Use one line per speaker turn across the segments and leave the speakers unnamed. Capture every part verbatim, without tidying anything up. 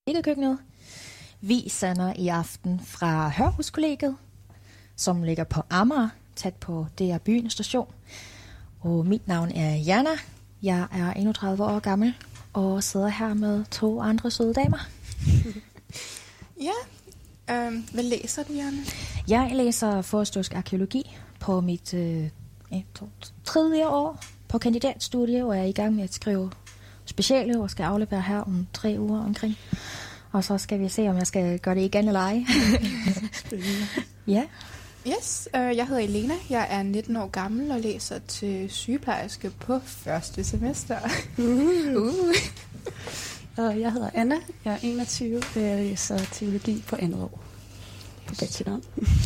Kollegekøkkenet. Vi sender i aften fra Hørhuskollegiet, som ligger på Amager, tæt på D R Byen station. Og mit navn er Jana. Jeg er enogtredive år gammel og sidder her med to andre søde damer.
Ja, øhm, hvad læser du, Jana?
Jeg læser forhistorisk arkæologi på mit øh, et, to, tredje år på kandidatstudie, og jeg er i gang med at skrive speciale og skal aflevere her om tre uger omkring. Og så skal vi se, om jeg skal gøre det igen eller ej. Ja.
Yes, øh, jeg hedder Elena. Jeg er nitten år gammel og læser til sygeplejerske på første semester.
Uh. Uh. Og jeg hedder Anna. Jeg er enogtyve, og jeg læser teologi på andet år. På bachelor.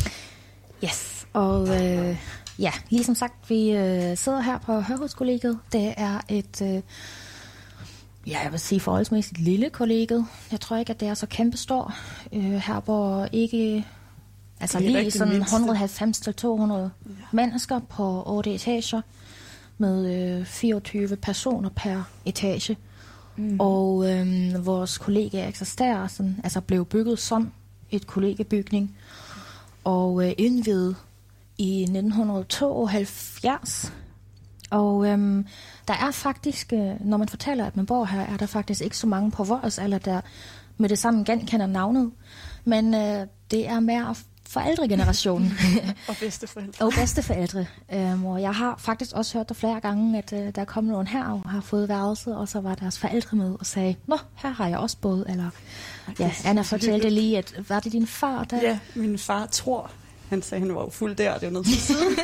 Yes, og øh, ja, ligesom sagt, vi øh, sidder her på Hørhuskollegiet. Det er et... Øh, Ja, jeg vil sige forholdsmæssigt lille kollegiet. Jeg tror ikke, at det er så kæmpestor. Øh, her bor ikke... Altså lige sådan et hundrede og halvfems til to hundrede ja. mennesker på otte etager. Med øh, fireogtyve personer per etage. Mm. Og øh, vores kollegie eksisterer sådan, altså blev bygget som et kollegiebygning. Og øh, indviet i nitten tooghalvfjerds. Og øhm, der er faktisk, øh, når man fortæller, at man bor her, er der faktisk ikke så mange på vores alder, der med det samme genkender navnet. Men øh, det er mere forældregenerationen.
og bedsteforældre.
og bedsteforældre. Øhm, og jeg har faktisk også hørt det flere gange, at øh, der kom nogen her og har fået værelse, og så var deres forældre med og sagde, nå, her har jeg også boet. Eller, ja, Anna fortalte lige, at var det din far der?
Ja, min far tror. Han sagde, han var jo fuld der, det var noget til siden.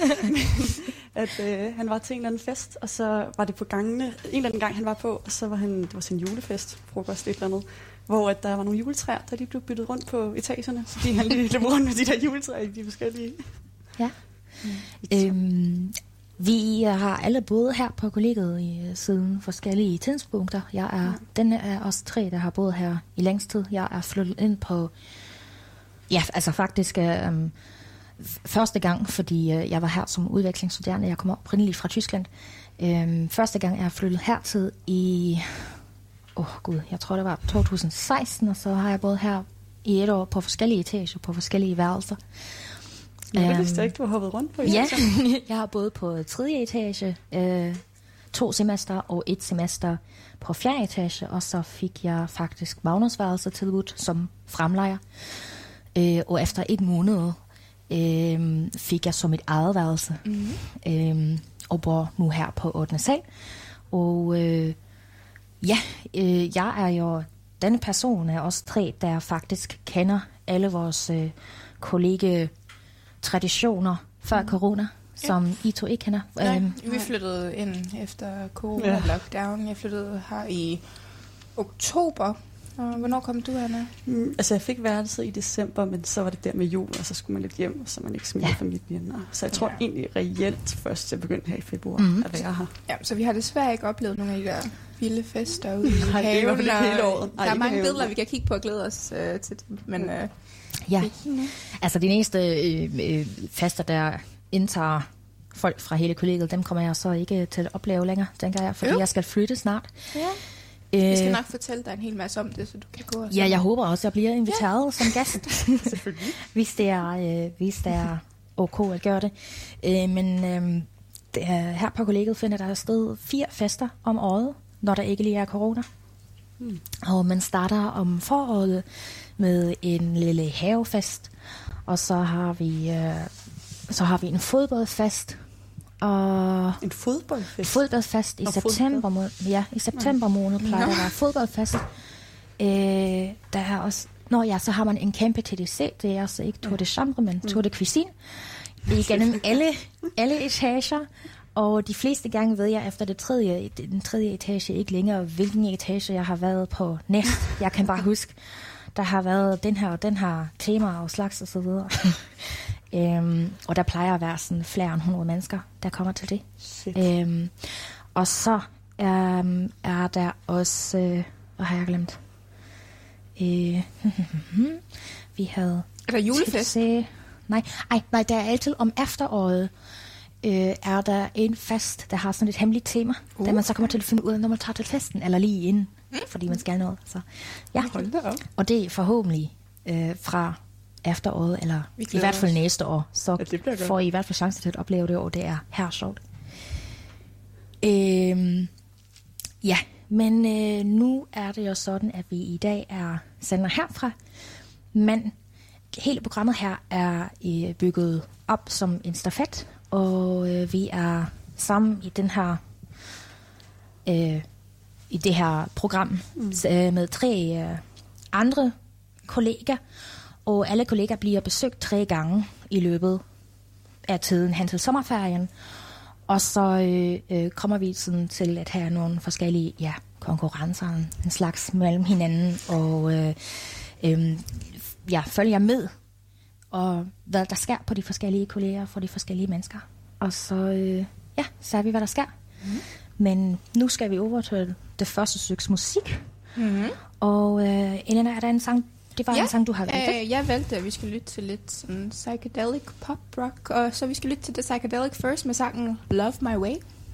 at øh, han var til en eller anden fest, og så var det på gangene. En eller anden gang, han var på, og så var han, det var sin julefest, frokost et eller andet, hvor at der var nogle juletræer, der lige blev byttet rundt på etagerne, fordi han lige løb rundt med de der juletræer i de forskellige.
Ja. Mm. Øhm, vi har alle boet her på kollegiet i, siden forskellige tidspunkter. Jeg er, mm. den er os tre, der har boet her i længst tid. Jeg er flyttet ind på, ja, altså faktisk... Øh, Første gang, fordi øh, jeg var her som udvekslingsstuderende. Jeg kom oprindeligt fra Tyskland. Øhm, første gang, jeg har flyttet hertil i... Åh oh, gud, jeg tror, det var to tusind seksten, og så har jeg boet her i et år på forskellige etager, på forskellige værelser.
Ja, det vidste jeg ikke, du har hoppet rundt på etager.
Ja, jeg har boet på tredje etage, øh, to semester og et semester på fjerde etage, og så fik jeg faktisk Magnusværelse tilbudt som fremlejer. Øh, og efter et måned Øhm, fik jeg som et eget værelse mm-hmm. øhm, og bor nu her på ottende sal. Og øh, ja, øh, jeg er jo denne person er også tre, der faktisk kender alle vores øh, kollegetraditioner før mm. corona, som ja. I to ikke kender.
Nej, øhm, vi flyttede ind efter corona-lockdown. Jeg flyttede her i oktober. Og hvornår kom du, Anna?
Mm, altså, jeg fik værelset i december, men så var det der med jul, og så skulle man lidt hjem, så man ikke smittede ja. familien. Så jeg tror ja. egentlig reelt først, jeg begyndte her i februar mm-hmm. at være her.
Ja, så vi har desværre ikke oplevet nogle af de der vilde fester ude i Nej, haven.
Det er hele året.
Der er mange billeder, vi kan kigge på og glæde os øh, til dem, men... Øh,
ja, altså de næste øh, øh, fester, der indtager folk fra hele kollegiet, dem kommer jeg så ikke til at opleve længere, tænker jeg, fordi jo. jeg skal flytte snart. Ja.
Vi skal nok fortælle dig en hel masse om det, så du kan gå og...
Ja, jeg håber også, at jeg bliver inviteret ja. som gæst.
Selvfølgelig.
hvis, det er, øh, hvis det er ok at gøre det. Øh, men øh, det er, her på kollegiet finder der sted fire fester om året, når der ikke lige er corona. Hmm. Og man starter om foråret med en lille havefest, og så har vi, øh, så har vi en fodboldfest. Og
en fodboldfest?
Fodboldfest i og september måned. Ja, i september måned plejer der at være fodboldfest. Øh, der er også... Nå ja, så har man en kæmpe T D C. Det er altså ikke Tour de Chambre, men Tour de Cuisine. Igennem alle, alle etager. Og de fleste gange ved jeg efter det tredje, den tredje etage ikke længere, hvilken etage jeg har været på næst. Jeg kan bare huske, der har været den her og den her tema og slags og så videre. Øhm, og der plejer at være sådan flere end hundrede mennesker, der kommer til det. Øhm, og så øhm, er der også... Øh, hvad har jeg glemt? Øh, vi havde...
Er der julefest?
Nej, ej, nej, der er altid om efteråret. øh, er der en fest, der har sådan et hemmeligt tema, uh. da man så kommer til at finde ud af, når man tager til festen, eller lige inden, mm. fordi man skal noget. Så, ja. Og det er forhåbentlig øh, fra efteråret, eller i hvert fald næste år, så ja, får I i hvert fald chance til at opleve det, og det er her sjovt. Øhm, ja, men øh, nu er det jo sådan, at vi i dag er sender herfra, men hele programmet her er øh, bygget op som en stafet, og øh, vi er sammen i den her øh, i det her program mm. øh, med tre øh, andre kollegaer, og alle kollegaer bliver besøgt tre gange i løbet af tiden hen til sommerferien, og så øh, øh, kommer vi sådan til at have nogle forskellige ja, konkurrencer, en slags mellem hinanden, og øh, øh, ja, følger med, og hvad der sker på de forskellige kolleger for de forskellige mennesker. Og så øh, ja, ser vi, hvad der sker. Mm. Men nu skal vi over til det første stykke musik. Mm-hmm. Og øh, Elena, er der en sang, det var ja, en sang, du har valgt?
Øh, jeg valgte, at vi skal lytte til lidt sådan psychedelic pop rock, og så vi skal lytte til The Psychedelic Furs med sangen Love My Way.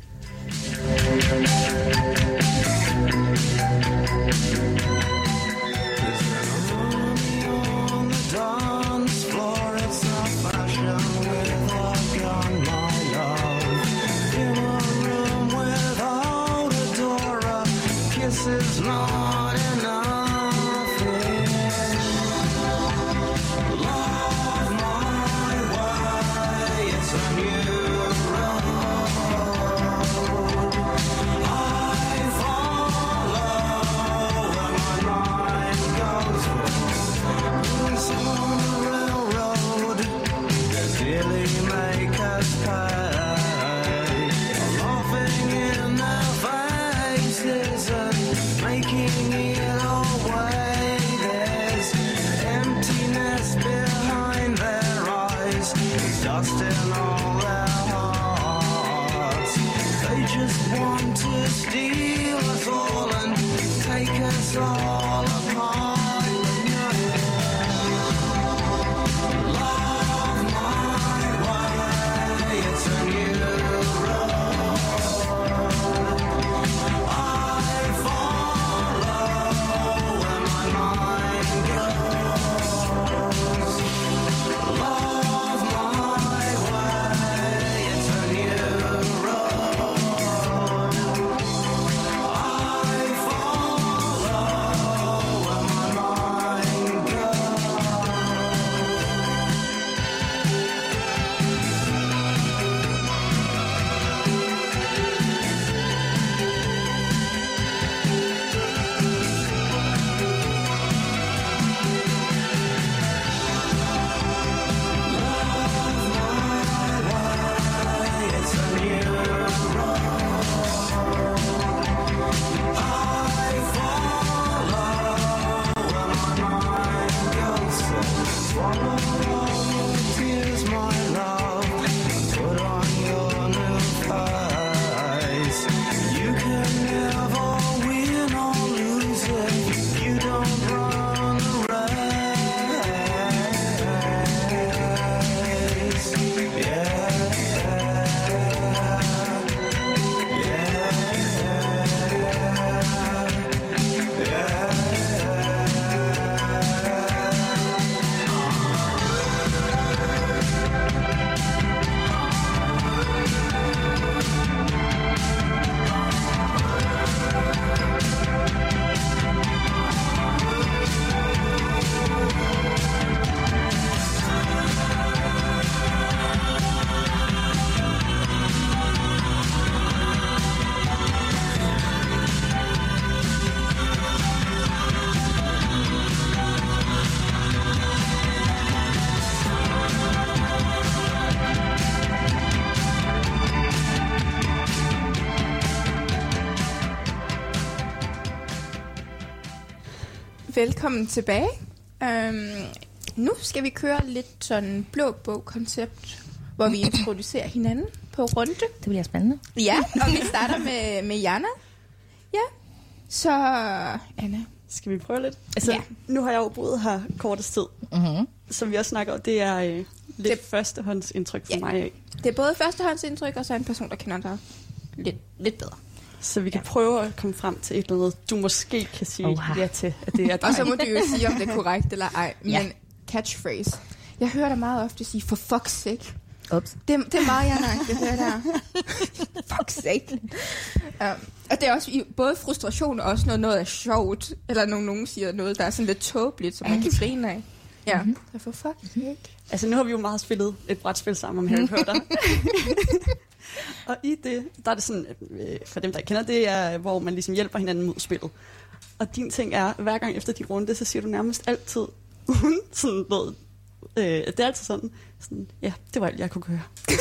Dance floor, it's a fashion with a gun, my love. In a room without a door, a kiss is not enough. Love my way, it's a new road. I follow where my mind goes. On the railroad, really make us pay. Laughing in their faces and making it away. There's emptiness behind their eyes, dust in all their hearts. They just want to steal us all and take us all apart.
Velkommen tilbage. Um, nu skal vi køre lidt sådan blå bog-koncept, hvor vi introducerer hinanden på runde.
Det bliver spændende.
Ja, og vi starter med, med Jana. Ja, så Anna.
Skal vi prøve lidt? Altså, ja. Nu har jeg jo boet her kortest tid. Mm-hmm. Som vi også snakker om, det er, lidt
Det-
førstehåndsindtryk for
Ja.
mig af.
Det er både førstehåndsindtryk, og så en person, der kender dig lidt, lidt bedre.
Så vi kan ja. prøve at komme frem til et eller andet, du måske kan sige
Oha.
ja til, at det er dig.
Og så må du jo sige, om det er korrekt eller ej.
Ja.
Men catchphrase. Jeg hører dig meget ofte sige, for fuck's sake.
Ups.
Det, det er meget, jeg jeg hører der. Fuck's sake. Um, og det er også i både frustration og også, når noget er sjovt. Eller når nogen siger noget, der er sådan lidt tåbeligt, som man kan grine af. Ja,
Mhm.
så for fuck's sake.
Altså nu har vi jo meget spillet et brætspil sammen om Harry Potter. Og i det, der er det sådan, øh, for dem der ikke kender det, er, hvor man ligesom hjælper hinanden mod spillet. Og din ting er, hver gang efter din runde, så siger du nærmest altid, uden sådan noget, øh, det er altid sådan, sådan, ja, det var alt, jeg kunne gøre.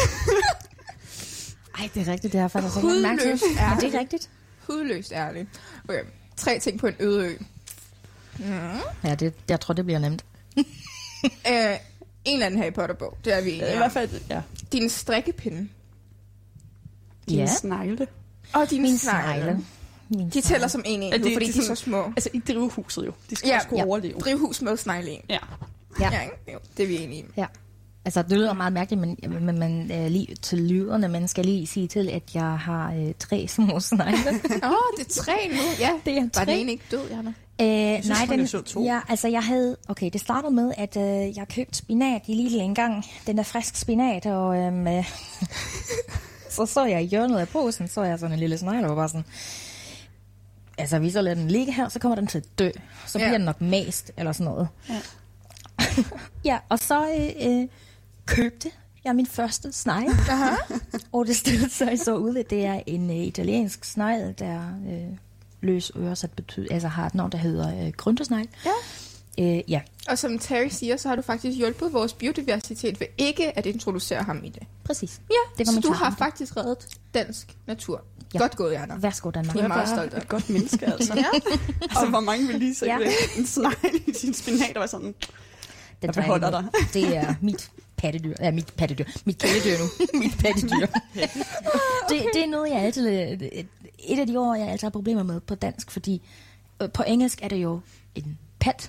Ej, det er rigtigt, det har jeg faktisk ikke mærke til.
Hudløst
Men
ærligt.
det er rigtigt.
Hudløst ærligt. Okay. Tre ting på en øde ø. Mm.
Ja, det, jeg tror, det bliver nemt.
Uh, en eller anden Harry Potter-bog. Det er vi enige
I
om.
hvert fald, ja,
Din strikkepinde.
din
Ja.
snegle.
Og din
Min
snegle.
snegle. Min
De
snegle.
tæller som en en,
Er
nu,
det-
fordi
det
de
er
er så
sådan-
små.
Altså i drivhuset jo, de skal
Ja,
også kunne
ja.
overleve.
Drivhus med snegle i.
Ja.
Ja.
Ja, ikke? Jo, det er vi enige i.
Ja. Altså, det lyder meget mærkeligt, men, men, men øh, lige til lyderne, man skal lige sige til, at jeg har øh, tre små snegle.
Åh, oh, det er tre nu. Ja,
Det er
var
tre.
den ene ikke død, Jana?
Øh,
synes,
nej,
hun
den,
er sød to.
ja, altså jeg havde, okay, det startede med, at øh, jeg købte spinat i Lidl engang, den der frisk spinat, og øhm, øh, så så jeg i hjørnet af posen, så jeg sådan en lille snegl, og var bare sådan, altså vi så lader den ligge her, så kommer den til at dø, så
Ja.
bliver den nok mast, eller sådan noget.
Ja.
Ja, og så øh, øh, købte jeg min første snegl,
Aha.
og det stillede sig så ud, at det er en øh, italiensk snegl, der øh, løs øresat betyder, altså har et navn, der hedder øh, grøntesnegl.
Ja.
Øh, ja,
Og som Terry siger, så har du faktisk hjulpet vores biodiversitet ved ikke at introducere ham i det.
præcis.
Ja,
Det var
så
min
du
tanke.
har faktisk reddet dansk natur.
Ja.
Godt gået, Jana.
Værsgo, Danmark.
Jeg er
Du er
meget
bare
stolt af
et godt menneske, altså.
Ja.
Altså, hvor mange vil lige se
Ja.
ja. en snegl i sin spinat, og var sådan,
Den
jeg
tager
beholder
imod. Det er mit pattedyr. Ja, mit pattedyr. Mit kæledyr nu. mit pattedyr. det, det er noget, jeg altid... Et af de ord, jeg altid har problemer med på dansk, fordi øh, på engelsk er det jo en pat.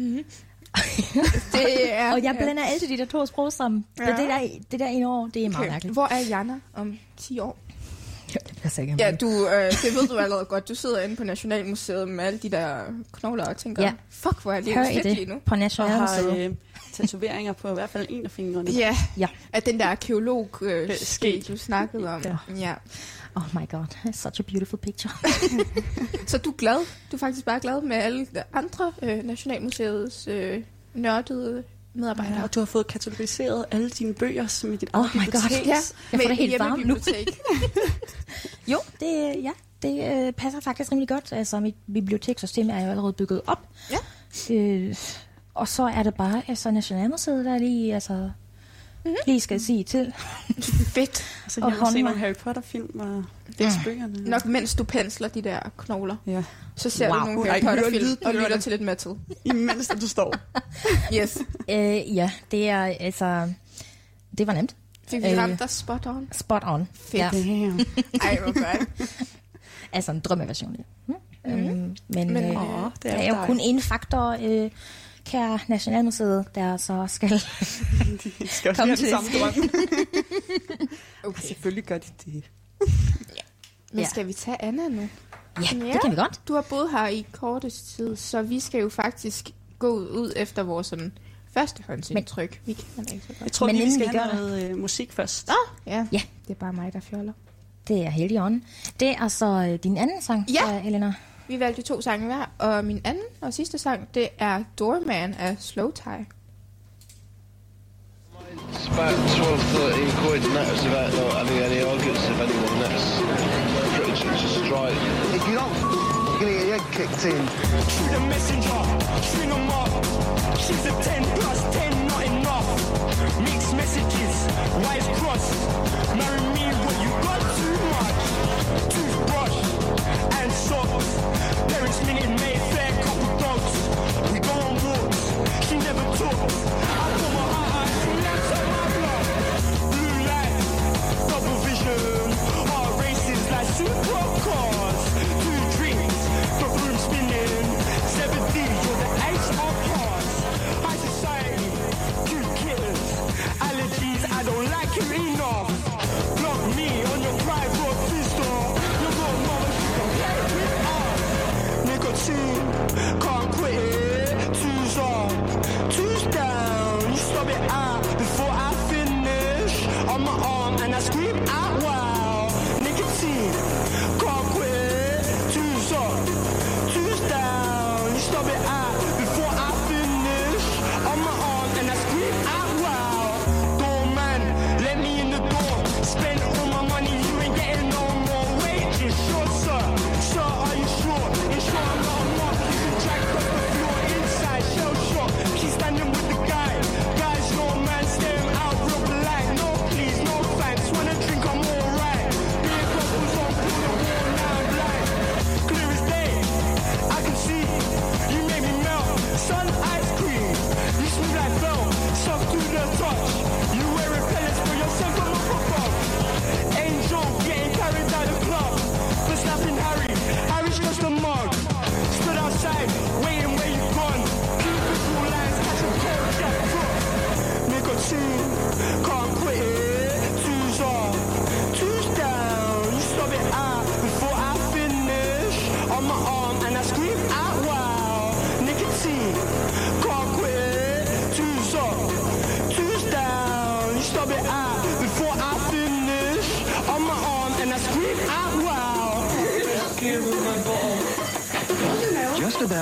Det er,
Og jeg blander altid de der to sprog sammen. Ja.
Ja.
Det, der, det der ene år, det er meget
okay.
mærkeligt.
Hvor er Jana om ti år?
Ja, det passer ikke.
Ja, du, øh, det ved du allerede godt. Du sidder inde på Nationalmuseet med alle de der knogler og tænker,
Ja.
fuck, hvor er det
Hør
fedt
I
lige
det
nu.
på
og har
Nationalmuseet.
øh, tatoveringer på i hvert fald en af fingrene.
Ja,
Ja.
at den der arkeolog øh,
Øh,
ske, du snakkede om.
Ja.
Ja.
Oh my god, it's such a beautiful picture.
Så du er glad? Du er faktisk bare glad med alle de andre øh, Nationalmuseets øh, nørdede medarbejdere.
Ja, og du har fået katalogiseret alle dine bøger som i dit
Oh
eget
my god.
bibliotek.
Ja,
Jeg får
med
det helt
et
varmt nu.
hjemmebibliotek.
Jo, det, ja, det øh, passer faktisk rimelig godt. Altså, mit bibliotekssystem er jo allerede bygget op.
Ja.
Øh, og så er det bare altså, Nationalmuseet, der lige, altså, mm-hmm. lige skal sige til.
Fedt.
Så
Og
jeg har set
håndværk.
nogle Harry Potter-film og læst bøgerne.
Nok mens du pensler de der knogler,
Ja.
så ser
Wow.
du nogle
Ej,
Harry
hører
Potter-film
lyd-
og
hører
lytter
det.
til lidt metal.
Imens at du står.
Yes.
Øh, ja, det er altså, det var nemt.
Fik vi
Øh.
ramt dig spot on?
Spot on.
Fedt.
Ja,
Damn.
Ej, hvor godt.
altså en drømmeversion. Ja. Mm. Øhm, men
Men,
men øh,
åh, det
der
er
er jo
dig.
kun én faktor, øh, kære Nationalmuseet, der så skal...
De skal også
Kom
have
til.
den samme drøm.
Okay.
Selvfølgelig gør de det.
Men
Ja.
skal vi tage Anna nu?
Ja,
Ja.
det kan vi godt.
Du har boet her i kortest tid, så vi skal jo faktisk gå ud efter vores sådan, førstehåndsindtryk. Vi kender det ikke så
Jeg
godt.
tror
Men
lige, vi
inden
skal
vi
have
gør
noget øh, musik først.
Ja.
Ja.
Det er bare mig, der fjoller.
Det er heldig ånden. Det er altså øh, din anden sang,
Ja.
øh, Elena.
Vi valgte to sange hver, og min anden og sidste sang, det er Doorman af Slow Tie.
It's about twelve, thirteen quid, and that was about not having any arguments with anyone. That's pretty much a strike.
If you don't, you're gonna get your head kicked in.
Shoot a messenger, string 'em up. She's a ten plus ten, not enough. Mixed messages, wires crossed. Marry me, what you got too much. Toothbrush and socks. Parents minute Mayfair, couple dogs. We go on walks, she never talks. I put my heart out, she lets on my blood. Blue light, double vision. Heart races like supercars. Two drinks, the room spinning. Seventeen, you're the ace of hearts. High society, cute killers. Alice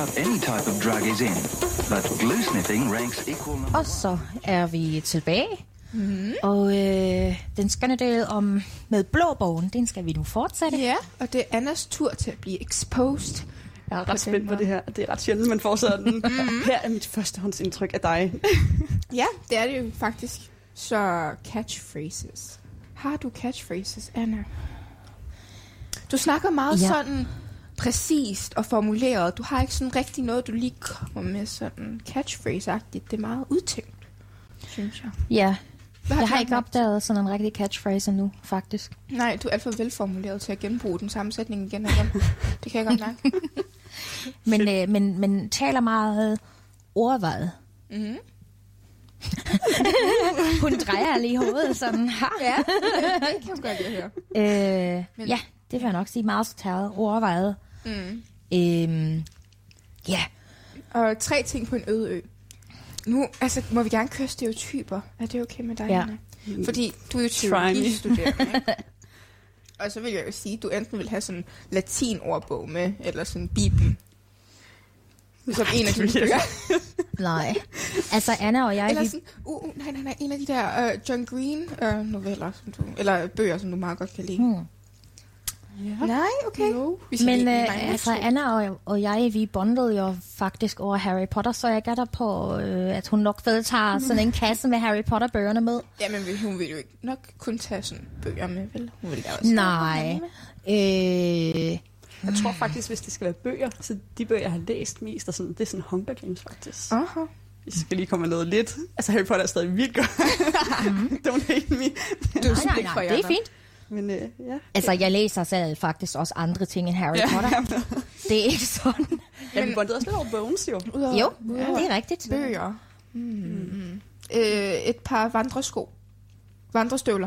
about any type of drug is in, but glue sniffing ranks equal number.
Og så er vi tilbage.
Mm.
Og øh, den skønne del om med blåbogen, den skal vi nu fortsætte.
Ja, og det er Annas tur til at blive exposed.
Jeg er ret spændt på det her. Det er ret sjældent, man får sådan. Mm-hmm. Her er mit førstehåndsindtryk af dig.
Ja, det er det jo faktisk. Så catchphrases. Har du catchphrases, Anna? Du snakker meget
ja.
sådan præcist og formuleret. Du har ikke sådan rigtig noget, du lige kommer med sådan catchphrase-agtigt. Det er meget udtænkt, synes jeg.
Ja,
Hvad har
jeg
du
har ikke
lagt?
opdaget sådan en rigtig catchphrase endnu, faktisk.
Nej, du er alt for velformuleret til at genbruge den samme sætning igen og igen. Det kan jeg godt mærke.
men, øh, men, men taler meget overvejet.
Mm-hmm.
Hun drejer lige hovedet sådan her.
Ja, det kan jeg godt lide at høre.
Øh, ja, det vil jeg nok sige meget taget overvejet.
Mm.
Øhm, ja.
Og tre ting på en øde ø. Nu altså, må vi gerne køre stereotyper. Er det okay med dig,
Ja.
Anna? Fordi du er jo teologistuderende, ikke? Og så vil jeg jo sige, at du enten vil have sådan en latinordbog med, eller sådan en bibel. Som en af dine bøger.
Nej. Altså, Anna og jeg...
Eller
vi...
sådan, uh, uh, nej, nej, nej, en af de der uh, John Green uh, noveller, som du, eller bøger, som du meget godt kan lide.
Hmm.
Ja. Nej, okay. No.
Men øh, altså, Anna og, og jeg, vi bondede jo faktisk over Harry Potter, så jeg gætter på, øh, at hun nok vedtager sådan en kasse med Harry Potter-bøgerne med.
Jamen, hun vil jo ikke nok kun tage sådan bøger med, vel? Hun vil da også
Nej. Øh...
Jeg tror faktisk, hvis det skal være bøger, så de bøger, jeg har læst mest, og sådan, det er sådan Hunger Games faktisk.
Aha.
Vi skal lige komme med noget lidt. Altså, Harry Potter er stadig vildt godt. Don't hate me.
Du er
nej, nej, nej, det er fint.
Men øh, ja.
Altså, jeg læser selv faktisk også andre ting end Harry
Ja.
Potter. Det er ikke sådan.
Ja, vi bondede også lidt over Bones, jo.
Udover,
Jo, ja, det er rigtigt.
Bøger. Mm. Mm. Øh, et par vandresko. Vandrestøvler.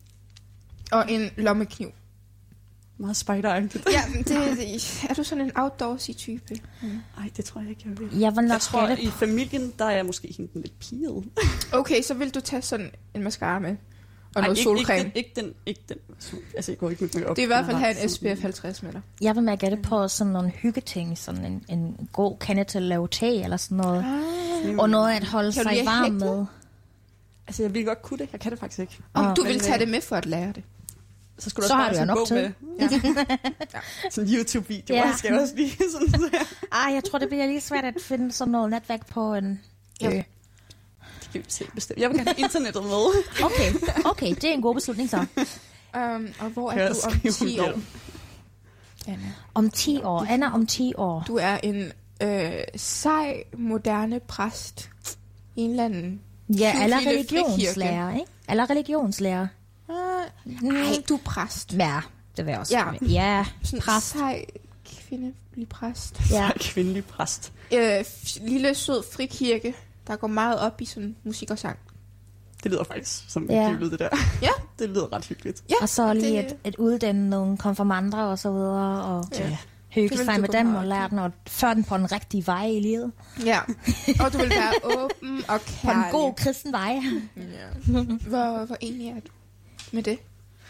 Og en lommekniv.
Meget spider-agtigt.
Ja, det, det, er du sådan en outdoorsy type?
Nej, mm. det tror jeg ikke, jeg vil.
Jeg, var nok
Jeg tror,
gætte
i familien, der er jeg måske hende den lidt piget.
Okay, så vil du tage sådan en mascara med. Og
Ej,
noget
ikke,
solcreme.
Ikke, ikke den, ikke den. Altså, jeg går ikke med make-up.
Det er i hvert fald
Jeg har
have en S
sådan-
P F halvtreds med dig.
Jeg vil med at gætte på sådan nogle hyggeting, sådan en, en god kande til at lave te eller sådan noget.
Ah.
Og noget at holde
Kan du
sig
lide
varm
hækle?
med.
Altså, jeg ville godt kunne det. Jeg kan det faktisk ikke.
Om
Og-
du
men,
vil tage
øh,
det med for at lære det.
Så skulle der
Så
også
har
bare
du
sådan
jo
en
nok
bog med.
tid.
Ja.
Sådan en YouTube-video.
Ja.
Ja. Jeg skal også lige sådan så her.
Ej, jeg tror, det bliver lige svært at finde sådan noget netværk på en...
Ja.
Øh.
Det kan vi se bestemt. Jeg vil gerne have internettet med.
Okay, okay, det er en god beslutning så.
Um, og hvor
Kan
er
jeg
du om
skrive
ti
det?
år? Anna.
Om ti år. Anna om ti år.
Du er en øh, sej, moderne præst. En eller anden...
Ja,
cute
eller
lille
religionslærer, ikke? Eller religionslærer.
Nej, du er præst.
Ja, det vil jeg også.
Ja.
Ja,
Sådan en
præst.
sej, kvindelig præst.
Ja.
Ja. Kvindelig præst.
Øh, f- lille, sød frikirke, der går meget op i sådan musik og sang.
Det lyder faktisk som
Ja.
ja. det der.
Ja.
Det lyder ret hyggeligt.
Ja,
Og så lige
det-
at, at uddanne nogle konfirmander og så videre, og
Ja.
ja. hygge
Det vil
sig
du
med
gå
dem
meget
og
op
lære den og føre den på den rigtige vej i livet.
Ja, og du vil være åben og
På
kærlig.
en god kristen vej.
Ja. Hvor, hvor enig er du med det?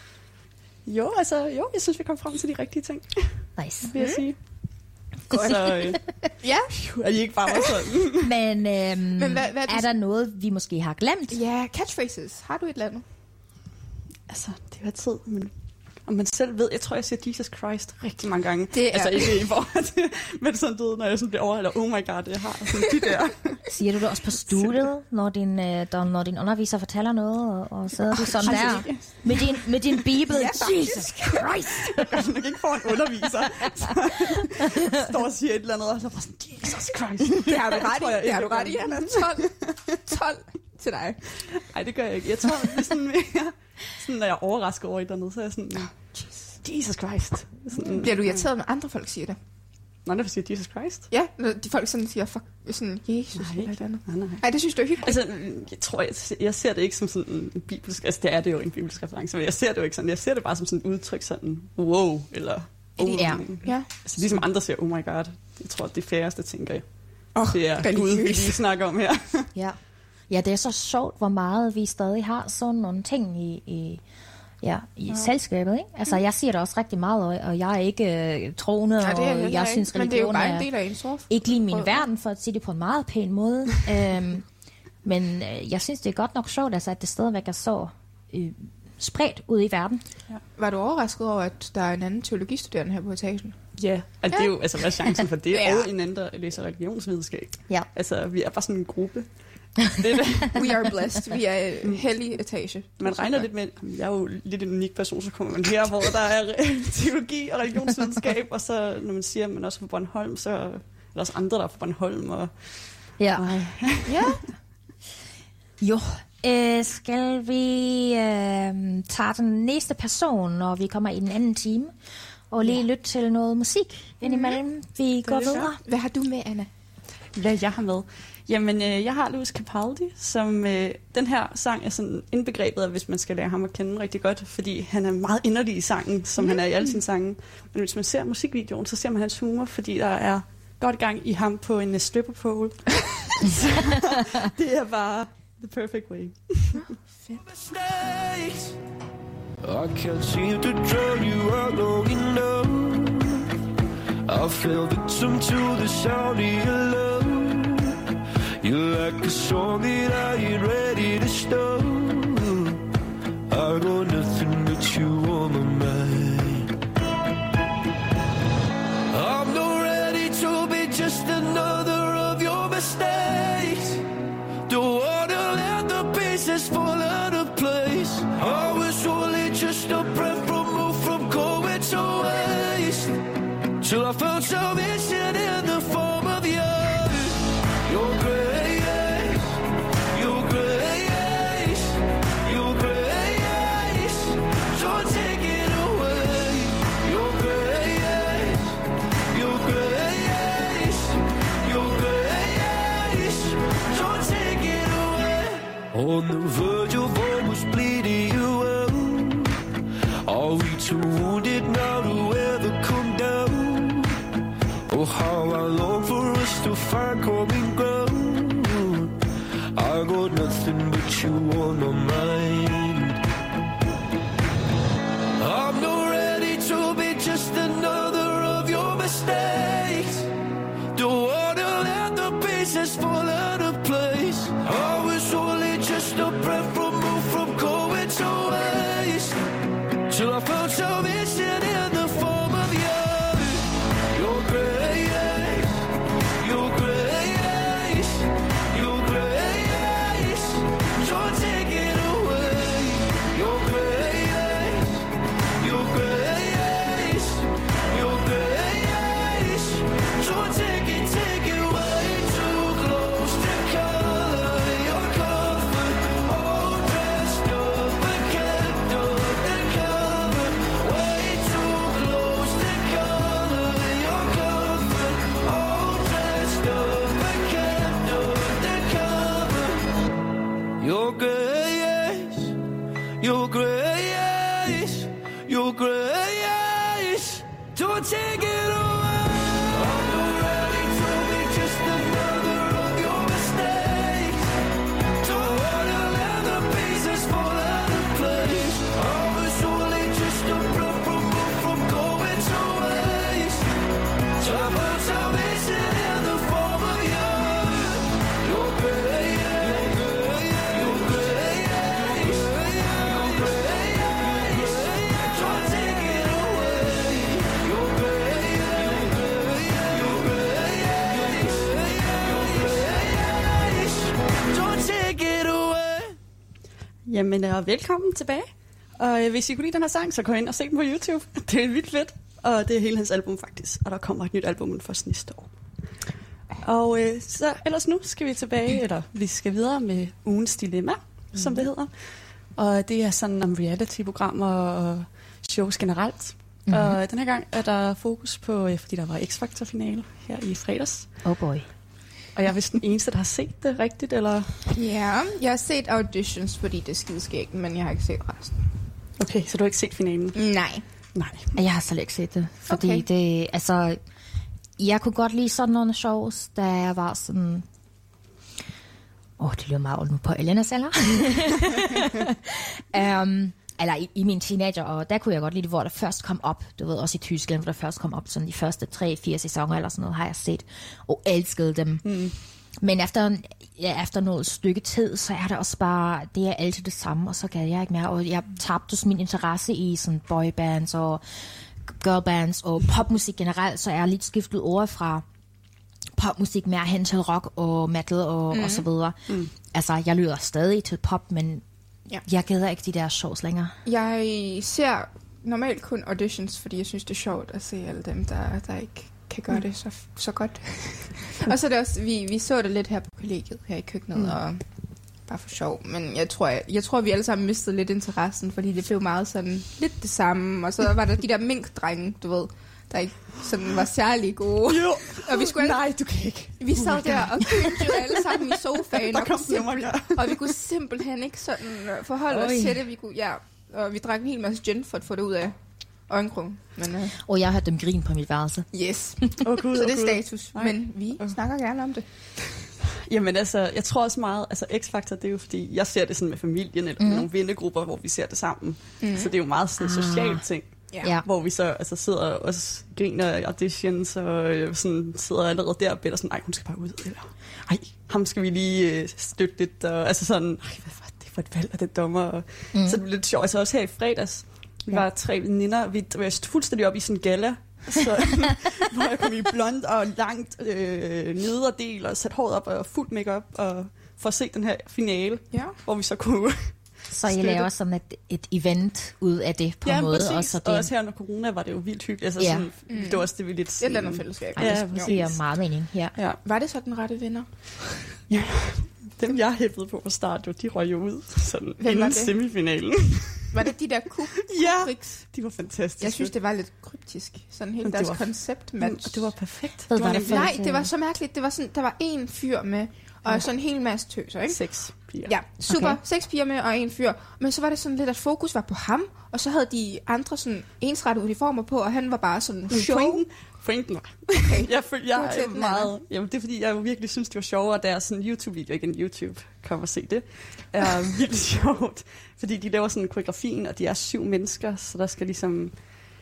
Jo, altså, jo, jeg synes, vi kom frem til de rigtige ting,
Nice.
vil jeg sige.
Godt.
Så øh,
Ja,
er I ikke bare var sådan.
Men, øhm,
Men hvad- hvad er det-
er der noget, vi måske har glemt?
ja, catchphrases. Har du et eller andet?
Altså, det var tid, men om man selv ved, jeg tror, jeg siger Jesus Christ rigtig mange gange.
Det er-
Altså ikke i forhold til, men sådan du ved, når jeg sådan bliver over, eller oh my god, jeg har sådan de der.
Siger du det også på studiet, når din, øh, der, når din underviser fortæller noget, og, og sidder du sådan der med din, med din bibel? Jesus Christ!
Jeg kan nok ikke få en underviser. Så står og siger et eller andet, og så bare sådan, Jesus Christ.
Det har du ret
tror jeg
i. Det har du
ikke,
ret i,
jeg
Anna. tolv. tolv til dig.
Nej, det gør jeg ikke. Jeg tror, det er sådan mere, sådan, når jeg er overrasket over et eller andet, så er jeg sådan, Jesus Christ. Sådan,
Bliver du irriteret, når andre folk siger det?
Når der siger Jesus Christ?
Ja, når de folk sådan siger, fuck, sådan, Jesus
Nej,
eller et andet.
nej, nej.
Ej, det synes du er hyggeligt.
Altså, jeg tror, jeg, jeg ser det ikke som sådan en bibelsk... Altså, det er det jo en bibelsk reference, men jeg ser det jo ikke sådan. Jeg ser det bare som sådan et udtryk sådan, wow, eller... Oh,
Ja.
Ja.
Altså, ligesom andre siger, oh my god. Jeg tror, det færreste, tænker jeg.
Oh,
Det er Gud, vi lige snakker om her.
Ja. Ja, det er så sjovt, hvor meget vi stadig har sådan nogle ting i, i ja, i selskabet, ikke? Altså, jeg siger det også rigtig meget, og, og jeg er ikke øh, troende,
Nej, det er
og
jeg
jeg
ikke,
synes,
men det er jo
religion
bare
er
en del af ens ord.
ikke lige min
Prøv.
verden, for at sige det på en meget pæn måde. øhm, men øh, jeg synes, det er godt nok sjovt, altså, at det stadigvæk er så øh, spredt ud i verden.
Ja. Var du overrasket over, at der er en anden teologistuderende her på etagen?
Ja, altså, det er jo, altså, hvad er chancen for det?
Ja.
Og en anden, der læser religionsvidenskab.
Ja.
Altså, vi er bare sådan en gruppe. Det er det.
We are blessed. Vi er en hellig etage.
Man regner lidt med, jeg er jo lidt en unik person, så kommer man her, hvor der er teologi og religionsvidenskab, og så når man siger, at man også er på Bornholm, så er der også andre, der er på Bornholm. Og,
Ja.
nej.
Ja.
Jo, øh, skal vi øh, tage den næste person, når vi kommer i den anden time, og lige lytte til noget musik indimellem, vi går
det er
videre.
Hvad har du med, Anna?
Hvad jeg har med? Jamen, øh, jeg har Lewis Capaldi, som øh, den her sang er sådan indbegrebet af, hvis man skal lære ham at kende rigtig godt, fordi han er meget inderlig i sangen, som mm. han er i alle sine sange. Men hvis man ser musikvideoen, så ser man hans humor, fordi der er godt gang i ham på en uh, stripperpole. Det er bare the perfect way.
Mistakes. I can't seem to drown you out long enough. I fell victim to the sound of your love. You're like a song that I ain't ready to stop. I got nothing but you on my mind. I'm not ready to be just another of your mistakes. Don't wanna let the pieces fall out of place. I was only just a breath removed from going to waste. Till I found salvation in the form of you. Your grace, your grace, your grace. Don't take it away. Your grace, your grace, your grace. Don't take it away. On the verge of almost bleeding you out. Are we too wounded now to ever come down? Oh, how I long for us to find common ground. I got nothing but you on my mind. I'm not ready to be just another of your mistakes. Don't wanna let the pieces fall out of place. I was only just a breath removed from going to waste. Till I found salvation in the form of you. Your grace, your grace, your grace. Don't take it away. Your grace, your grace, your grace. Don't take it, take it way too close to color your comfort. All dressed up and kept up the cover. Way too close to color your comfort. All dressed up and kept up the cover. Your grace, your grace, your grace. Don't take it away. I'm not ready to be just another of your mistakes. Don't wanna let the pieces fall out of place. I was only just a breath removed from going to waste. So I found salvation in the form of you. Your grace, your grace, your grace. Don't take it away. Your grace, your grace, your grace. Don't take it away.
Jamen, og velkommen tilbage. Og øh, hvis I kunne lide den her sang, så gå ind og se den på YouTube. Det er vildt fedt. Og det er hele hans album faktisk. Og der kommer et nyt album først næste år. Og øh, så ellers nu skal vi tilbage, eller vi skal videre med ugens dilemma, mm. som det hedder. Og det er sådan om reality-programmer og shows generelt. Mm. Og den her gang er der fokus på, øh, fordi der var X-Factor-finale her i fredags.
Oh boy.
Og jeg er vist den eneste, der har set det rigtigt, eller?
Ja, jeg har set auditions, fordi det er skideskægt, men jeg har ikke set resten.
Okay, så du har ikke set finalen?
Nej.
Nej.
Jeg har slet ikke set det, fordi
Okay.
det, altså, jeg kunne godt lide sådan nogle shows, der var sådan, åh, oh, det lyder meget nu på Elenas alder. um, eller i, i min teenager, og der kunne jeg godt lide det, hvor der først kom op, du ved, også i Tyskland, hvor der først kom op, sådan de første tre, fire sæsoner eller sådan noget, har jeg set, og elskede dem. Mm. Men efter, ja, efter noget stykke tid, så er det også bare, det er altid det samme, og så gad jeg ikke mere, og jeg tabte min interesse i sådan boybands og girlbands og popmusik generelt, så er jeg lidt skiftet over fra popmusik mere hen til rock og metal og, mm. og så videre. Mm. Altså, jeg lytter stadig til pop, men ja. jeg gider ikke de der shows længere.
Jeg ser normalt kun auditions, fordi jeg synes, det er sjovt at se alle dem, der, der ikke kan gøre mm. det så, så godt. Og så er det også, vi, vi så det lidt her på kollegiet, her i køkkenet, mm. og bare for sjov. Men jeg tror, jeg, jeg tror, vi alle sammen mistede lidt interessen, fordi det blev meget sådan lidt det samme. Og så var der de der minkdrenge, du ved, der ikke sådan var særlig gode. Jo. Og vi skulle alle,
nej, du kan ikke.
Vi sad oh der og kylte jo alle sammen i sofaen.
Der
og,
kom
simpel, og vi kunne simpelthen ikke sådan forholde Oi. os til det. Vi kunne, ja, og vi drak en hel masse gin for at få det ud af øjenkrogen. Men, uh...
og jeg hørte dem grine på mit værelse.
Yes. Oh, God, så det er status. Nej. Men vi oh. snakker gerne om det.
Jamen altså, jeg tror også meget, altså X-Factor, det er jo fordi, jeg ser det sådan med familien, eller mm. nogle vennegrupper, hvor vi ser det sammen. Mm. Så det er jo meget sådan en ah. social ting. Ja. Hvor vi så altså, sidder og også griner auditions, og øh, sådan, sidder allerede der og beder sådan, nej, hun skal bare ud, eller ej, ham skal vi lige øh, støtte lidt, og altså sådan, ej, hvad var det for et valg af det dommer, og, mm. så det blev lidt sjovt. Altså også her i fredags, vi ja. var tre veninder, vi var fuldstændig op i sådan en gala, så, hvor jeg kom i blond og langt øh, nederdel, og sat håret op og fuld makeup og for at se den her finale, ja. hvor vi så kunne...
Så I laver sådan et, et event ud af det på
ja,
en måde.
Præcis.
Og, så det...
og også her under corona var det jo vildt hyggeligt. Altså,
ja.
sådan, mm. Det var også det, vi lidt...
Sådan... Det er noget fællesskab.
Ja, ja, det giver meget mening. Ja.
Ja. Var det så den rette vinder?
Ja, dem jeg hæppede på at starte, jo, de røg jo ud sådan inden semifinalen.
Var det de der kup?
Ja, de var fantastiske.
Jeg synes, det var lidt kryptisk. Sådan helt deres
var...
konceptmatch.
Det var perfekt.
Det var det nej, det var så mærkeligt. Det var sådan, der var en fyr med, og ja. sådan en hel masse tøser, ikke?
Seks piger.
Ja, super. Okay. Seks piger med og en fyr. Men så var det sådan lidt, at fokus var på ham, og så havde de andre sådan ensrettede uniformer på, og han var bare sådan show.
Pointen, pointen var. Okay. Jeg følte, jeg er meget... Jamen, det er fordi, jeg virkelig synes, det var sjovt, og der er sådan en YouTube-video, ikke en YouTube, kom og se det, er virkelig sjovt. Fordi de laver sådan en koreografien, og de er syv mennesker, så der skal ligesom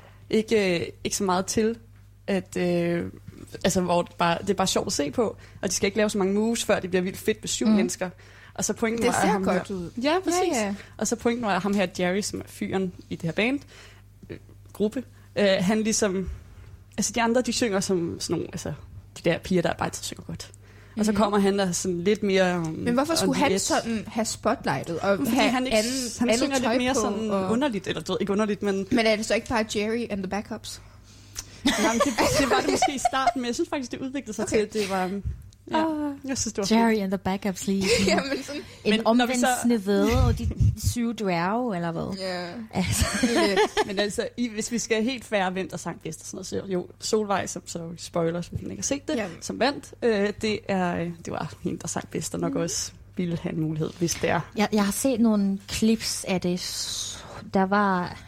ikke, ikke så meget til, at... Øh, altså, hvor det, bare, det er bare sjovt at se på, og de skal ikke lave så mange moves, før det bliver vildt fedt med syv mm. mennesker. Og så pointen
det
var,
ser
ham
godt
her,
ud.
Ja, præcis. Ja, ja. Og så pointen var, at ham her, Jerry, som er fyren i det her band, øh, gruppe, øh, han ligesom... Altså, de andre, de synger som sådan nogle... Altså, de der piger, der bare altid synger godt. Mm-hmm. Og så kommer han der sådan lidt mere... Um,
Men hvorfor skulle han sådan have spotlightet og
fordi
have
han ikke,
anden,
han
anden
synger lidt mere
på,
sådan
og...
underligt, eller du ved, ikke underligt, men...
Men er det så ikke bare Jerry and the Backups?
Jamen, det, det var det måske i starten, men jeg synes faktisk, det udviklede sig okay. til, at det var... Ja, jeg synes, det var
Jerry
fedt.
and the Backups lige.
Jamen, sådan,
en omvendt så... snevede, og de syv dværge, eller hvad?
Ja. Yeah.
Altså.
Men altså, i, hvis vi skal helt færre hvem der sang bedst og sådan noget, så jo, Solvej, som så spoiler, hvis man ikke har set det, yeah. som vandt, øh, det, er, det var hende, der sang bedst, og nok mm. også ville have en mulighed, hvis det er.
Jeg, jeg har set nogle clips af det. Der var...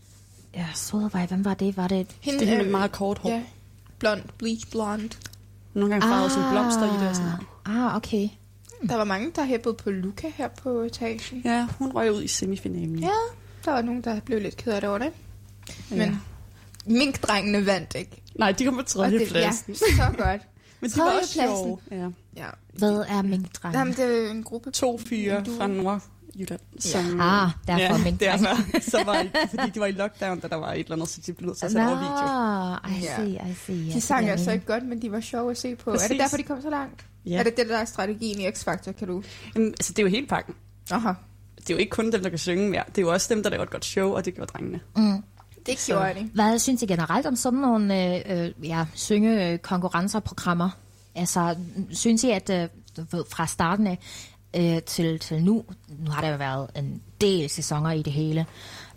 Ja, Solvej, hvem var det? Var det
hende, det er hende med meget kort hår.
Ja. Blond, bleach blonde.
Nogle gange farvede ah, som blomster i det og sådan
noget. Ah, okay.
Der var mange, der hæppede på Luca her på etagen.
Ja, hun røg ud i semifinalen.
Ja, der var nogen, der blev lidt ked af det over det. Men ja. Minkdrengene vandt ikke.
Nej, de kom på tredjepladsen.
Ja, så godt.
Men de var også sjove. Ja.
Ja. Hvad er minkdrengene?
Jamen, det er en gruppe.
To fyre fra Nord. Jylland, som,
ja. Ah, derfor ja, minkdrengene.
Så var I, fordi de var i lockdown, da der var et eller andet, så de blev nødt til at sætte over video.
I see, I see.
De sang altså ikke godt, men de var sjove at se på. Præcis. Er det derfor, de kom så langt? Ja. Er det det, der er strategien i X-Factor, kan du?
Jamen, altså, det er jo helt pakken.
Aha.
Det er jo ikke kun dem, der kan synge mere. Det er jo også dem, der laver et godt show, og det gjorde drengene.
Mm.
Det gjorde de.
Hvad synes I generelt om sådan nogle øh, ja, syngekonkurrencer-programmer? Altså, synes I, at øh, fra starten af øh, til, til nu, nu har der jo været en del sæsoner i det hele,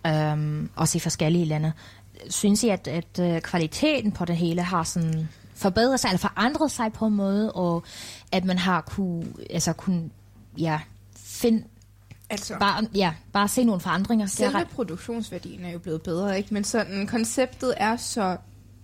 øh, også i forskellige lande. Synes I, at, at øh, kvaliteten på det hele har sådan forbedret sig, eller forandret sig på en måde, og at man har kunne, altså kunne, ja, finde,
altså,
bare, ja, bare se nogle forandringer.
Selve produktionsværdien er jo blevet bedre, ikke? Men sådan, konceptet er så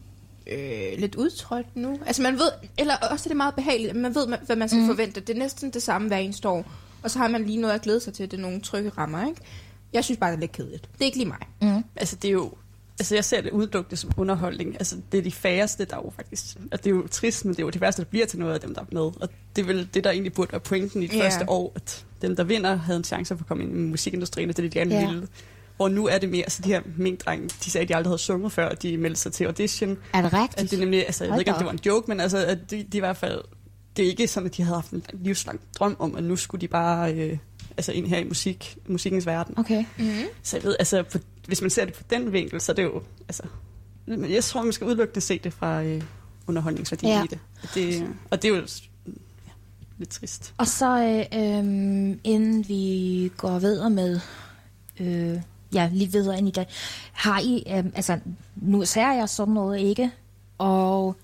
øh, lidt udtrykt nu. Altså man ved, eller også er det meget behageligt, man ved, hvad man skal mm. forvente. Det er næsten det samme hver eneste år. Og så har man lige noget at glæde sig til, det er nogle trygge rammer, ikke? Jeg synes bare, det er lidt kedeligt. Det er ikke lige mig.
Mm.
Altså, det er jo... Altså, jeg ser det udelukkende som underholdning. Altså, det er de færreste, der er jo faktisk... Og det er jo trist, men det er jo de værste, der bliver til noget af dem, der er med. Og det er vel det, der egentlig burde være pointen i det
Ja.
første år, at dem, der vinder, havde en chance for at komme ind i musikindustrien, og det er det, de gerne
Ja.
ville. Hvor nu er det mere... Altså, de her minkdrenge, de sagde, at de aldrig havde sunget før, og de meldte sig til audition.
Er det rigtigt?
At det nemlig... Altså, jeg
Hold
ved ikke, om
da
det var en joke, men altså, at de, de i hvert fald... Det er ikke sådan, at de havde haft en livslang drøm om, at nu skulle de bare... Øh, altså ind her i musik, musikkens verden.
Okay.
Mm-hmm.
Så jeg ved, altså, på, hvis man ser det på den vinkel, så er det jo, altså, jeg tror, man skal udelukkende se det fra øh, underholdningsværdien
Ja.
i det. Og det. Og det er jo ja, lidt trist.
Og så øh, øh, inden vi går videre med, øh, ja, lige videre ind i det, har I, øh, altså, nu ser jeg sådan noget ikke, og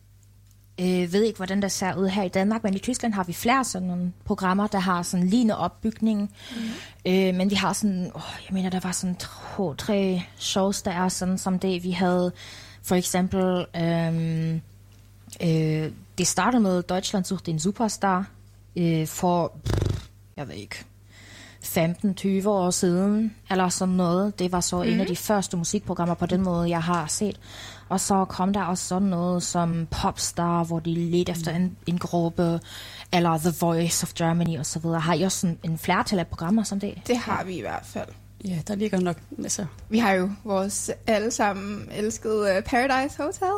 øh, ved ikke, hvordan det ser ud her i Danmark, men i Tyskland har vi flere sådan nogle programmer, der har sådan lignende opbygning. Mm. Øh, men vi har sådan, åh, jeg mener, der var sådan to, tre shows, der er sådan som det, vi havde for eksempel, øh, øh, det startede med Deutschland sucht den Superstar øh, for, jeg ved ikke, femten til tyve år siden, eller sådan noget. Det var så mm. en af de første musikprogrammer på den måde, jeg har set. Og så kom der også sådan noget som Popstar, hvor de ledte efter en, en gruppe, eller The Voice of Germany og så videre. Har I også sådan en flertal af programmer som det?
Det har vi i hvert fald.
Ja, der ligger nok, altså...
Vi har jo vores alle sammen elskede uh, Paradise Hotel,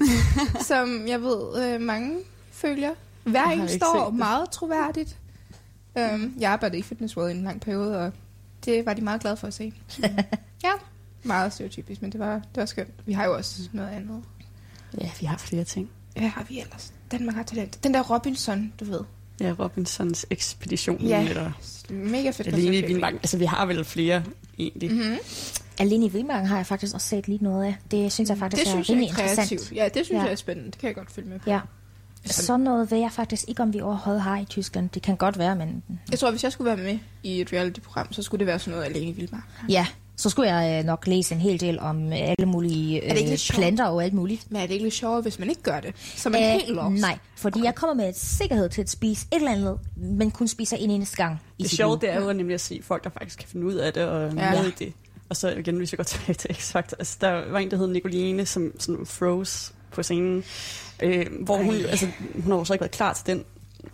som jeg ved uh, mange følger. Hver
har
eneste
ikke
år
set det.
meget troværdigt. Um, jeg arbejdede i Fitness World i en lang periode, og det var de meget glade for at se. Så, ja, meget stereotypisk, men det var, det var skønt. Vi har jo også noget andet.
Ja, vi har flere ting.
Hvad har vi ellers? Danmark har talent. Den der Robinson, du ved.
Ja, Robinsons ekspedition.
Ja,
Eller
mega fedt.
alene i
koncept,
Vildmarken. Altså, vi har vel flere, egentlig.
Mhm.
Alene i Vildmarken har jeg faktisk også set lige noget af. Det synes jeg faktisk
Det
er
synes jeg
rimelig
er
interessant.
kreativt. Ja, det synes
Ja.
jeg er spændende. Det kan jeg godt følge med på.
Ja.
Altså-
Sådan noget ved jeg faktisk ikke, om vi overhovedet har i Tyskland. Det kan godt være, men
Jeg tror, hvis jeg skulle være med i et reality-program, så skulle det være sådan noget alene i Vildmark.
ja, så skulle jeg øh, nok læse en hel del om øh, alle mulige
Er det ikke
øh,
lidt sjovt?
planter og alt muligt.
Men er det ikke lidt sjovere, hvis man ikke gør det? Så er man helt lost.
nej, fordi okay. jeg kommer med et sikkerhed til at spise et eller andet, men kun spiser en eneste gang i
Det
sit
sjove,
liv.
det er jo nemlig at se folk, der faktisk kan finde ud af det og
Ja.
ja. med i det. Og så igen, hvis jeg går tilbage til X-Factor, altså der var en, der hed Nicoline, som sådan froze på scenen, øh, hvor hun,
Ej.
altså, hun har jo så ikke været klar til den.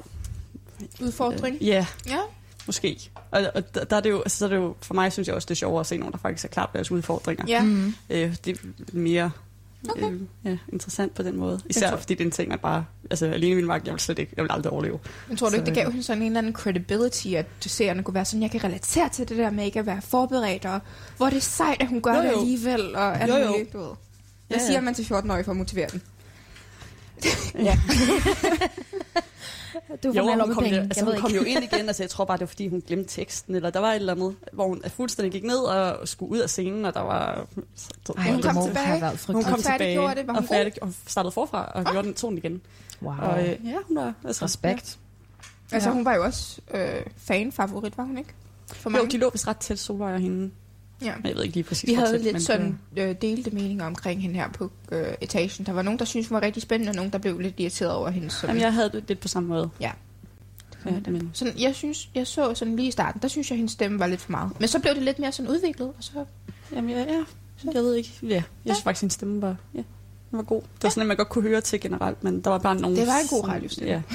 Udfordring.
Øh, ja,
Ja.
måske. Og, og der, der er det jo, altså, så er det jo, for mig synes jeg også, det er sjovere at se nogen, der faktisk er klar på deres udfordringer.
Ja.
Mm.
Øh, det er mere
Okay.
øh, ja, interessant på den måde. Især
tror-
fordi det er en ting, man bare, altså alene i min magt, jeg vil slet ikke, jeg vil aldrig overleve.
Men tror du
Så,
ikke, det gav hende sådan en eller anden credibility, at seerne kunne være sådan, jeg kan relatere til det der med ikke at være forberedt, og hvor det er sejt, at hun gør
Jo,
det
jo.
alligevel, og alt
Jo, jo.
muligt, du ved. Hvad
Ja, ja.
siger man til fjorten-årige for at motivere den?
Ja.
Du får
Jo,
med
hun kom,
penge.
jo, altså,
Jeg ved
hun kom
ikke.
jo ind igen, altså jeg tror bare, det var fordi, hun glemte teksten, eller der var et eller andet, hvor hun fuldstændig gik ned og skulle ud af scenen, og der var...
Ej,
hun
det
kom
må
tilbage.
have været
Hun
frygteligt.
kom
Og
tilbage
færdiggjorde det. Var hun
og, færdig, og startede forfra og
Ah.
gjorde den, tog den igen.
Wow.
Og øh, ja, hun var... Altså,
Respekt.
Altså,
Ja.
hun var jo også øh, fan-favorit, var hun ikke? For
Ja.
mange.
Jo, de lå vist ret tæt, Solvej og hende.
Ja.
Men jeg ved ikke lige præcis.
Vi havde
hvor tæt,
lidt
men
sådan øh, delte meninger omkring hende her på øh, etagen. Der var nogen, der syntes, hun var rigtig spændende, og nogen, der blev lidt irriteret over hende. Som,
Jamen, jeg havde det lidt på samme måde.
Ja.
Ja, men,
Sådan, jeg synes, jeg så sådan lige i starten, der synes jeg, at hendes stemme var lidt for meget. Men så blev det lidt mere sådan udviklet, og så...
jamen, ja, ja, jeg ved ikke. Ja, jeg synes faktisk, hendes stemme var, ja, den var god. Det var sådan, at man godt kunne høre til generelt, men der var bare nogen...
Det var en god
som-
radiostemme.
Ja.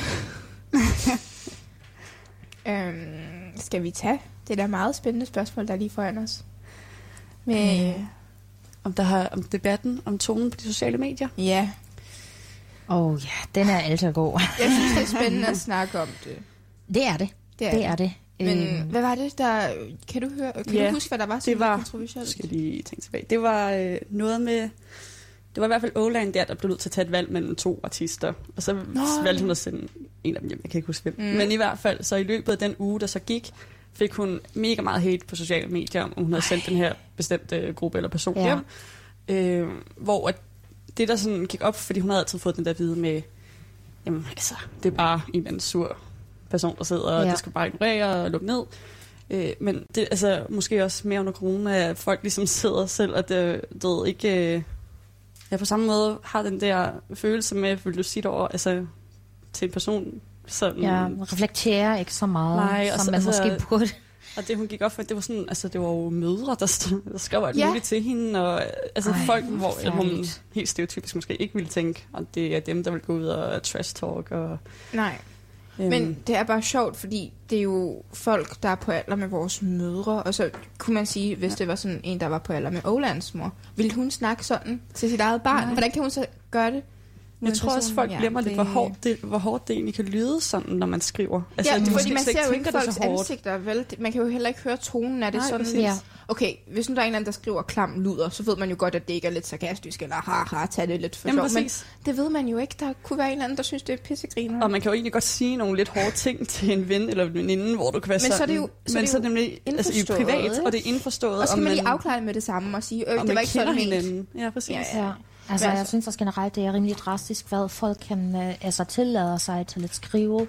Øhm, skal vi tage det der meget spændende spørgsmål, der er lige foran os? Med,
Øh, om der har om debatten om tonen på de sociale medier.
ja,
Åh oh, ja, den er altid god.
jeg synes, det er spændende at snakke om det.
Det er det.
Det er
Det er det.
Men
Øh,
hvad var det, der... Kan du, høre, kan
Ja,
du huske, hvad der var så
det var-
kontroversielt?
Jeg skal lige tænke tilbage. Det var øh, noget med... Det var i hvert fald Åland der, der blev nødt til at tage et valg mellem to artister. Og så
Nå.
valgte hun at sende en af dem hjem. Jeg kan ikke huske hvem.
Mm.
Mm. Men i hvert fald, så i løbet af den uge, der så gik, fik hun mega meget hate på sociale medier, om hun havde sendt den her bestemte gruppe eller person
Ja.
hjem. Øh, hvor at det, der sådan gik op, fordi hun havde altid fået den der vide med, jamen altså, det er bare en eller anden sur person, der sidder, og
Ja.
det skal bare ignorere og lukke ned. Øh, men det altså måske også mere under corona, at folk ligesom sidder selv, og det, det ikke... Øh, ja, på samme måde har den der følelse med, vil du sige det over, altså til en person, sådan...
ja, reflekterer ikke så meget,
Nej,
som
altså-
man
altså-
måske burde.
Og det, hun gik op for, det var sådan, altså det var jo mødre, der, st- der skrev alt
Ja.
muligt til hende, og altså
Ej,
folk, hvor
hvor
hun
farligt.
helt stereotypisk måske ikke ville tænke, at det er dem, der vil gå ud og trash talk. Og,
Nej.
øhm,
Men det er bare sjovt, fordi det er jo folk, der er på alder med vores mødre, og så kunne man sige, hvis ja. det var sådan en, der var på alder med Olands mor, ville hun snakke sådan til sit eget barn?
Nej.
Hvordan kan hun så gøre det?
Jeg tror også, folk glemmer
ja,
lidt, hvor hårdt, det, hvor hårdt det egentlig kan lyde sådan, når man skriver.
Altså, ja,
de
fordi
måske
man
slet ikke
ser jo ikke
tænker det
folks
så hårdt.
ansigter, vel? Man kan jo heller ikke høre tonen af det.
Nej,
sådan.
præcis.
Ja.
Okay, hvis nu der er en eller anden, der skriver klam luder, så ved man jo godt, at det ikke er lidt sarkastisk, eller haha, tag det lidt for
Jamen,
sjov. Men
præcis.
det ved man jo ikke. Der kunne være en eller anden, der synes, det er pissegriner.
Og man kan jo egentlig godt sige nogle lidt hårde ting til en ven eller en veninde, hvor du kan være
Men så er
sådan.
det jo- så er
men
det
så er
jo
det nemlig altså, i
indforstået,
privat,
ikke?
og det er indforstået.
Og så
og
kan man lige afklare det med det samme og sige, øh,
og
det var
man
ikke
kender
sådan ment.
hinanden. Ja, præcis.
Ja,
Ja. Altså,
Men
jeg
altså-
synes også generelt, det er rimelig drastisk, hvad folk kan øh, altså, tillade sig til at skrive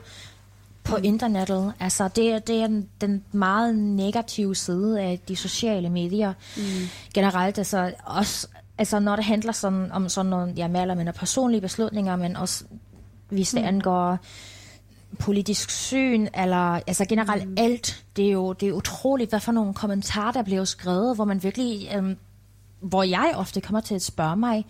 på mm. internettet. Altså, det, er- det er den, den meget negative side af de sociale medier. Mm. Generelt, altså, også, altså, når det handler sådan, om sådan nogle, ja, mere eller mindre personlige beslutninger, men også, hvis det mm. angår politisk syn, eller altså generelt mm. alt, det er jo det er utroligt, hvad for nogle kommentarer, der bliver skrevet, hvor man virkelig... Øhm, hvor jeg ofte kommer til at spørge mig,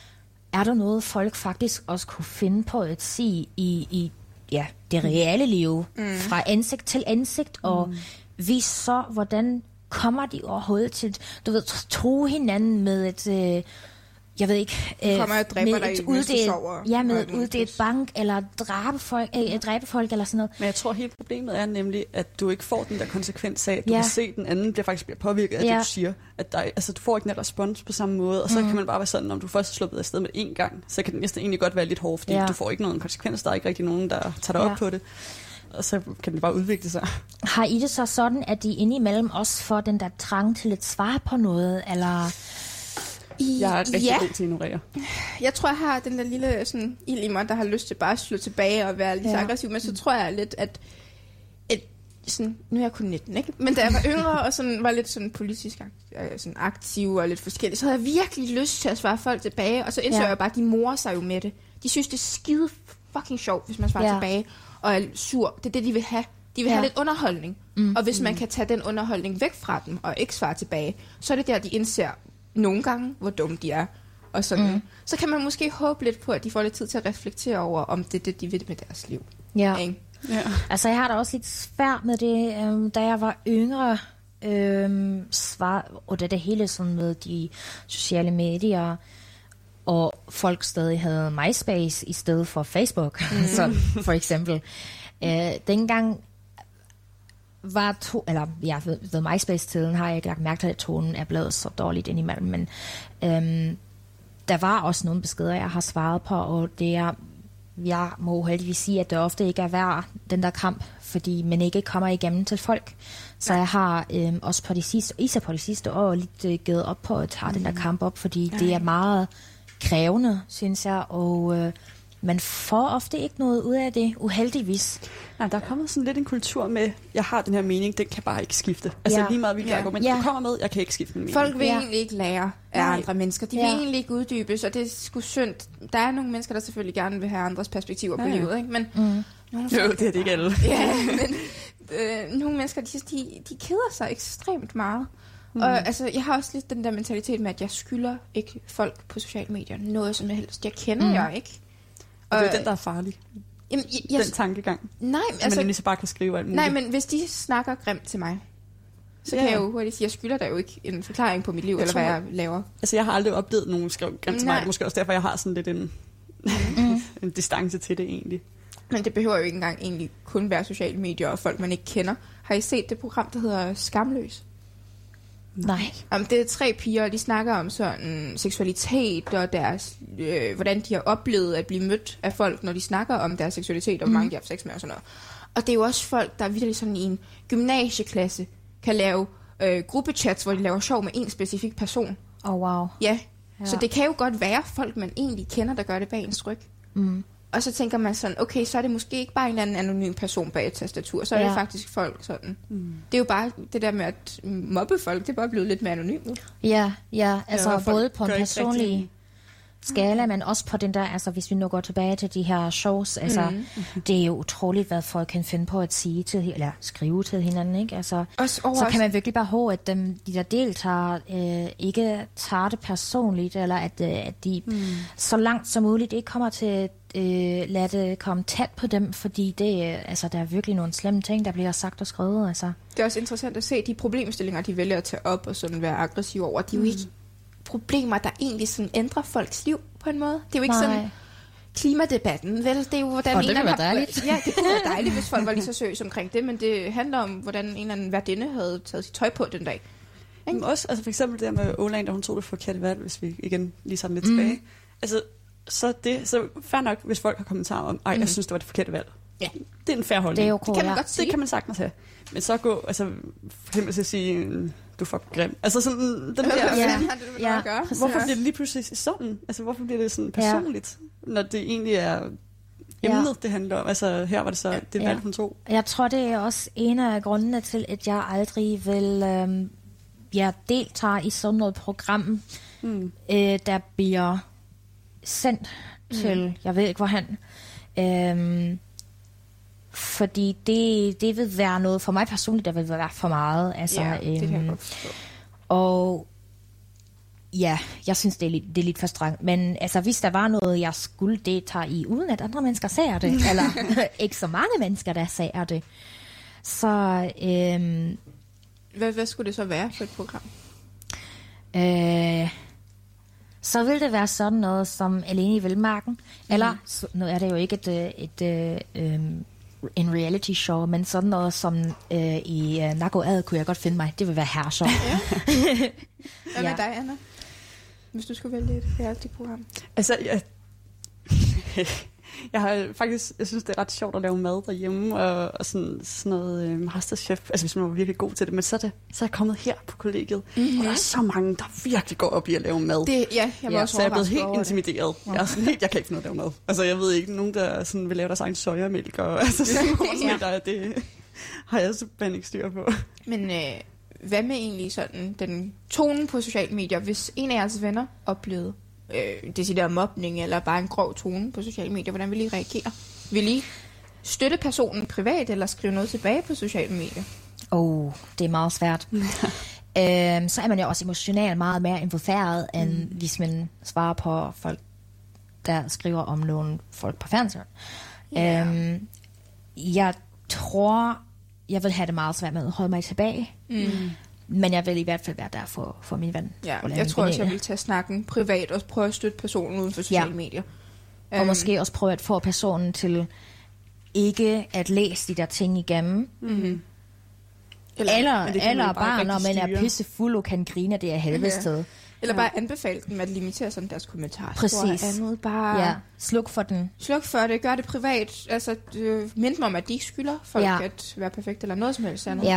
er der noget, folk faktisk også kunne finde på at sige i, i ja, det reale liv, mm. fra ansigt til ansigt, og mm. vise så, hvordan kommer de overhovedet til, du ved, tro hinanden med et, øh, jeg ved ikke, øh,
kommer og dræber
med
dig,
et
mens du
uddelt,
sover.
ja, med
Og
et
noget
uddelt
pis.
bank, eller dræbe folk, øh, dræbe folk, eller sådan noget.
Men jeg tror, hele problemet er nemlig, at du ikke får den der konsekvens af, at du
Ja.
kan se, at den anden bliver faktisk bliver påvirket af
Ja.
det, du siger. At der, altså, du får ikke den der respons på samme måde, og så
Mm.
kan man bare være sådan, om du først er sluppet afsted med det én gang, så kan det næsten egentlig godt være lidt hårdt, fordi
Ja.
du får ikke nogen konsekvens, der er ikke rigtig nogen, der tager dig
Ja.
op på det. Og så kan det bare udvikle sig.
Har I det så sådan, at de indimellem også får den der trang til at svare på noget, eller...
Jeg er rigtig
ja.
god til at ignorere.
Jeg tror, jeg har den der lille sådan, ild i mig, der har lyst til bare at slå tilbage og være lige så
Ja.
aggressiv. Men så tror jeg lidt, at... Et, sådan, nu er jeg kun nitten, ikke? Men da jeg var yngre og sådan, var lidt sådan politisk akt- øh, sådan aktiv og lidt forskellig, så havde jeg virkelig lyst til at svare folk tilbage. Og så indså
Ja.
jeg bare, at de morer sig jo med det. De synes, det er skide fucking sjovt, hvis man svarer
Ja.
tilbage og er sur. Det er det, de vil have. De vil
Ja.
have lidt underholdning. Mm. Og hvis man kan tage den underholdning væk fra dem og ikke svare tilbage, så er det der, de indser nogle gange, hvor dumme de er. Og sådan. Mm. Så kan man måske håbe lidt på, at de får lidt tid til at reflektere over, om det er det, de vil med deres liv.
Ja.
Ikke?
Ja.
Altså, jeg har da også lidt svært med det, øhm, da jeg var yngre, øhm, svar, og det, det hele sådan med de sociale medier, og folk stadig havde MySpace i stedet for Facebook, mm. så for eksempel. Øh, dengang var to, eller ja, ved, ved MySpace-tiden har jeg ikke lagt mærke til, at tonen er blevet så dårligt indimellem, men øhm, der var også nogle beskeder, jeg har svaret på, og det er, jeg må heldigvis sige, at det ofte ikke er værd, den der kamp, fordi man ikke kommer igennem til folk. Så ja. jeg har øhm, også på de sidste, især på de sidste år lidt øh, givet op på at tage mm. den der kamp op, fordi ja. det er meget krævende, synes jeg, og øh, man får ofte ikke noget ud af det, uheldigvis.
Nej, der er kommet sådan lidt en kultur med, jeg har den her mening, den kan bare ikke skifte. Altså
Ja.
lige meget hvilket
Ja.
argument
Ja.
du kommer med, jeg kan ikke skifte min mening.
Folk vil
Ja.
egentlig ikke lære af
Nej.
andre mennesker. De vil
Ja.
egentlig ikke uddybes, og det er sgu synd. Der er nogle mennesker, der selvfølgelig gerne vil have andres perspektiver
Ja,
på
ja.
livet, ikke? Men
Mm.
nogle
Jo, det er det ikke alle.
ja, men øh, nogle mennesker, de, de, de keder sig ekstremt meget. Mm. Og altså, jeg har også lidt den der mentalitet med, at jeg skylder ikke folk på sociale medier noget som helst. Jeg kender
Mm.
jer ikke.
Og det er den, der er farlig.
Jamen, jeg, jeg,
Den tankegang.
nej,
Altså,
altså,
man lige så bare kan skrive alt muligt.
nej, men hvis de snakker grimt til mig, så
Ja.
kan jeg jo hurtigt sige, at jeg skylder dig jo ikke en forklaring på mit liv,
Jeg
eller
tror-
hvad jeg laver.
Altså, jeg har aldrig oplevet nogen skrive grimt til mig.
Nej.
Det er måske også derfor, jeg har sådan lidt en,
Mm.
en distance til det egentlig.
Men det behøver jo ikke engang egentlig kun være sociale medier og folk, man ikke kender. Har I set det program, der hedder Skamløs?
Nej.
Um, det er tre piger, og de snakker om sådan seksualitet og deres, øh, hvordan de har oplevet at blive mødt af folk, når de snakker om deres seksualitet, og hvor mange de har haft sex med og sådan noget. Og det er jo også folk, der virkelig sådan i en gymnasieklasse kan lave øh, gruppechats, hvor de laver sjov med en specifik person.
Oh, wow.
Ja.
Ja.
Så det kan jo godt være folk, man egentlig kender, der gør det bag ens ryg.
Mm.
Og så tænker man sådan, okay, så er det måske ikke bare en eller anden anonym person bag et tastatur, så er
Ja.
det faktisk folk sådan. Mm. Det er jo bare det der med at mobbe folk, det er bare blevet lidt mere anonymt nu.
Ja, ja, altså
Ja, og folk
både på en
gør ikke
personlig...
rigtig-
skala, men også på den der, altså hvis vi nu går tilbage til de her shows, altså mm. det er jo utroligt, hvad folk kan finde på at sige til, eller skrive til hinanden, ikke? Altså, så kan man virkelig bare håbe, at dem, de der deltager øh, ikke tager det personligt, eller at, øh, at de mm. så langt som muligt ikke kommer til øh, lade det komme tæt på dem, fordi det, øh, altså, der er virkelig nogle slemme ting, der bliver sagt og skrevet. Altså.
Det er også interessant at se de problemstillinger, de vælger at tage op og sådan være aggressive over. De er jo ikke problemer, der egentlig sådan ændrer folks liv på en måde. Det er jo ikke Nej. sådan klimadebatten, vel? Det er jo, hvordan
og det kunne være dejligt.
Ja, det kunne være dejligt, hvis folk var lige så seriøse omkring det, men det handler om, hvordan en eller anden værdinde havde taget sit tøj på den dag.
Ikke? Også, altså for eksempel det med Åland, da hun tog det forkerte valg, hvis vi igen lige tager den lidt mm. tilbage. Altså, så det, så fair nok, hvis folk har kommentarer om, ej, mm. jeg synes, det var det forkerte valg. Ja. Det er en fair holdning.
Det, er jo cool,
det kan man
ja.
godt sige. Det kan man sagtens have. Men så gå, altså, for eksempel til at sige, du er for grim. Altså sådan, den der,
ja,
ja,
ja,
ja, hvorfor bliver det lige pludselig sådan? Altså, hvorfor bliver det sådan personligt, ja. når det egentlig er emnet, ja. det handler om? Altså, her var det så det valg, hun tog.
Jeg tror, det er også en af grundene til, at jeg aldrig vil øhm, jeg deltager i sådan noget program, mm. øh, der bliver sendt mm. til, jeg ved ikke hvorhen. Øhm, fordi det, det vil være noget for mig personligt, der vil være for meget. Altså,
ja, det kan jeg
øhm,
godt forstå.
Og ja, jeg synes, det er lidt, det er lidt for strengt. Men altså, hvis der var noget, jeg skulle deltage i, uden at andre mennesker ser det, eller ikke så mange mennesker, der ser det, så... Øhm,
hvad, hvad skulle det så være for et program?
Øh, så vil det være sådan noget som Alene i Vildmarken. Mm. Eller, så, nu er det jo ikke et, et, et um, en reality show, men sådan noget som uh, i uh, Nago Ad kunne jeg godt finde mig. Det vil være herreshow.
Ja. Hvad med ja. dig, Anna? Hvis du skulle vælge et reality-program.
Altså, jeg... Jeg har faktisk, jeg synes, det er ret sjovt at lave mad derhjemme, og, og sådan, sådan noget øh, masterchef, altså hvis man var virkelig god til det, men så er det, så er jeg kommet her på kollegiet, mm-hmm. og der er så mange, der virkelig går op i at lave mad.
Det, ja, jeg var
ja,
også
så jeg er blevet helt intimideret.
Ja.
Jeg er sådan helt, jeg kan ikke finde noget at lave mad. Altså jeg ved ikke, nogen der sådan vil lave deres egen sojamælk, og altså sådan noget, ja. der, det har jeg simpelthen ikke styr på.
Men øh, hvad med egentlig sådan den tone på sociale medier, hvis en af jeres venner oplevede Øh, decideret mobning eller bare en grov tone på sociale medier, hvordan vil I reagere? Vil I støtte personen privat eller skrive noget tilbage på sociale medier?
Åh, oh, det er meget svært. øhm, så er man jo også emotionelt meget mere involveret, end mm. hvis man svarer på folk, der skriver om nogle folk på fjernsyn. Yeah. Øhm, jeg tror, jeg vil have det meget svært med at holde mig tilbage. Mm. Men jeg vil i hvert fald være der for, for min ven.
Ja, jeg tror også, jeg vil tage snakken privat og prøve at støtte personen uden for sociale ja. medier.
Og um, måske også prøve at få personen til ikke at læse de der ting igennem. Mm-hmm. Eller, eller, eller bare, bare når man er pissefuld og kan grine, det er helvedes ja.
Eller bare anbefale dem at limitere sådan deres kommentarer.
Præcis.
Andet. Bare
ja. Sluk for den.
Sluk for det. Gør det privat. Altså, øh, mind mig om, at de ikke skylder folk ja. at være perfekt eller noget som helst andet.
Ja.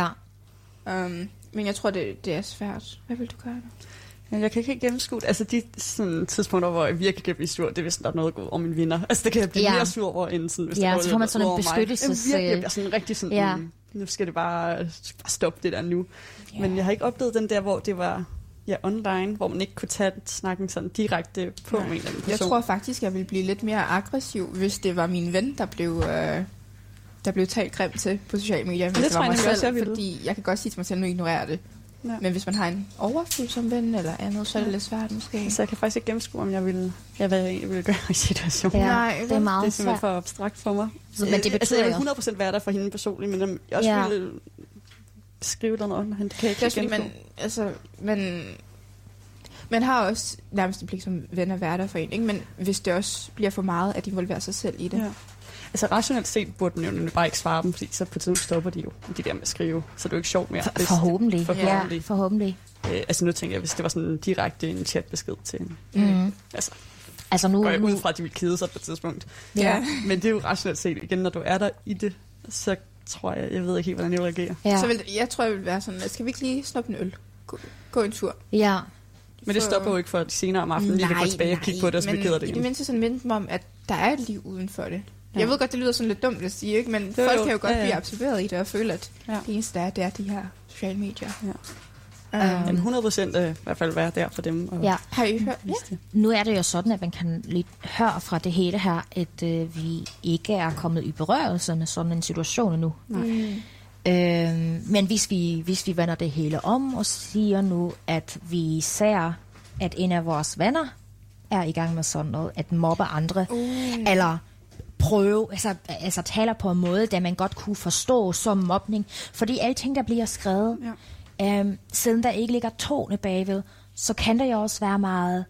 Um, men jeg tror, det, det er svært. Hvad vil du gøre?
Ja, jeg kan ikke gennemskue. Altså de sådan, tidspunkter, hvor jeg virkelig kan blive sur, det er, hvis der er noget gået om min vinder. Altså det kan jeg blive ja. mere sur over, end sådan, hvis
ja,
der er
så får man sådan en beskyttelses...
Jeg virkelig bliver sådan rigtig sådan, ja. mm, nu skal det bare, bare stoppe det der nu. Yeah. Men jeg har ikke oplevet den der, hvor det var ja, online, hvor man ikke kunne tage snakken sådan direkte på ja. en eller anden person.
Jeg tror faktisk, jeg ville blive lidt mere aggressiv, hvis det var min ven, der blev... Øh der blev talt grimt til på sociale medier, hvis det, det var mig selv, også, jeg fordi jeg kan godt sige til mig selv, nu ignorerer det. Ja. Men hvis man har en overfølsom ven eller andet, så er det lidt svært måske.
Så jeg kan faktisk ikke gennemskue, om jeg ville, jeg, hvad jeg ville gøre i situationen.
Ja, Nej, det er meget
Det er simpelthen for abstrakt for mig.
Så, men det betyder
altså, jeg vil hundrede procent være der for hende personligt, men jeg også ja. ville skrive noget under hende. Det kan jeg ikke
gennemskue. Man, altså, man, man har også nærmest en pligt som ven at være der for en, ikke? Men hvis det også bliver for meget, at involvere sig selv i det. Ja.
Altså rationelt set burde den jo bare ikke svare dem, fordi så på tidspunkt stopper de jo de der med at skrive, så det er jo ikke sjovt mere.
For, forhåbentlig. forhåbentlig. Ja, forhåbentlig.
Øh, altså nu tænker jeg, hvis det var sådan direkte en chatbesked til en.
Mm.
Altså,
altså nu,
går jeg
nu...
ud fra, at de vil kede sig på et tidspunkt.
Ja.
Ja. Men det er jo rationelt set igen, når du er der i det, så tror jeg, jeg ved ikke helt, hvordan jeg vil reagere.
Ja. Så vil, jeg tror, jeg vil være sådan, skal vi ikke lige snuppe en øl? Gå, gå en tur.
Ja.
Men det stopper jo ikke for senere om aftenen, lige kan gå tilbage og kigge på det, og så bliver ked af det.
Men i det mindste sådan mindte mig om, at der er et liv uden for det. Ja. Jeg ved godt, det lyder sådan lidt dumt at sige, ikke? Men det folk jo, kan jo godt ja, ja. blive absorberet i det og føle, at ja. det eneste der er, det er de her sociale medier. Ja.
Um, hundrede procent uh, i hvert fald være der for dem. Og
Ja.
Har I hørt? Ja.
det.
Nu er det jo sådan, at man kan lidt høre fra det hele her, at øh, vi ikke er kommet i berørelse med sådan en situation endnu.
Mm.
Øh, men hvis vi, hvis vi vender det hele om og siger nu, at vi ser, at en af vores venner er i gang med sådan noget, at mobbe andre,
Uh.
eller prøve, altså, altså taler på en måde, der man godt kunne forstå som mobning. Fordi alle ting, der bliver skrevet,
Ja.
øhm, siden der ikke ligger tone bagved, så kan det jo også være meget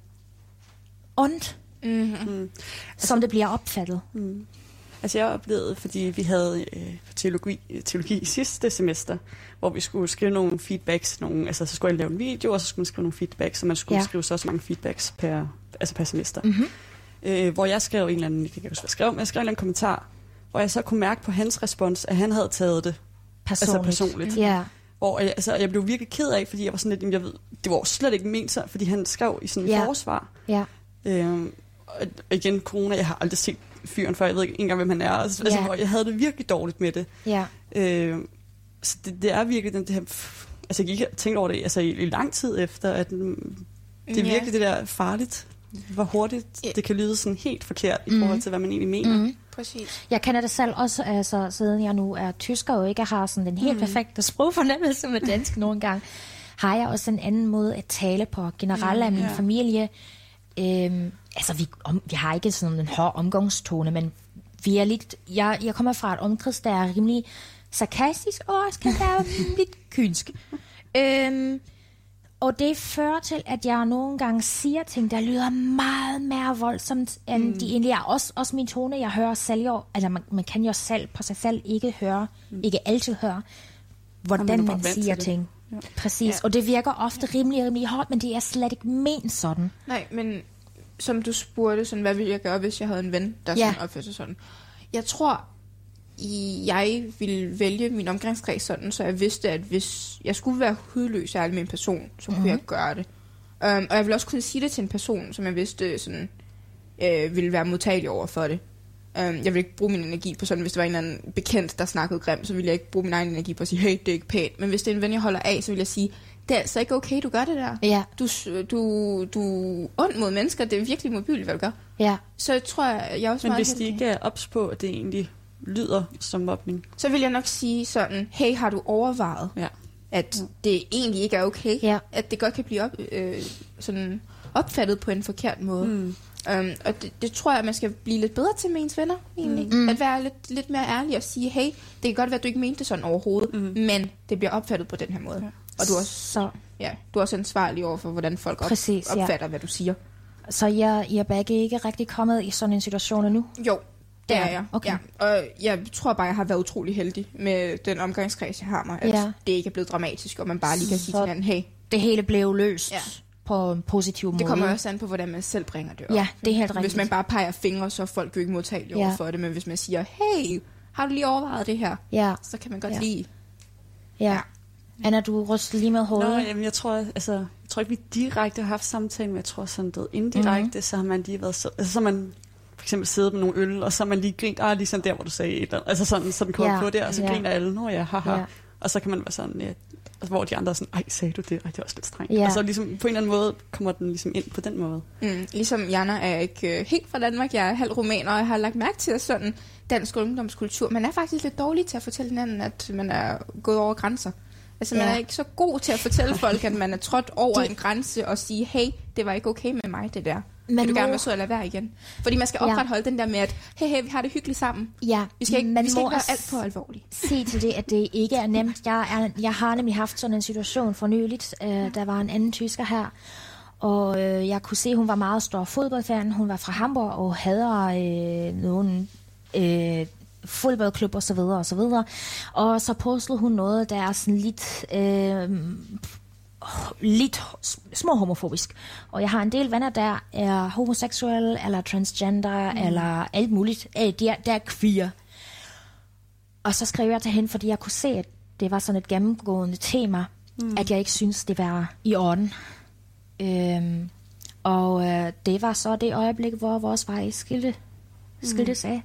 ondt,
Mm-hmm.
som det bliver opfattet.
Mm. Altså jeg oplevede, fordi vi havde øh, teologi, teologi sidste semester, hvor vi skulle skrive nogle feedbacks, nogle, altså så skulle jeg lave en video, og så skulle man skrive nogle feedbacks, så man skulle
Ja.
ja. skrive så, så mange feedbacks per, altså per semester.
Mm-hmm.
Øh, hvor jeg skrev en eller anden, jeg kan ikke huske, hvad jeg skrev, men jeg skrev en eller anden kommentar, hvor jeg så kunne mærke på hans respons, at han havde taget det
Personligt.
altså personligt.
Ja.
Hvor jeg, altså, jeg blev virkelig ked af, fordi jeg var sådan lidt, jamen, jeg ved, det var slet ikke ment så, fordi han skrev i sådan en
Ja.
forsvar.
Ja.
Øhm, og igen, corona, jeg har aldrig set fyren før, jeg ved ikke engang, hvem han er. Altså,
Ja.
hvor jeg havde det virkelig dårligt med det.
Ja.
Øhm, så det, det er virkelig den det her, altså jeg gik og tænkte over det altså, i, i lang tid efter, at mm, det er
Ja.
virkelig det der farligt, hvor hurtigt
Ja.
det kan lyde sådan helt forkert i
Mhm.
forhold til, hvad man egentlig mener.
Mm.
Præcis.
Jeg kender det selv også, altså, siden jeg nu er tysker og ikke har sådan den helt
Mm.
perfekte sprogfornemmelse med dansk nogle gange, har jeg også en anden måde at tale på. Generelt af min
ja.
familie, øhm, altså vi, om, vi har ikke sådan en hård omgangstone, men vi er lidt, jeg, jeg kommer fra et omkreds, der er rimelig sarkastisk og også kan være lidt kynsk. Øhm, og det fører til, at jeg nogle gange siger ting, der lyder meget mere voldsomt, end mm. de egentlig er. Også, også min tone, jeg hører selv jo, altså man, man kan jo selv på sig selv ikke høre, mm. ikke altid høre,
Og
hvordan
man er
man,
bare
man
vant
siger
til det.
ting.
Ja.
Præcis,
Ja.
og det virker ofte rimelig, rimelig hårdt, men det er slet ikke ment sådan.
Nej, men som du spurgte, sådan, hvad ville jeg gøre, hvis jeg havde en ven, der
Ja.
sådan opførte sig sådan. Jeg tror, i- jeg ville vælge min omgangskreds sådan, så jeg vidste, at hvis jeg skulle være hudløs ærlig med en person, så kunne
Mhm.
jeg gøre det. Um, og jeg ville også kunne sige det til en person, som jeg vidste sådan, øh, ville være modtagelig over for det. Um, jeg ville ikke bruge min energi på sådan, hvis det var en eller anden bekendt, der snakkede grimt, så ville jeg ikke bruge min egen energi på at sige, hey, det er ikke pænt. Men hvis det er en ven, jeg holder af, så vil jeg sige, det er altså ikke okay, du gør det der.
Ja,
Du, du, du er ond mod mennesker, det er virkelig modbydeligt, hvad du gør.
ja,
Så jeg tror, jeg er også
Men
meget
hvis de
heldig.
ikke er ops på, at det egentlig lyder som mobning.
Så vil jeg nok sige sådan, hey, har du overvejet,
Ja.
at det egentlig ikke er okay?
ja.
At det godt kan blive op, øh, sådan opfattet på en forkert måde.
Mm.
Um, og det, det tror jeg, man skal blive lidt bedre til med ens venner, egentlig.
Mm.
Mm. At være lidt, lidt mere ærlig og sige, hey, det kan godt være, at du ikke mente det sådan overhovedet,
Mm.
men det bliver opfattet på den her måde.
Ja.
Og du er også,
Så,
ja, du er også ansvarlig over for, hvordan folk op,
Præcis, ja.
opfatter, hvad du siger.
så jeg, jeg er begge ikke rigtig kommet i sådan en situation endnu.
Jo, det
Ja,
er jeg.
okay.
Ja. Og jeg tror bare, jeg har været utrolig heldig med den omgangskreds, jeg har mig. At
Ja.
det ikke er blevet dramatisk, og man bare lige kan sige
Så-
til hinanden, hey,
Det hele blev løst
Ja.
på en positiv måde.
det kommer også an på, hvordan man selv bringer det op.
Ja, det er helt rigtigt.
Hvis man bare peger fingre, så er folk jo ikke modtagelige
Ja.
over for det. Men hvis man siger, hey, har du lige overvejet det her?
Ja,
Så kan man godt
Ja.
lige...
ja. Anna, du ryster lige med
Nå,
hovedet.
jamen, jeg tror, altså, jeg tror ikke, vi direkte har haft samtale, men jeg tror sådan noget indirekte,
Mhm.
mm-hmm. så har man lige været så, altså, så har man for eksempel siddet med nogle øl, og så har man lige grint, ah, ligesom der, hvor du sagde et eller andet. Altså sådan, sådan kom
Ja,
ja. på der, og så
ja.
ja. griner alle, nå ja, haha.
Ja.
Ja. Og så kan man være sådan, ja, altså, hvor de andre er sådan, ej, sagde du det? Ej, det er også lidt strengt.
Ja.
Og så ligesom, på en eller anden måde kommer den ligesom ind på den måde.
Mm, ligesom Jana er jeg ikke øh, helt fra Danmark, jeg er halv rumæner, og jeg har lagt mærke til, at sådan dansk ungdomskultur, man er faktisk lidt dårlig til at fortælle hinanden, at man er gået over grænser. Altså, man
Ja.
er ikke så god til at fortælle folk, at man er trådt over
Det-
en grænse og sige, hey, det var ikke okay med mig, det der.
Man
Vil du
må-
gerne være sød at lade være igen? Fordi man skal
Ja.
opretholde den der med, at hey, hey, vi har det hyggeligt sammen.
Ja,
Vi skal ikke,
man
vi skal
må
ikke være
også
alt for alvorlige.
se til det, at det ikke er nemt. Jeg, er, jeg har nemlig haft sådan en situation for nyligt. Øh, der var en anden tysker her, og øh, jeg kunne se, at hun var meget stor fodboldfan. Hun var fra Hamburg og havde øh, nogle øh, fodboldklub og så videre og så videre. Og så postede hun noget, der er sådan lidt... Øh, lidt små homofobisk. Og jeg har en del venner, der er homoseksuelle, eller transgender, mm. eller alt muligt. Øh, de er, der er queer. Og så skrev jeg til hende, fordi jeg kunne se, at det var sådan et gennemgående tema, mm. at jeg ikke synes, det var i orden. Øhm, og øh, det var så det øjeblik, hvor vores veje skilte, skiltes af.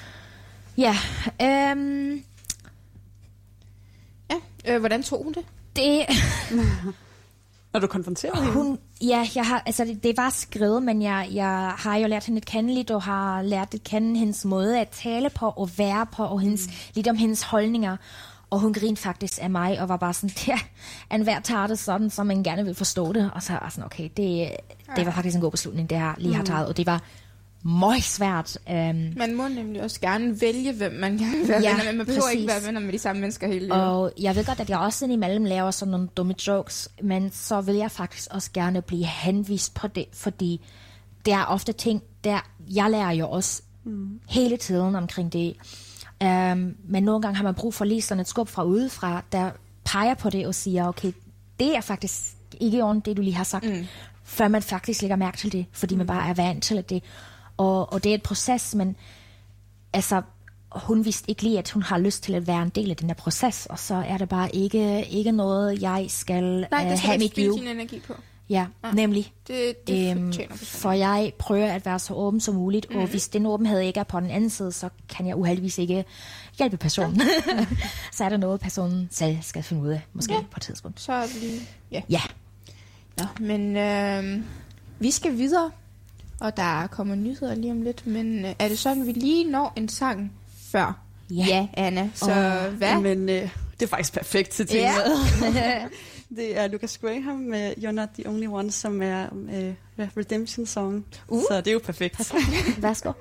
Ja, øhm,
Ja, øh, hvordan tog hun det?
Det...
Når du konfronterer hende?
Hun, ja, jeg har, altså det, det var skrevet, men jeg, jeg har jo lært hende at kende lidt, og har lært at kende hendes måde at tale på, og være på, og hendes, mm. lidt om hendes holdninger. Og hun grinede faktisk af mig, og var bare sådan, der, enhver tager det sådan, så man gerne vil forstå det. Og så var sådan, okay, det, det var faktisk en god beslutning, det her lige har taget, og det var meget svært. Um,
man må nemlig også gerne vælge, hvem man gerne vil være
ja,
venner med. Man behøver
præcis.
ikke være venner med de samme mennesker hele livet.
Og jeg ved godt, at jeg også indimellem laver sådan nogle dumme jokes, men så vil jeg faktisk også gerne blive henvist på det, fordi der er ofte ting, der jeg lærer jo også mm. hele tiden omkring det. Um, men nogle gange har man brug for lige sådan et skub fra udefra, der peger på det og siger, okay, det er faktisk ikke ordentligt, det du lige har sagt, mm. før man faktisk lægger mærke til det, fordi mm. man bare er vant til det. Og, og det er et proces, men altså, hun vidste ikke lige, at hun har lyst til at være en del af den her proces, og så er det bare ikke, ikke noget, jeg skal,
Nej, det skal
uh, have mit liv.
Nej, energi på.
Ja, ja, nemlig.
Det, det
øhm, for jeg prøver at være så åben som muligt, mm. og hvis den åbenhed ikke er på den anden side, så kan jeg uheldigvis ikke hjælpe personen. Ja. Så er der noget, personen selv skal finde ud af, måske ja. på et tidspunkt.
Så er det lige... Ja.
Ja.
Nå, men øh, vi skal videre, og der kommer nyheder lige om lidt, men øh, er det sådan, vi lige når en sang før?
Ja,
ja Anna. Så
og,
hvad?
Men øh, det er faktisk perfekt til temaet. Ja. Det er Lucas Graham med You're Not The Only One, som er øh, Redemption Song. Uh. Så det er jo perfekt.
Perfekt. Værsgo.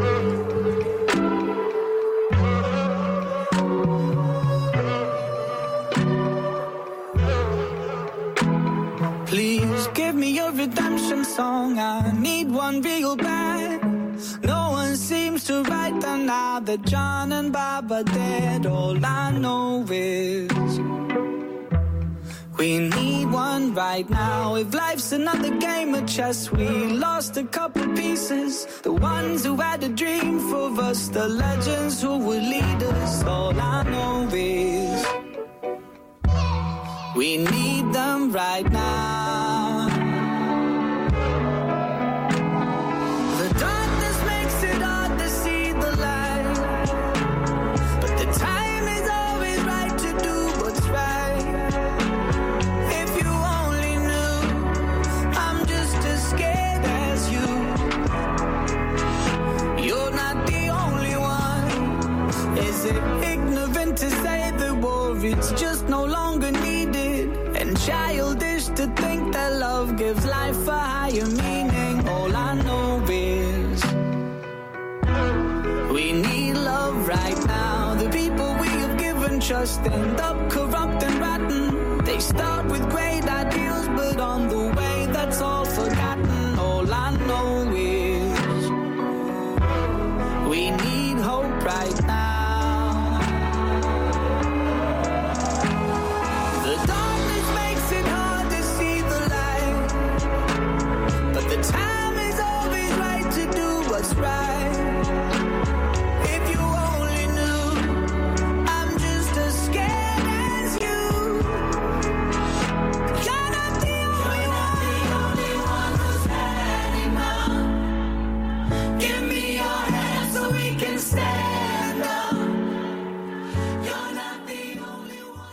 Please give me your redemption song. I need one real bad. No one seems to write them now that John and Bob are dead. All I know is we need one right now. If life's another game of chess, we lost a couple pieces. The ones who had a dream for us, the legends who would lead us. All I know is we need them right now. The darkness makes it hard to see the light, but the time is always right to do what's right. If you only knew, I'm just as scared as you. You're not the only one. Is it ignorant to say that war it's just no longer needed, and childish to think that love gives life a higher meaning? All I know is we need love right now. The people we have given trust end up corrupt and rotten. They start with great ideals, but on the way that's all forgotten. All I know is we need hope right now. The time is always right to do what's right. If you only knew, I'm just as scared as you. You're not the only one, the only one who's standing up. Give me your hand so we can stand up. You're not the only one.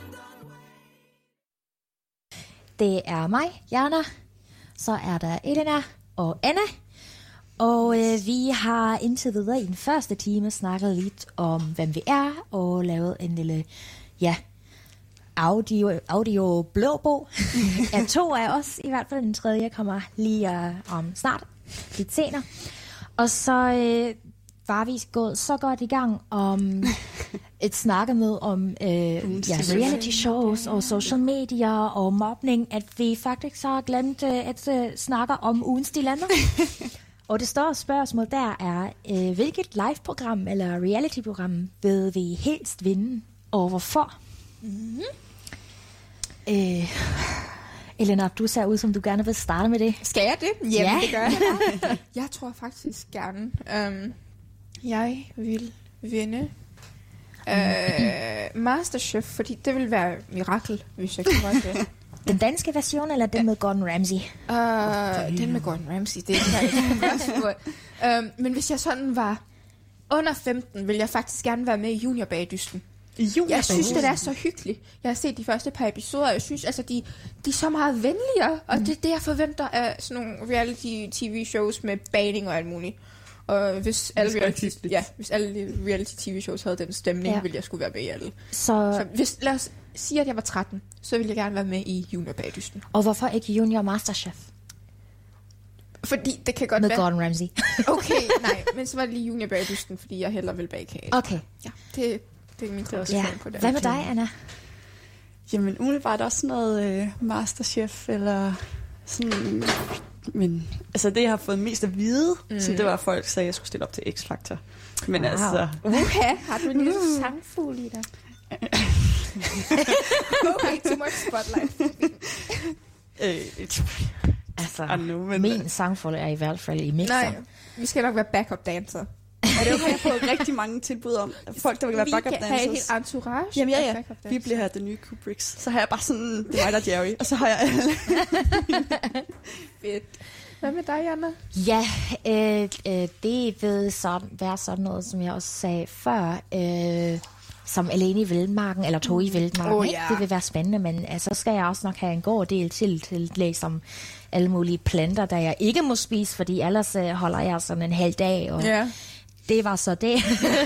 Det er mig, Jana. Så er der Elena og Anna. Og øh, vi har indtil videre i den første time snakket lidt om, hvem vi er, og lavet en lille, ja, audio, audio blåbog af to af os. I hvert fald den tredje kommer lige uh, om snart, lidt senere. Og så øh, var vi gået så godt i gang om et snakke med om øh, ja, reality shows og social media og mobning, at vi faktisk så har glemt øh, at øh, snakke om ugens dilemma. Og det store spørgsmål der er, øh, hvilket live-program eller reality-program vil vi helst vinde, og hvorfor? Mm-hmm. Øh, Elena, du ser ud som du gerne vil starte med det.
Skal jeg det? Jamen,
ja,
det gør jeg. Jeg tror faktisk gerne, um, jeg vil vinde uh, Masterchef, fordi det vil være et mirakel, hvis jeg kan gøre det.
Den danske version, eller den med Gordon Ramsay?
Uh, den med Gordon Ramsay, det er ikke um, men hvis jeg sådan var under femten, ville jeg faktisk gerne være med i juniorbagdysten. Jeg synes, det er så hyggeligt. Jeg har set de første par episoder, og jeg synes, altså, de, de er så meget venligere. Og mm. det er det, jeg forventer af sådan nogle reality-tv-shows med baning og alt muligt. Og hvis alle, reality, ja, hvis alle reality-tv-shows havde den stemning, ja. ville jeg skulle være med i alle. Så, så hvis, lad os sige, at jeg var tretten, så ville jeg gerne være med i Junior Bagdysten.
Og hvorfor ikke Junior Masterchef?
Fordi det kan godt
med
være...
Med Gordon Ramsay.
Okay, nej, men så var det lige Junior Bagdysten, fordi jeg hellere vil bage kage.
Okay.
Ja, det, det er min konklusion
ja.
på det.
Hvad med dig, Anna?
Jamen, umiddelbart også noget øh, Masterchef, eller sådan... Men altså det, jeg har fået mest at vide, mm. så det var, at folk sagde, at jeg skulle stille op til X-Factor. Men wow. altså...
Okay, har du en lille mm. sangfugl i dig? Okay, too much spotlight.
øh,
altså, know, men min sangfugl er i hvert fald i mixer. Nej,
vi skal nok være backup dancer.
Er det okay, jeg har fået rigtig mange tilbud om folk, der vil være backup dancers? Vi
kan have helt entourage.
Jamen ja, ja. Vi bliver her det nye Kubricks. Så har jeg bare sådan, det er mig, der er Jerry. Og så har jeg alle.
Fedt. Hvad med dig, Anna?
Ja, øh, øh, det vil sådan, være sådan noget, som jeg også sagde før, øh, som alene i vildmarken, eller tog i vildmarken.
Oh, yeah.
Det vil være spændende, men øh, så skal jeg også nok have en god del til, til at læse om alle mulige planter, der jeg ikke må spise, fordi ellers øh, holder jeg sådan en halv dag, og yeah. det var så det.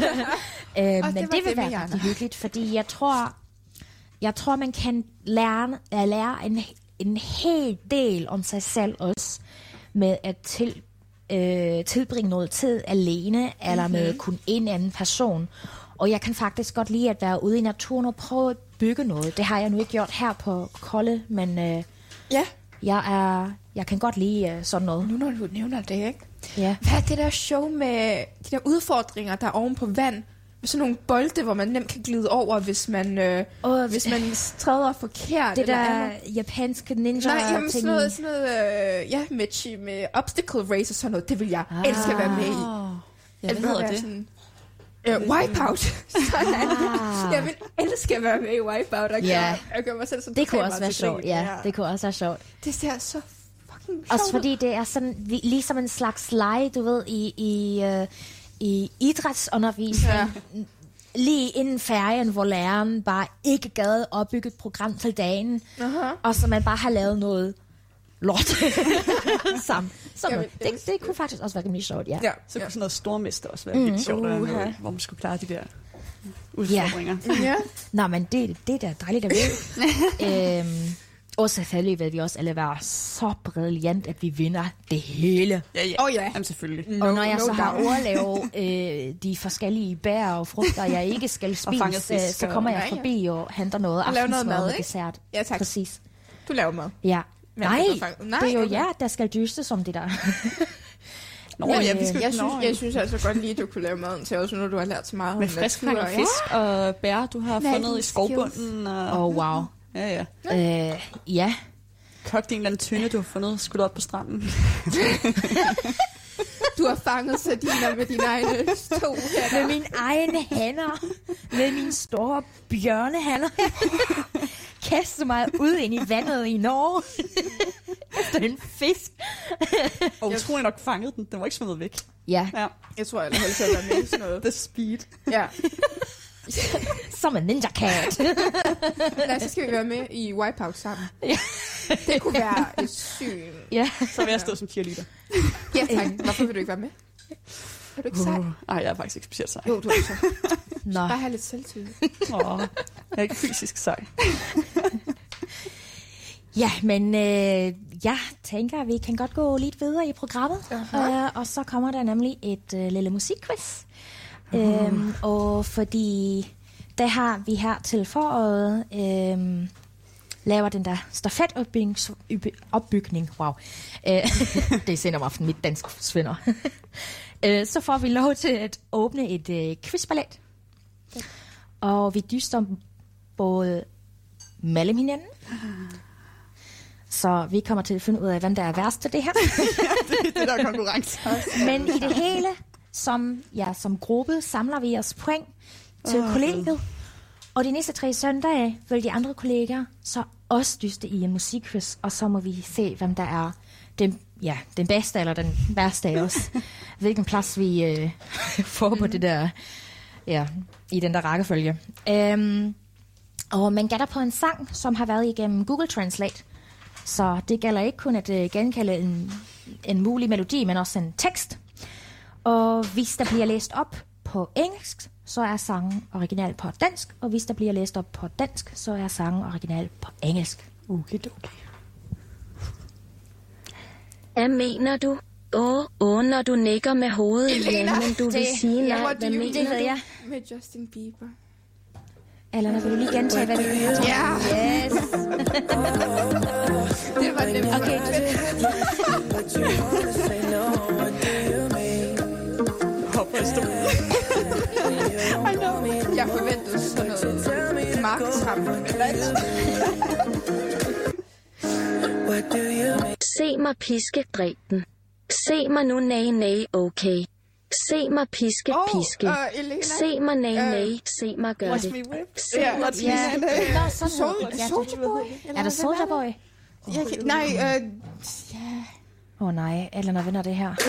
øh, men det, det vil det være rigtig hyggeligt, fordi jeg tror, jeg tror, man kan lære, at lære en, en hel del om sig selv også, med at til, øh, tilbringe noget tid alene, mm-hmm. eller med kun en anden person. Og jeg kan faktisk godt lide at være ude i naturen og prøve at bygge noget. Det har jeg nu ikke gjort her på Kolle, men øh,
ja.
jeg, er, jeg kan godt lide øh, sådan noget.
Nu når du nævner det, ikke?
Ja.
Hvad er det der show med de der udfordringer, der er oven på vand? Med sådan nogle bolde, hvor man nemt kan glide over, hvis man, øh, oh, hvis man træder forkert.
Det der japanske ninja
Nej, jamen,
ting.
sådan noget, sådan noget øh, ja, med, med obstacle race og sådan noget. Det vil jeg ah. elske at være med i.
Ja, hvad hedder det?
Sådan, øh, wipeout. Sådan. Ah. Jeg vil elske at være med i Wipeout. Og
yeah.
jeg gør mig selv sådan
det kunne også være sjovt. Ja, ja, det kunne også være sjovt.
Det ser så fucking sjovt.
Også fordi det er sådan, ligesom en slags lege, du ved, i... i uh, i idrætsundervisning, ja. lige inden ferien, hvor læreren bare ikke gad opbygge et program til dagen, uh-huh. og så man bare har lavet noget lort sammen. Så ja, det, det, det kunne faktisk også være rimelig sjovt, ja.
ja. Så kunne sådan noget stormester også være mm. lidt sjovt, uh, uh. hvor man skulle klare de der udfordringer.
Ja. ja. Nå, men det, det er da dejligt at vide. øhm, Og selvfølgelig vil vi også alle være så brilliant, at vi vinder det hele.
Ja, ja. Oh, ja. Jamen, selvfølgelig.
No, og når jeg no så har overlevet øh, de forskellige bær og frugter, jeg ikke skal spise, øh, så kommer jeg forbi og henter noget aftensmad med dessert.
Ja, tak.
Præcis.
Du laver mad.
Ja. Nej, Nej, det er jo jer, der skal dyste som det der.
Nå, ja, ja, vi skal, jeg, synes, jeg synes altså godt lige, at du kunne lave maden til også, når du har lært så meget.
Med friskfanget fisk og bær, du har Nej, fundet i skovbunden.
Åh, og... oh, wow.
Ja, ja.
Øh, ja.
Kogt en eller anden tynde, du har fundet skudt op på stranden.
Du har fanget sardiner med dine egne to hænder.
Med mine egne hænder. Med mine store bjørnehænder. Kaste mig ud ind i vandet i Norge. Efter en fisk.
Og utrolig nok fanget den. Den var ikke smidt væk.
Ja.
ja. Jeg tror, jeg helst at være med i sådan noget.
The speed.
Ja.
Som en ninja cat.
Nej, så skal vi være med i Wipeout sammen. Ja. Det kunne være et syn.
Ja.
Så vil jeg stå som cheerleader.
Ja, tak. Hvorfor vil du ikke være med? Er du ikke sej? Uh,
ej, jeg er faktisk ikke specielt sej.
Jo, du er så. Nå. Bare have lidt selvtid.
Åh, jeg er ikke fysisk sej.
Ja, men øh, jeg tænker, at vi kan godt gå lidt videre i programmet. Uh-huh. Uh, og så kommer der nemlig et uh, lille musikquiz. Uh. Øhm, og fordi der har vi her til foråret øhm, laver den der stafetopbygning. Opbygning, wow. Øh, det sender mig for mit dansk svinder. øh, så får vi lov til at åbne et øh, quizballet. Okay. Og vi dyster både mellem hinanden. Uh. Så vi kommer til at finde ud af, hvem der er værst til det her.
det er det, der er konkurrence.
Men i det hele, som, ja, som gruppe, samler vi os point til oh, kollegiet. Okay. Og de næste tre søndage vil de andre kolleger så også dyste i en musikquiz, og så må vi se, hvem der er den, ja, den bedste eller den værste af os. Hvilken plads vi øh, får på det der Ja, i den der rækkefølge. Øhm, og man gætter på en sang, som har været igennem Google Translate. Så det gælder ikke kun at uh, genkalde en, en mulig melodi, men også en tekst. Og hvis der bliver læst op på engelsk, så er sangen original på dansk. Og hvis der bliver læst op på dansk, så er sangen original på engelsk.
Okay, okay.
Hvad mener du? Åh, åh, når du nikker med hovedet igen, men du vil sige nej.
What do
Hvad
you
mener
mean?
du?
jeg.
Med Justin Bieber.
Eller vil du lige gentage, hvad det er?
Ja.
Yes.
Det var nemt.
Okay.
Hopper i stolen.
I know. Jeg forventede sådan noget markedsramme. Eller ikke?
Se mig piske, dræb den. Se mig nu, nej, nej, okay. Se mig piske,
Åh,
piske.
øh, Elena.
Se mig, nej,
Øh,
nej. Se mig gøre
Watch
det.
me whip.
Se
Ja,
mig
watch me
piske.
whip.
Nå, sådan noget.
Sol-
Ja,
Soulja Boy?
Er det Soulja Boy?
Jeg kan, nej, øh, ja.
Åh oh, nej, Elena vinder det her.
Now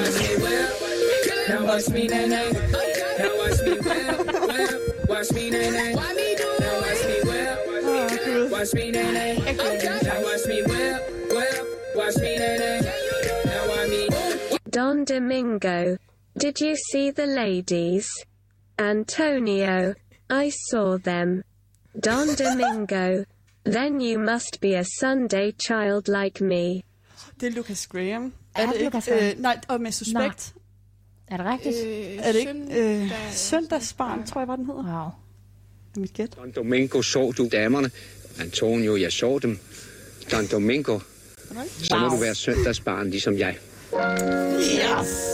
watch me, nay, nay. Now watch me, well, well. Watch me, nay, nay. Now watch me, well, well. Watch me, nay, nay. Now watch me, well, well. Watch me, nay, nay. Now watch me.
Don Domingo. Did you see the ladies? Antonio. I saw them. Don Domingo. Then you must be a Sunday child like me.
Det er Lucas Graham.
Er det Lucas Graham?
Øh, nej, og med Suspekt.
Er det rigtigt?
Øh,
Er det ikke? Øh, Søndagsbarn, tror jeg, hvad den hedder.
Wow.
Mit gæt.
Don Domingo, så du damerne. Antonio, jeg så dem. Don Domingo, så må du være søndagsbarn, ligesom jeg.
Yes!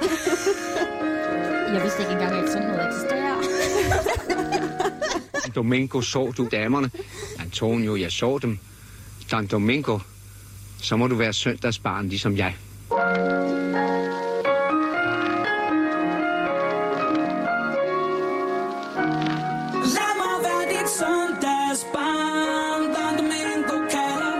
Jeg vidste ikke engang, at sådan noget eksisterer.
Don Domingo, så du damerne. Antonio, jeg så dem. Don Domingo, så må du være søndagsbarn, ligesom jeg.
Lad mig være dit søndagsbarn, Don Domingo kalder.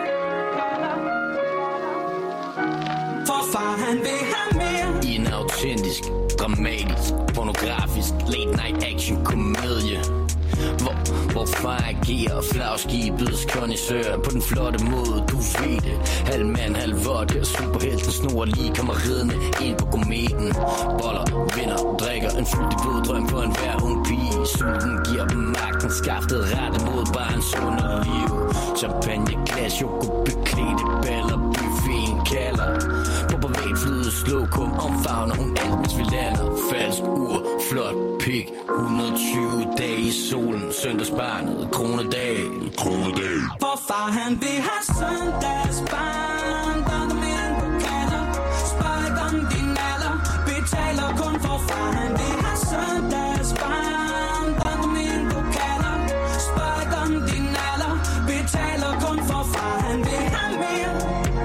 For far han vil have mere.
I en autentisk, dramatisk, pornografisk late night action komedie, Hvor, hvor far agerer flagskibets kondisør på den flotte måde, du ved det. Halv mand, halv vodka, superhelten snor lige kommer ridende ind på kometen. Boller, vinder, drikker en fyldig våd drøm på en hver ung pige. Sulten giver dem magten, skaftet rette mod barns underliv. Champagne, glas, chokobeklædte baller, buffeten kalder. På privatflyet slåkum omfavner hun alt, mens vi lander. Falsk ur, flot pik, et hundrede og tyve dage i solen. Søndagsbarnet, kronedag, kronedag.
For far han vil have søndagsbarn, Don Domingo kalder. Spørg ikke om din alder, betaler kun for far han vil have søndagsbarn, Don Domingo kalder. Spørg ikke om din alder, betaler kun for far han vil have mere.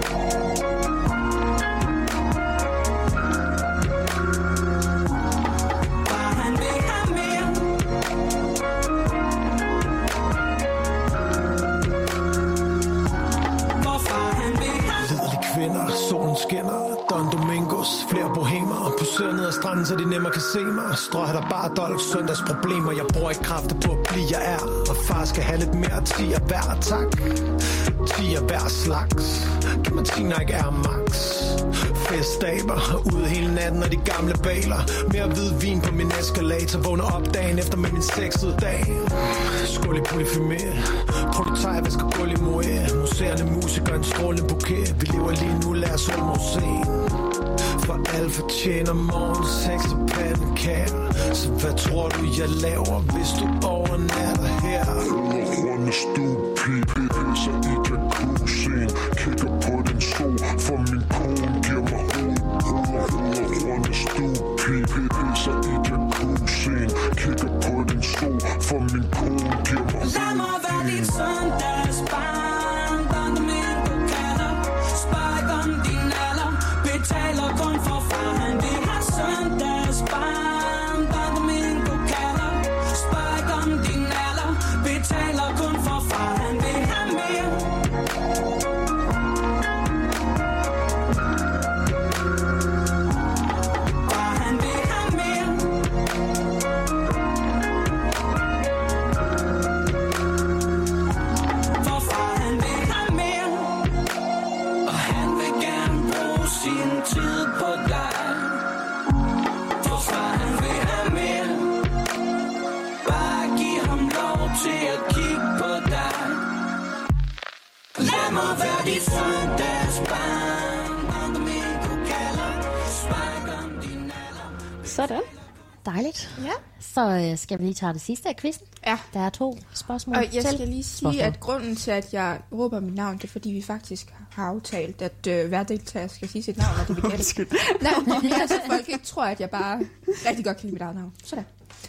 Far han vil have mere.
Liderlige kvinder, solen skinner. Don Domingos, flere bohemer. Poserer ned ad stranden, så de nemmere kan se mig. Strøger der bare dolk, søndagsproblemer. Jeg bruger ikke kræfter på at blive, jeg er. Og far skal have lidt mere, ti af hver, tak. ti af hver slags. Giv mig ti, når jeg er max. Festdaber, ude hele natten og de gamle baler. Mere hvid vin på min eskalator. Vågner op dagen efter med min sexede dag. Skål i polyfemé. Prototype, jeg vasker gulv i moe. Museerne, musikere, en strålende bouquet. Vi lever lige nu, lad os holde museet. For alle fortjener morgen, sex og pandekager. Så hvad tror du, jeg laver, hvis du overnatter her?
Runde stupid, pisser i jacuzzien. Kigger på din sko, for min kone giver mig hoved. Runde stupid, pisser i jacuzzien. Kigger på din sko, for min kone giver mig hoved.
Lad mig være dit søndagsbarn, Don Domingo kalder. Spørg ikke om din alder, betaler kun for far han vil have søndagsbarn, Don Domingo kalder. Spørg ikke om din alder, betaler kun for far han vil have mere. Far han vil have mere. til at kigge på dig. Lad mig være dit søndagsbarn. Don Domingo kalder, spark om din alder.
Sådan.
Dejligt.
Ja.
Så øh, skal vi lige tage det sidste af quizzen.
Ja.
Der er to spørgsmål
Og jeg
til.
skal lige sige,
spørgsmål.
at grunden til, at jeg råber mit navn, det er, fordi vi faktisk har aftalt, at øh, hver deltager skal sige sit navn, når de vil gætte. Nej, ja, så folk ikke tror, at jeg bare rigtig godt kan lide mit eget navn. Sådan.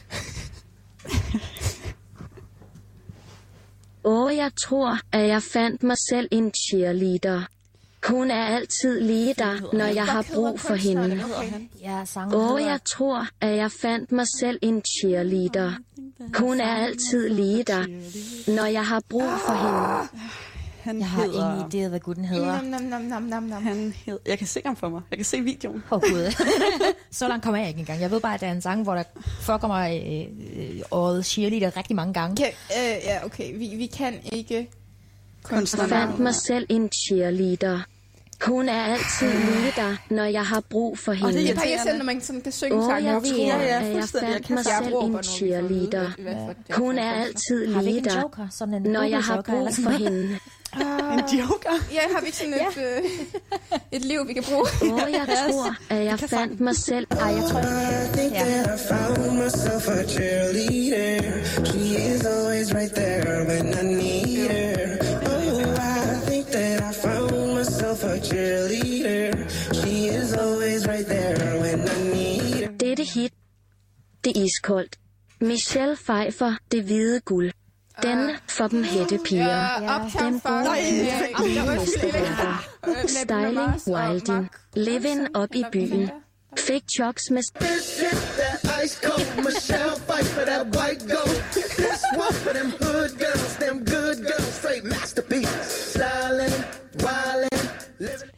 Åh, jeg tror, at jeg fandt mig selv en cheerleader. Hun er altid lige der, når jeg har brug for hende.
Ja, sangen
Åh,
hedder-
jeg tror, at jeg fandt mig selv en cheerleader. Hun er altid lige der, når jeg har brug for hende.
Han
Jeg har
hedder...
ingen idé, hvad gutten hedder.
Nam, nam, nam, nam, nam.
Han hed... Jeg kan se ham for mig. Jeg kan se videoen.
Åh, oh, gud. Så langt kommer jeg ikke engang. Jeg ved bare, at der er en sang, hvor der forekommer øh, øh, året cheerleader rigtig mange gange.
Ja, øh, ja okay. Vi, vi kan ikke
Jeg
kunstnernavn.
fandt mig selv en cheerleader. Hun er altid lige der, når jeg har brug for hende.
Det er bare jeg selv, når man sådan kan synge
Åh,
sang.
jeg
Jeg
ved,
tror,
at jeg
fuldstændig.
fandt
Jeg
mig
kan-
selv
Jeg råber,
en
når vi får
cheerleader.
at vide, hvad for det er
Hun
for
er
en
altid
Har vi
lige
ikke en
der,
joker? Sådan en
når jeg har
Google-joker
brug
eller
for
sådan noget?
hende.
En joker.
Ja, har vi ikke sådan et, øh, et liv, vi kan bruge?
Åh, jeg tror, at jeg fandt mig selv.
Ej, jeg tror ikke. Ja.
I found myself a cheerleader. She is always right there when I need her. Oh, I think that I found myself a cheerleader. She is always right there when I need her.
Dette hit, det er iskoldt. Michelle Pfeiffer, det hvide guld. Den for dem hættepiger.
Ja, Uptown
Den
Funk.
gode
Ja,
nye
ja, ja.
mesterværker.
Øh, med
Styling,
Mars og
wilding,
Mark.
living op i byen. Fake chucks med
This shit, that ice cold Michelle fight for that white gold. This one for them hood girls, them good girls, straight masterpieces. Stylin', wildin', living.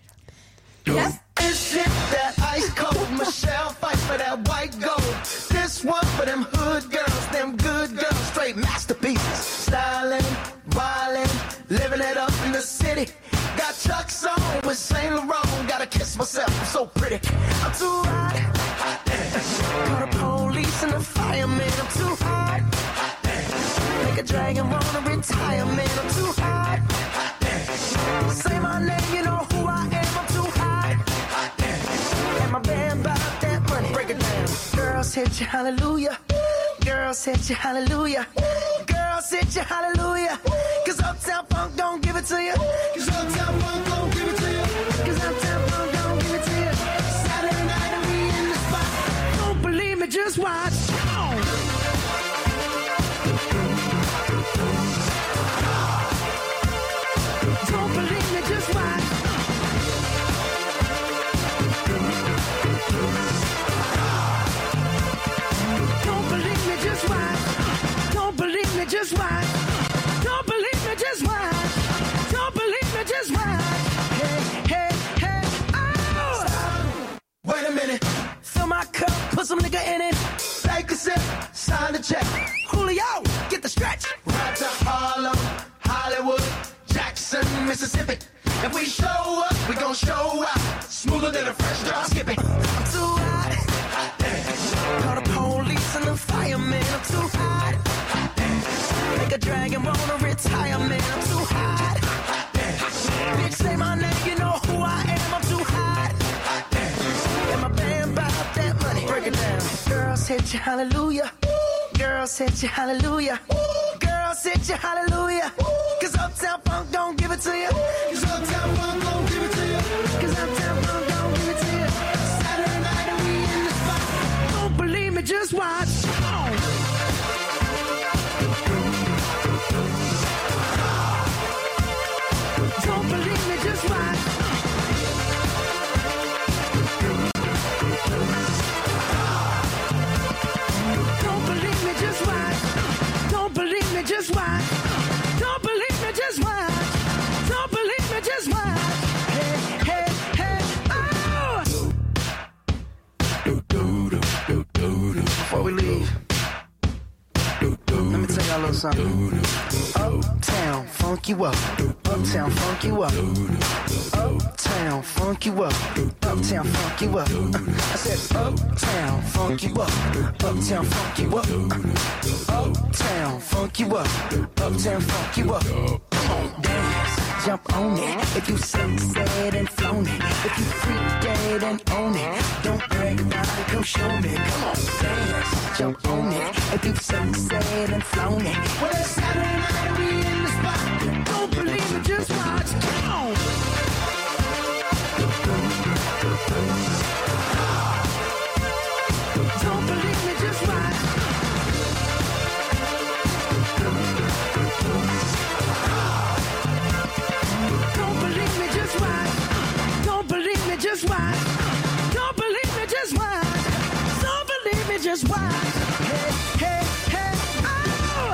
Yes.
This shit, that ice cold Michelle fight for that white gold. This one for them hood girls, them good girls, straight masterpieces. Stylin', wildin', living it up in the city. Got Chuck's on with Saint Laurent. Gotta kiss myself, I'm so pretty. I'm too hot. Hot damn. Call the police and the fireman. I'm too hot. Hot damn. Make a dragon wanna retire, man. I'm too hot. Hot damn. Say my name, you know who I am. I'm too hot. Hot damn. And my band bought that money. Break it down. Girls hit you, hallelujah. Girls hit you, hallelujah. Girls hit you, hallelujah. Cause Uptown Funk don't give it to you. Cause Uptown Funk don't give it to you. Cause Uptown Funk don't give it to you. Saturday night and we in the spot. Don't believe me, just watch. Oh. Don't believe me, just watch. Don't believe me, just watch. Don't believe me, just watch. Don't believe me, just watch. Don't believe me, just watch. Hey, hey, hey, oh! Wait a minute. Fill my cup, put some nigga in it. Take a sip, sign the check. Julio, get the stretch. Right to Harlem, Hollywood, Jackson, Mississippi. If we show up, we gon' show out. Smoother than a fresh drop skipping. I'm too hot. Hot damn. Call the police and the fireman. I'm too hot. Hot damn. Make a dragon wanna retire, man. I'm too hot. Hot damn. Bitch, say my name, you know who I am. I'm too hot. Hot damn. And my band bought that money. Break it down. Girls hit you, hallelujah. Girls hit you, hallelujah. Girls hit you, hallelujah. Cause Uptown Funk don't give it to you. Cause Uptown Funk don't give it to you. Cause Uptown Funk don't give it to you. Saturday night and we in the spot. Don't believe me, just watch. Oh. Don't believe me, just watch. Don't believe me, just watch. Don't believe me, just watch. Don't believe me, just watch. Don't believe me, just watch. Hey, hey, hey, oh! Before we leave, let me tell y'all a little
something. Uptown, funk you up. Uptown, funk you up. Uptown, funk you up. Uptown, funk you up. I said uptown, funk you up. Uptown, funk you up. Uptown, funk you up. Uptown, funk you up. Come on, dance, jump on it. If you sunset and flown it. If you freak dead and own it. Don't brag about it, come show me. Come on, dance, jump on it. If you sunset and flown it. Well, it's Saturday night, we in the spot. Don't believe it, just watch. Come on. Don't believe me, just watch. Don't believe me, just watch. Don't believe me, just watch. Don't believe me, just watch. Don't believe me, just watch. Hey, hey, hey, oh!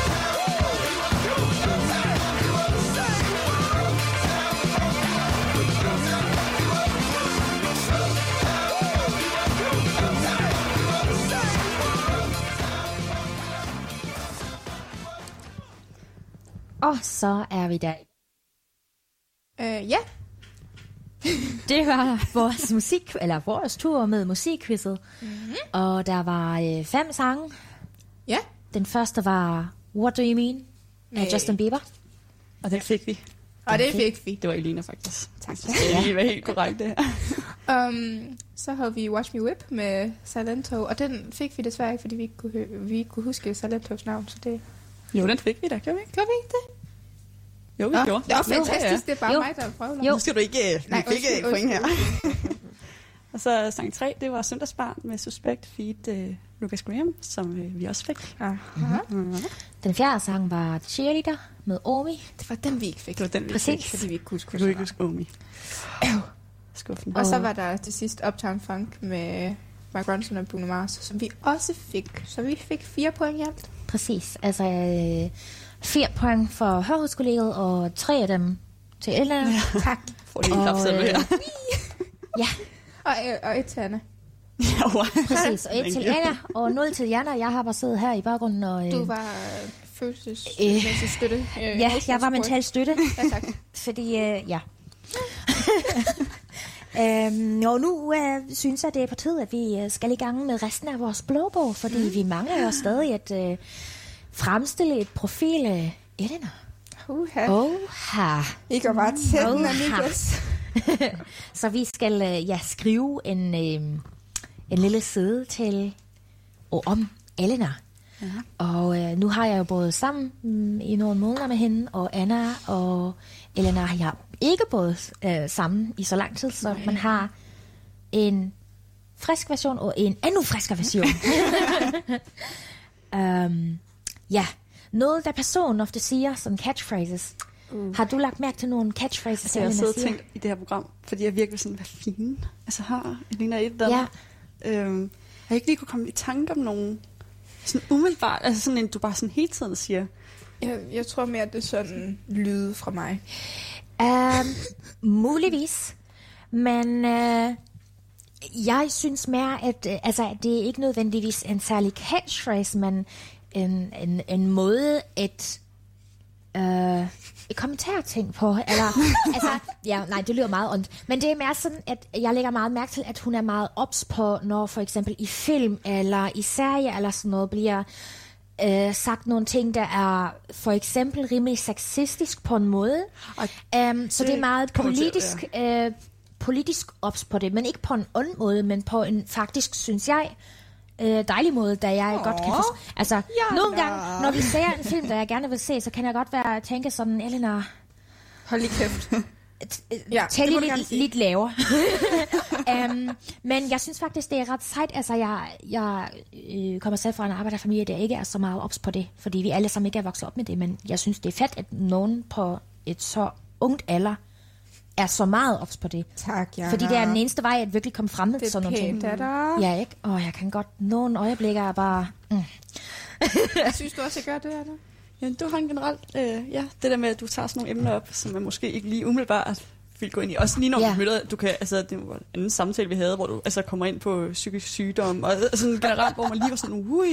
Og så er vi der.
Øh, ja.
Det var vores musik, eller vores tur med musikquizzet.
Mm-hmm.
Og der var øh, fem sange.
Ja.
Den første var What Do You Mean af
Nej.
Justin Bieber.
Og det fik vi.
Og det fik vi.
Det var Elina faktisk.
Tak.
Det er lige helt korrekt, det her.
Um, så havde vi Watch Me Whip med Silento, og den fik vi desværre ikke, fordi vi ikke kunne, hø- vi ikke kunne huske Silentos navn, så det...
Jo, den fik vi da, kan vi ikke?
Gør vi ikke det?
Jo, vi
Nå,
gjorde.
det var fantastisk,
Jo, ja.
det er bare
Jo.
mig, der prøver.
Nu skal du ikke...
Nej,
Vi fik
undskyld,
ikke point her.
undskyld.
Og så sang tre, det var Søndagsbarn med Suspect feat. Uh, Lucas Graham, som uh, vi også fik.
Mm-hmm.
Den fjerde sang var Cheerleader med Omi.
Det var den, vi ikke fik.
Det var den, vi
Præcis.
fik.
Fordi vi ikke kunne huske,
Kan du ikke huske Omi? Skuffende.
Og så var der til sidst Uptown Funk med Mark Ronson og Bruno Mars, som vi også fik. Så vi fik fire point i alt.
Præcis. Altså øh, fire point for Hørhuskollegiet, og tre af dem til Ella.
Ja.
Tak.
Får det en klapsalve her.
Ja.
Og, øh, og et til Anna.
Ja, wow.
Præcis. Og et til Ella, og nul til Jana. Jeg har bare siddet her i baggrunden. Og, øh,
Du var øh, følelses-
Øh,
støtte. Øh,
ja, jeg var mental støtte.
Ja, tak.
Fordi, øh, ja. øhm, og nu øh, synes jeg, det er på tide, at vi øh, skal i gang med resten af vores blåbog, fordi mm. vi mangler jo stadig at øh, fremstille et profil af Elena.
Uha.
Oha.
I går bare til den, amigos.
Så vi skal øh, ja, skrive en, øh, en lille side til og om Elena.
Ja.
Og øh, nu har jeg jo boet sammen mm, i nogle måneder med hende, og Anna og Elena har ikke boet øh, sammen i så lang tid, så man har en frisk version og en endnu friskere version. um, ja, noget der personen ofte siger som catchphrases. Uh. Har du lagt mærke til nogle catchphrases,
Altså, jeg har
Elena
siddet og
siger?
tænkt i det her program, fordi jeg virkelig sådan, hvad fine. Altså har Elena et der.
Ja.
Øhm, jeg har ikke lige kunne komme i tanke om nogen sådan umiddelbart, altså sådan en, du bare sådan hele tiden siger.
Jeg, jeg tror mere, at det er sådan lyde fra mig.
Um, muligvis. Men uh, jeg synes mere, at uh, altså, det er ikke nødvendigvis en særlig catchphrase, men en, en, en måde at uh, et kommentarting på. Eller, altså, ja, nej, det lyder meget ondt. Men det er mere sådan, at jeg lægger meget mærke til, at hun er meget ops på, når for eksempel i film eller i serie eller sådan noget bliver øh, sagt nogle ting, der er for eksempel rimelig sexistisk på en måde. Um, så det er meget politisk, øh, politisk ops på det, men ikke på en ond måde, men på en faktisk, synes jeg, øh, dejlig måde, da jeg oh. godt kan forstå. Altså,
Ja,
nogle
da.
gange, når vi ser en film, der jeg gerne vil se, så kan jeg godt være tænke sådan, Elena,
hold lige kæft.
Ja, tæl
det må du
lidt,
gerne sige.
lidt lavere. um, men jeg synes faktisk, det er ret sejt. Altså, jeg, jeg øh, kommer selv fra en arbejderfamilie, der ikke er så meget ops på det, fordi vi alle sammen ikke er vokset op med det, men jeg synes, det er fedt, at nogen på et så ungt alder er så meget ops på det.
Tak, Jana.
Fordi det er den eneste vej, at virkelig komme frem med
Det er
sådan nogle ting.
pænt af dig.
Ja, ikke? Og jeg kan godt, nogle øjeblikke er bare... Mm.
Jeg synes du også, jeg gør det, Anna?
Ja, du har en generelt, øh, ja, det der med, at du tager sådan nogle emner op, som man måske ikke lige umiddelbart vil gå ind i. Også lige når
Ja.
du møder, du kan, altså det var en anden samtale, vi havde, hvor du altså kommer ind på psykisk sygdom, og sådan generelt, hvor man lige var sådan, ui,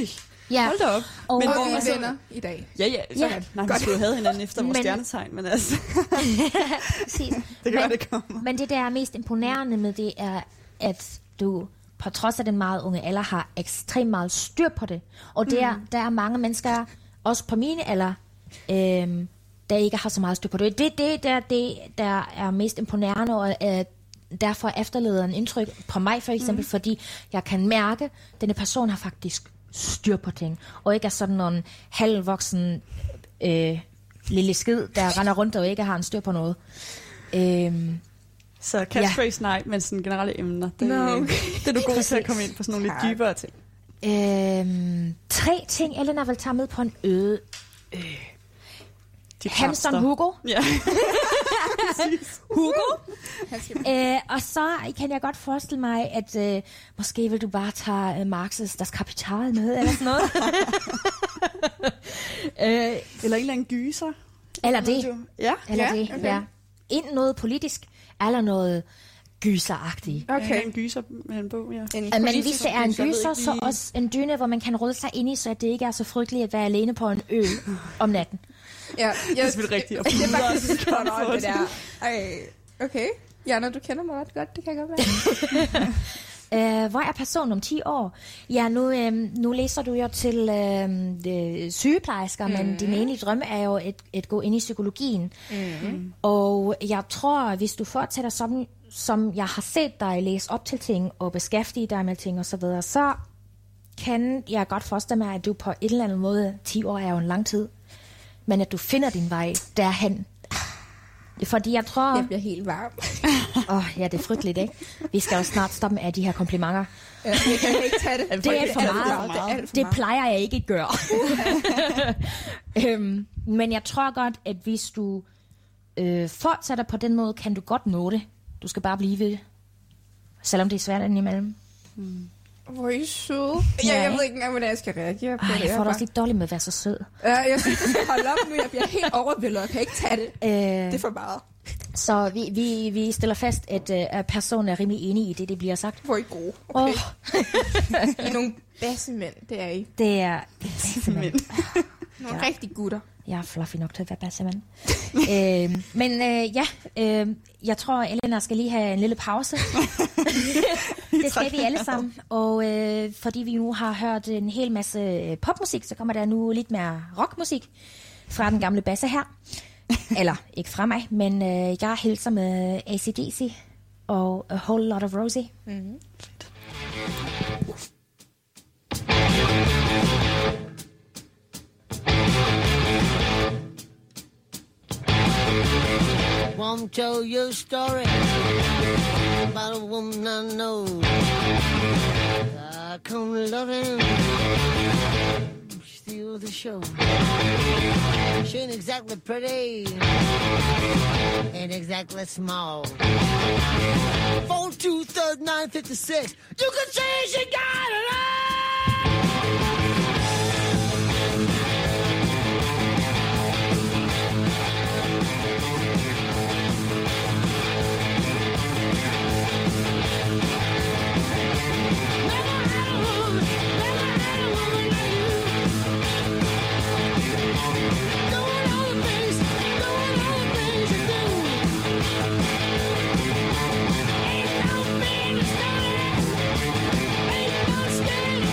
Ja.
Hold da op.
Og,
men
og,
hvor vi
altså,
venner i dag.
Ja, ja. Så, ja. Nej, vi skulle have hinanden efter vores
Men-
stjernetegn, men altså...
Præcis.
Det gør,
men,
det kommer.
Men det, der er mest imponerende med det, er, at du på trods af den meget unge alder har ekstremt meget styr på det. Og der, mm. der er mange mennesker, også på mine alder, øhm, der ikke har så meget styr på det. Det er det, der, det, der er mest imponerende, og øh, derfor efterlader en indtryk på mig for eksempel, mm. fordi jeg kan mærke, at denne person har faktisk styr på ting, og ikke er sådan en halvvoksen øh, lille skid, der render rundt og ikke har en styr på noget. Øhm,
Så catchphrase ja. nej, men sådan generelle emner. Det,
No, okay.
det er du god til at komme ind på sådan nogle lidt dybere ting.
øhm, tre ting, Elena vil tage med på en øde øh. Hamsteren Hugo.
Ja.
Hugo. øh, og så kan jeg godt forestille mig, at øh, måske vil du bare tage øh, Marx's Das Kapital med, eller sådan noget. øh,
eller en eller anden gyser.
Eller det.
Ja.
Eller
ja,
det,
okay.
ja. Enten noget politisk, eller noget gyseragtigt.
Okay. En gyser med en bog, ja.
En men hvis det er en gyser, så også en dyne, hvor man kan rulle sig ind i, så at det ikke er så frygteligt at være alene på en ø om natten.
Ja, jeg,
det er selvfølgelig rigtigt.
Det er faktisk spot on, det der. Ej, okay. Jana, du kender mig ret godt, det kan godt være.
uh, hvor er personen om ti år? Ja, nu, øhm, nu læser du jo til øhm, de sygeplejersker, mm. men din enige drømme er jo at, at gå ind i psykologien. Mm. Og jeg tror, hvis du fortsætter som, som jeg har set dig læse op til ting, og beskæftige dig med ting osv., så, videre, så kan jeg godt forestille mig, at du på et eller andet måde, ti år er jo en lang tid, men at du finder din vej derhen. Fordi jeg tror...
Jeg bliver helt varm.
Åh, oh, ja, det er frygteligt, ikke? Vi skal jo snart stoppe med de her komplimenter.
Ja, jeg kan ikke tage det.
Det er for
det er
meget.
for meget. Det, er for
det
meget.
plejer jeg ikke at gøre. øhm, men jeg tror godt, at hvis du øh, fortsætter på den måde, kan du godt nå det. Du skal bare blive ved det. Selvom det er svært indimellem.
Hmm. Hvor er I søde. Ja, jeg, jeg ved ikke engang, hvordan jeg skal reagere på
Ej,
det.
jeg får det
bare...
også lidt dårligt med at være så sød.
Ja, jeg synes, du skal holde op nu. Jeg bliver helt overvældet. Jeg kan ikke tage det.
Øh,
det er for meget.
Så vi, vi, vi stiller fast, at uh, personen er rimelig enig i det, det bliver sagt.
Hvor er I gode. Okay. Oh. I er nogle bassemænd, det er I.
Det er bassemænd.
Nogle ja. rigtig gutter.
Jeg er fluffy nok til at være bassemand. øh, men øh, ja, øh, jeg tror, Elena skal lige have en lille pause. Det skal vi alle sammen. Og øh, fordi vi nu har hørt en hel masse popmusik, så kommer der nu lidt mere rockmusik fra den gamle basse her. Eller ikke fra mig, men øh, jeg hilser med A C D C og A Whole Lot of Rosie.
Mm-hmm.
Won't tell you a story about a woman I know. I come loving, steal the show. She ain't exactly pretty, ain't exactly small. Four two third nine fifty six. You can say she got it all. Ain't no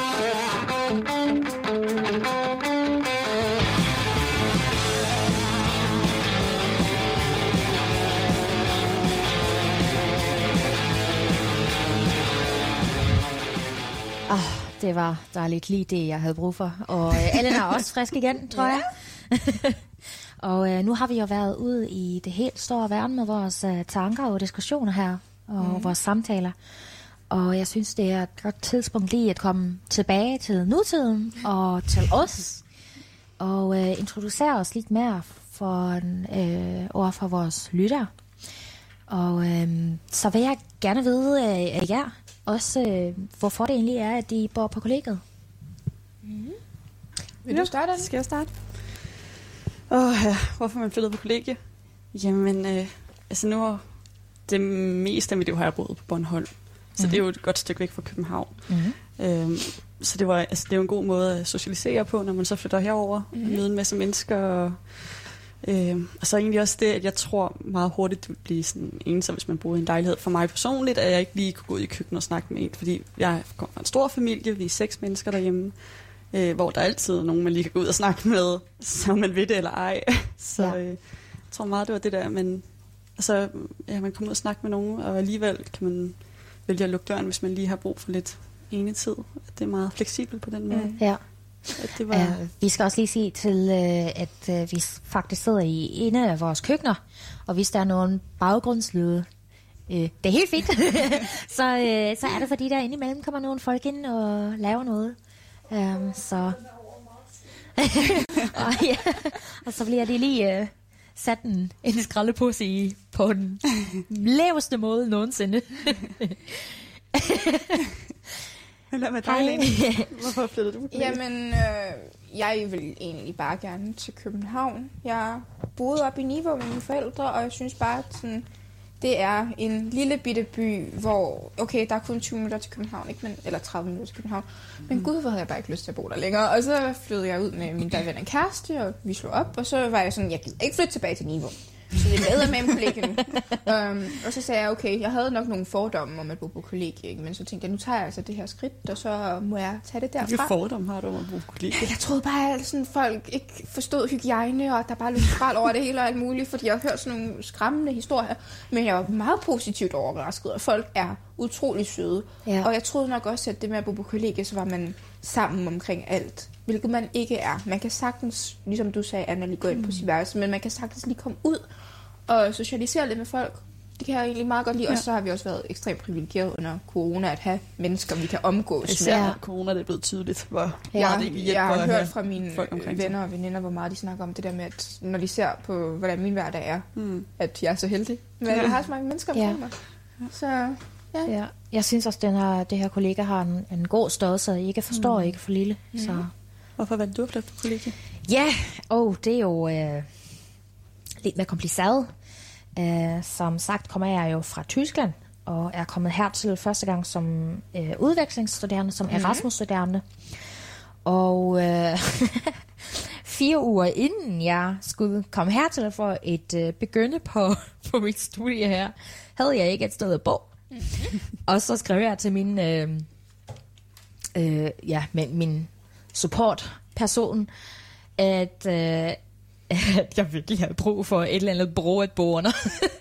Oh, det var dejligt lige det, jeg havde brug for. Og øh, Ellen er også frisk igen, tror jeg. Og øh, nu har vi jo været ude i det helt store verden med vores øh, tanker og diskussioner her, og mm. vores samtaler. Og jeg synes, det er et godt tidspunkt lige at komme tilbage til nutiden og til os. Og øh, introducere os lidt mere for, øh, over for vores lyttere. Og øh, så vil jeg gerne vide af øh, jer også, øh, hvorfor det egentlig er, at de bor på kollegiet.
Mm. Vil du starte?
Skal jeg starte? Åh oh, ja, hvorfor man flyttede på kollegie? Jamen, øh, altså nu har det meste af mit liv har jeg boet på Bornholm. Så mm-hmm. det er jo et godt stykke væk fra København. Mm-hmm. Øhm, så det, var, altså, det er jo en god måde at socialisere på, når man så flytter herover mm-hmm. og møder en masse mennesker. Og, øh, og så egentlig også det, at jeg tror meget hurtigt, det vil blive sådan ensom, hvis man boede i en lejlighed. For mig personligt, at jeg ikke lige kunne gå ud i køkkenet og snakke med en, fordi jeg kommer fra en stor familie, vi er seks mennesker derhjemme, øh, hvor der er altid nogen, man lige kan gå ud og snakke med, så man ved det eller ej. Så ja. øh, jeg tror meget, det var det der, men altså, ja, man kommer ud og snakke med nogen, og alligevel kan man vælge at lukke døren, hvis man lige har brug for lidt ene tid. Det er meget fleksibelt på den måde.
Mm. Ja.
Det var...
uh, vi skal også lige sige til, uh, at uh, vi faktisk sidder i en af vores køkkener, og hvis der er nogen baggrundslyde, uh, det er helt fint, så, uh, så er det fordi, der indimellem kommer nogle folk ind og laver noget. Um, så... og, ja. og så bliver det lige... Uh, sat en, en skraldepose i på den laveste måde nogensinde.
Lad mig dig, Lene. Hvorfor flyttede du på kollegiet?
Jamen, øh, jeg vil egentlig bare gerne til København. Jeg boede op i Niveau med mine forældre, og jeg synes bare, at sådan, det er en lille bitte by, hvor, okay, der er kun tyve minutter til København, ikke? Men, eller tredive minutter til København. Men gud, hvor havde jeg bare ikke lyst til at bo der længere. Og så flyttede jeg ud med min daværende kæreste, og vi slog op, og så var jeg sådan, jeg gider ikke flytte tilbage til Niveau. Så det lavede med en kollega nu. um, og så sagde jeg, okay, jeg havde nok nogle fordomme om at bo på kollegie, ikke? Men så tænkte jeg, nu tager jeg altså det her skridt, og så må jeg tage det derfra.
Hvilke fordomme har du om at bo på kollegie?
Jeg troede bare, at sådan, folk ikke forstod hygiejne, og der bare løb skrald over det hele og alt muligt, fordi jeg har hørt sådan nogle skræmmende historier. Men jeg var meget positivt overrasket, og folk er utrolig søde. Ja. Og jeg troede nok også, at det med at bo på kollegie, så var man sammen omkring alt. Hvilket man ikke er. Man kan sagtens, ligesom du sagde, Anna, lige gå ind på sit værelse, men man kan sagtens lige komme ud og socialisere lidt med folk. Det kan jeg egentlig meget godt lide. Ja. Og så har vi også været ekstremt privilegeret under corona, at have mennesker, vi kan omgås
Især
med.
corona, det er blevet tydeligt, hvor
ja,
meget det hjælper.
Jeg har
at
hørt fra mine venner
sig.
og veninder, hvor meget de snakker om det der med, at når de ser på, hvordan min hverdag er, mm. at jeg er så heldig. Men ja. Jeg har så mange mennesker omkring ja. mig. Så... Ja.
Ja. Jeg synes også, at den her, det her kollega har en, en god størrelse, jeg ikke forstår, mm. ikke for lille. Mm. Så.
Hvorfor valgte du at flytte på kollegie?
Ja, oh, det er jo øh, lidt mere kompliceret. Uh, som sagt kommer jeg jo fra Tyskland, og er kommet hertil første gang som øh, udvekslingsstuderende, som mm-hmm. Erasmus-studerende. Og øh, fire uger inden jeg skulle komme hertil for et øh, begynde på, på mit studie her, havde jeg ikke et sted at bo. Mm-hmm. Og så skrev jeg til min, øh, øh, ja, min, min support-person, at, øh, at jeg virkelig havde brug for et eller andet brug at bo under.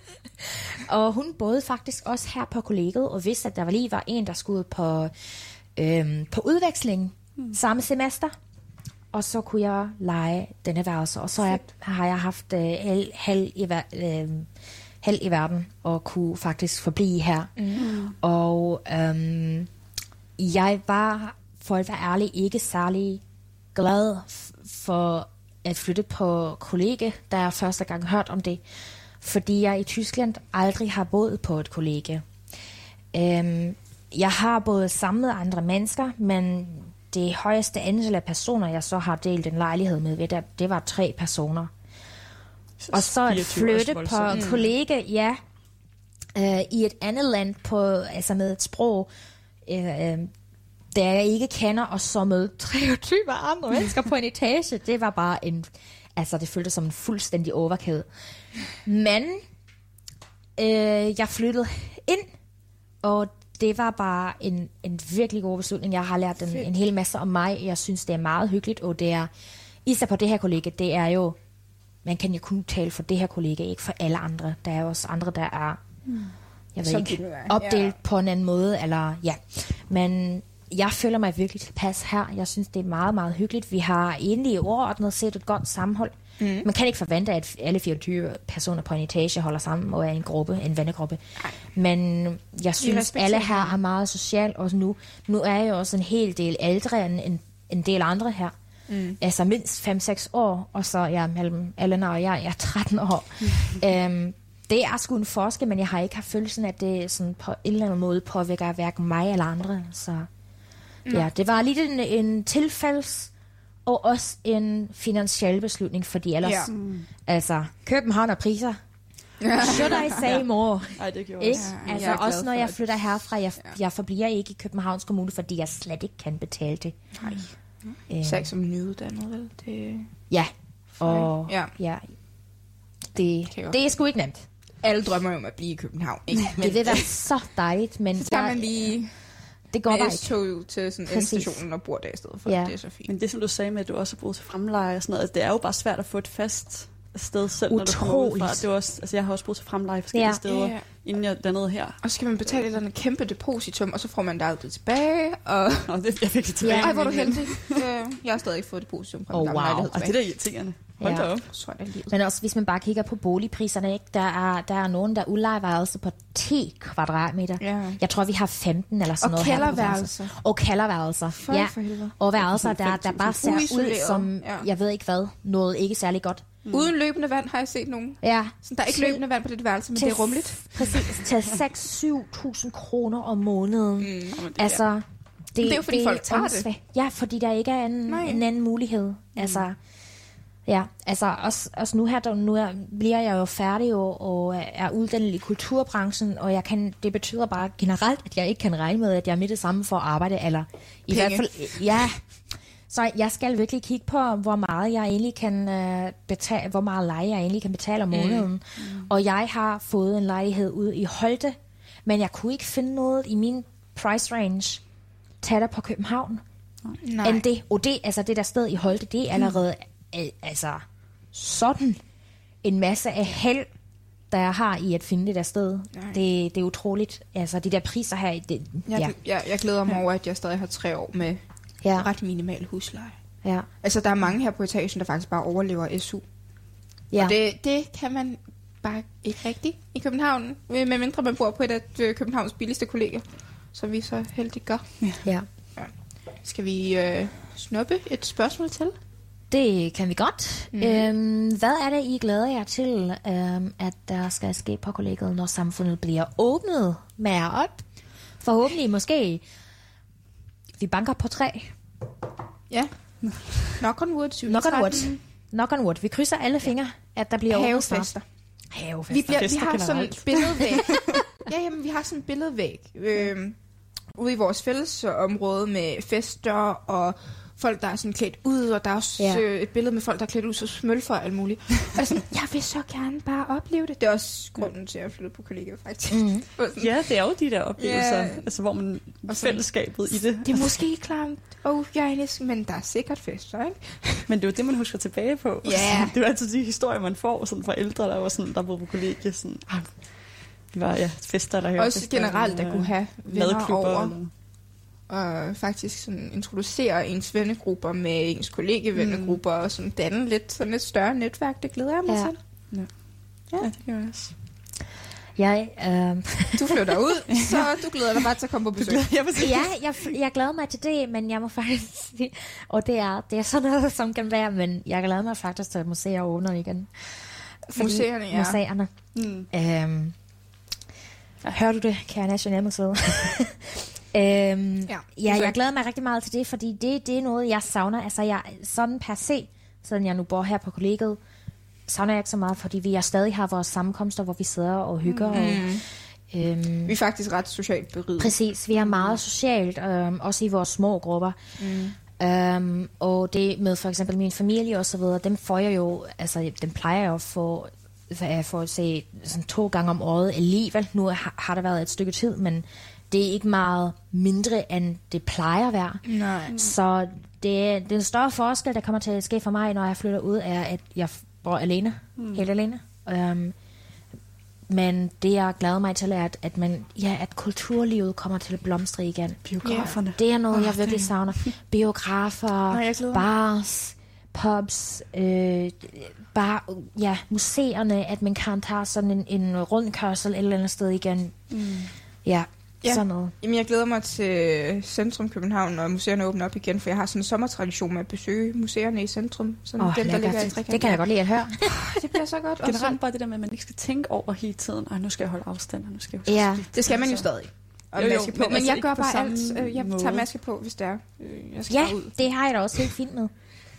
Og hun boede faktisk også her på kollegiet, og vidste, at der var lige var en, der skulle på, øhm, på udveksling mm. samme semester. Og så kunne jeg lege denne værelse, og så jeg, har jeg haft øh, held, held, i, øh, held i verden, og kunne faktisk forblive her. Mm. Og øhm, jeg var, for at være ærlig, ikke særlig glad for at flytte på kollegie, da jeg første gang hørte om det. Fordi jeg i Tyskland aldrig har boet på et kollegie. Um, jeg har boet sammen med andre mennesker, men det højeste antal af personer, jeg så har delt en lejlighed med, det, det var tre personer. Så og så at flytte på mm. kollegie, ja, uh, i et andet land på, altså med et sprog, uh, der jeg ikke kender, og så med treogtyve andre mennesker på en etage, det var bare en, altså det føltes som en fuldstændig overkill. Men øh, jeg flyttede ind, og det var bare en, en virkelig god beslutning. Jeg har lært en, en hel masse om mig. Jeg synes, det er meget hyggeligt, og det er, især på det her kollega, det er jo, man kan jo kun tale for det her kollega, ikke for alle andre. Der er også andre, der er, mm. jeg ved
Som
ikke,
du er.
opdelt
Ja.
på en anden måde, eller ja. Men jeg føler mig virkelig tilpas her. Jeg synes, det er meget, meget hyggeligt. Vi har egentlig overordnet set et godt sammenhold. Mm. Man kan ikke forvente, at alle fireogtyve personer på en etage holder sammen og er en gruppe, en vennegruppe. Ej. Men jeg synes, alle her er meget socialt, og nu, nu er jeg jo også en hel del ældre end en, en del andre her. Mm. Altså mindst fem seks år, og så ja, mellem Elena og jeg, jeg er tretten år. Mm. Øhm, det er sgu en forskel, men jeg har ikke haft følelsen, at det sådan på en eller anden måde påvirker hverken mig eller andre. Så mm. ja, det var lidt en, en tilfælds og også en finansiel beslutning, fordi ellers, ja. mm. altså, København og priser, should I say more?
Ej, det gjorde
ikke?
jeg.
Altså,
jeg
også når
for,
jeg
at...
flytter herfra, jeg, jeg forbliver ikke i Københavns Kommune, fordi jeg slet ikke kan betale det.
Nej.
Mm.
Især ikke som nyuddannet, vel? Det...
Ja, og
ja.
ja, det, det er sgu ikke nemt.
Alle drømmer jo om at blive i København, ikke?
Det vil være så dejligt, men
så tager man lige
det går
med
S
S-tog til sådan stationen og bor der i stedet for.
Ja.
Det er så fint.
Men det, som du sagde med, at du også har boet til fremleje og sådan noget, altså, det er jo bare svært at få et fast sted selv, når du kommer ud fra. Det var også, altså, jeg har også boet til fremleje forskellige
ja.
steder,
ja.
inden jeg dannede her.
Og så skal man betale et eller andet kæmpe depositum, og så får man det aldrig tilbage. Og...
Nå, det, jeg fik det tilbage.
Ej, hvor er du heldig. Jeg har stadig ikke fået depositum fra
oh,
min gamle
wow.
lejlighed tilbage.
Og det er da irriterende. Hold
ja.
da op.
Men også hvis man bare kigger på boligpriserne, ikke? Der er, der er nogen, der udlejer på ti kvadratmeter.
Ja.
Jeg tror, vi har femten eller sådan
og
noget her.
kælderværelser.
Og kælderværelser.
For
ja.
for helvede.
Og værelser, der, der bare ser ud som, ja. jeg ved ikke hvad, noget ikke særlig godt.
Mm. Uden løbende vand har jeg set nogen.
Ja.
Så der er ikke løbende vand på det værelse, men
til,
det er rummeligt.
Præcis, til seks til syv tusind kroner om måneden. Mm. Altså, det,
det er jo fordi
det
folk tager
åndsvæg.
det.
Ja, fordi der ikke er en, en anden mulighed. Mm. Altså, ja, altså også, også nu her, der, nu er, bliver jeg jo færdig og, og er uddannet i kulturbranchen, og jeg kan, det betyder bare generelt, at jeg ikke kan regne med, at jeg er med det samme for at arbejde, eller i
Penge.
hvert fald, ja. Så jeg skal virkelig kigge på, hvor meget jeg egentlig kan uh, betale, hvor meget leje jeg egentlig kan betale om måneden. Mm. Mm. Og jeg har fået en lejlighed ude i Holte, men jeg kunne ikke finde noget i min price range tættere på København.
Nej.
End det. Og det, altså det der sted i Holte, det er allerede mm. øh, altså sådan en masse af held, der jeg har i at finde det der sted. Det, det er utroligt. Altså de der priser her. Det,
jeg,
ja.
jeg, jeg glæder mig over, at jeg stadig har tre år med ja. ret minimal husleje.
Ja.
Altså der er mange her på etagen, der faktisk bare overlever S U.
Ja.
Og det, det kan man bare ikke rigtigt i København. Medmindre man bor på et af Københavns billigste kolleger. Som vi så heldigt gør.
Ja. ja.
ja. Skal vi øh, snuppe et spørgsmål til?
Det kan vi godt. Mm. Øhm, hvad er det, I glæder jer til, øhm, at der skal ske på kollegiet, når samfundet bliver åbnet mere op? Forhåbentlig måske vi banker på tre.
Ja. Knock on wood.
Knock on wood. Knock on wood. Vi krydser alle fingre, at der bliver åbnet snart.
Havefester.
Havefester.
Vi, bliver, vi har sådan et billedvæg. ja, jamen, vi har sådan et billedvæg øh, ude i vores fællesområde med fester og folk, der er sådan klædt ud, og der er også ja. øh, et billede med folk, der er klædt ud så smølfer og alt muligt. Og sådan, jeg vil så gerne bare opleve det. Det er også grunden til at flytte på kollegiet, faktisk.
Mm. ja, det er jo de der oplevelser, yeah. altså, hvor man
og
fællesskabet i det.
Det er måske ikke klamt og hygienisk, men der er sikkert fester, ikke?
Men det er jo det, man husker tilbage på.
Ja. Yeah.
Det er jo altid de historier, man får sådan fra ældre, der var sådan, der boede på kollegiet. Sådan, ah, det var ja, fester, der hørte.
Også generelt, der kunne have venner over.
Eller
og faktisk sådan introducere ens vennegrupper med ens kollegevennegrupper mm. og sådan danne lidt sådan et større netværk. Det glæder jeg mig
ja.
til.
Ja.
Ja.
ja, det gør jeg også.
Jeg, øh...
du flytter ud, så du glæder dig bare til at komme på besøg.
ja, jeg, jeg glæder mig til det, men jeg må faktisk sige, og det er, det er sådan noget, som kan være, men jeg glæder mig faktisk til, at museer åbner igen.
Fordi museerne, ja.
Museerne. Mm. Øhm, hører du det, kære Nationalmuseet? Øhm, ja, ja, jeg glæder mig rigtig meget til det, fordi det, det er noget, jeg savner. Altså, jeg, sådan per se, siden jeg nu bor her på kollegiet, savner jeg ikke så meget, fordi vi stadig har vores sammenkomster, hvor vi sidder og hygger. Mm. Og, øhm,
vi er faktisk ret socialt beriget.
Præcis, vi er meget socialt, øhm, også i vores små grupper. Mm. Øhm, og det med for eksempel min familie og så videre, dem får jeg jo, altså dem plejer jeg jo at få, for at se sådan to gange om året alligevel. Nu har, har der været et stykke tid, men det er ikke meget mindre, end det plejer at være.
Nej.
Så det, den større forskel, der kommer til at ske for mig, når jeg flytter ud, er, at jeg bor alene. Mm. Helt alene. Um, men det, jeg glæder mig til, er, at, at, man, ja, at kulturlivet kommer til at blomstre igen.
Biograferne.
Det er noget,
oh,
jeg virkelig
det.
savner. Biografer,
Nå,
bars, pubs, øh, bar, ja, museerne, at man kan tage sådan en, en rundkørsel et eller andet sted igen. Mm. Ja,
ja,
sådan noget.
Jamen, jeg glæder mig til Centrum København, når museerne åbner op igen, for jeg har sådan en sommertradition med at besøge museerne i centrum. Sådan
oh,
dem, der ligger i trekant.
Det kan jeg godt lide at høre.
Det bliver så godt.
Generelt også bare det der med, at man ikke skal tænke over hele tiden, og nu skal jeg holde afstand, og nu skal jeg
ja.
huske.
Det skal man jo stadig. Og
jo, jo,
maske på. Men, men
altså
jeg gør bare alt. Øh, jeg
måde.
tager maske på, hvis det er. Øh, jeg skal
ja,
ud.
det har jeg da også helt fint med.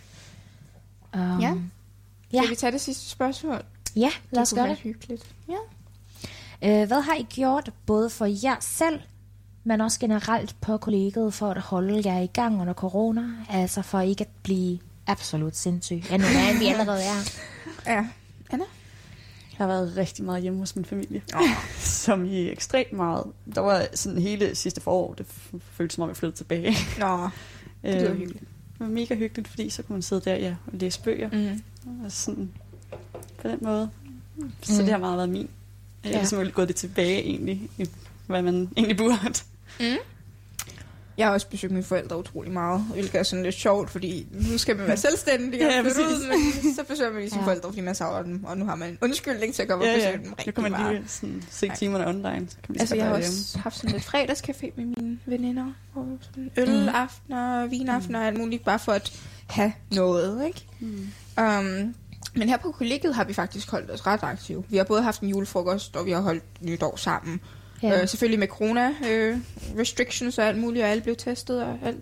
Um,
ja.
ja.
Skal vi tage det sidste spørgsmål?
Ja, lad os
det
gøre det.
Hyggeligt. Ja.
Uh, hvad har I gjort, både for jer selv, men også generelt på kollegiet, for at holde jer i gang under corona? Altså for ikke at blive absolut sindssyg, endnu mere end vi allerede er.
Ja. Anna?
Jeg har været rigtig meget hjemme hos min familie, oh. som i ekstremt meget. Der var sådan hele sidste forår, det føltes som om, jeg flyttede tilbage.
Nå, det lyder hyggeligt.
Det var mega hyggeligt, fordi så kunne man sidde der ja, og læse bøger.
Mm.
Og sådan på den måde. Så mm. det har meget været min. Jeg har ligesom gået det tilbage egentlig, i hvad man egentlig burde.
Mm. Jeg har også besøgt mine forældre utrolig meget, hvilket er sådan lidt sjovt, fordi nu skal man være selvstændig og
ja,
flytte ud, men så besøger man lige sine ja. forældre, fordi man savner dem, og nu har man en undskyldning til at komme ja, og besøge ja. dem rigtig
meget. Nu kan man lige sådan, se timerne online, så kan man
altså, jeg har
hjemme.
også haft sådan lidt fredagscafé med mine veninder, og sådan ølaftener, mm. vinaftener og alt muligt, bare for at have noget, ikke? Mm. Um, men her på kollegiet har vi faktisk holdt os ret aktive. Vi har både haft en julefrokost, og vi har holdt nytår sammen. Ja. Øh, selvfølgelig med corona øh, restrictions og alt muligt, og alle blev testet og alt.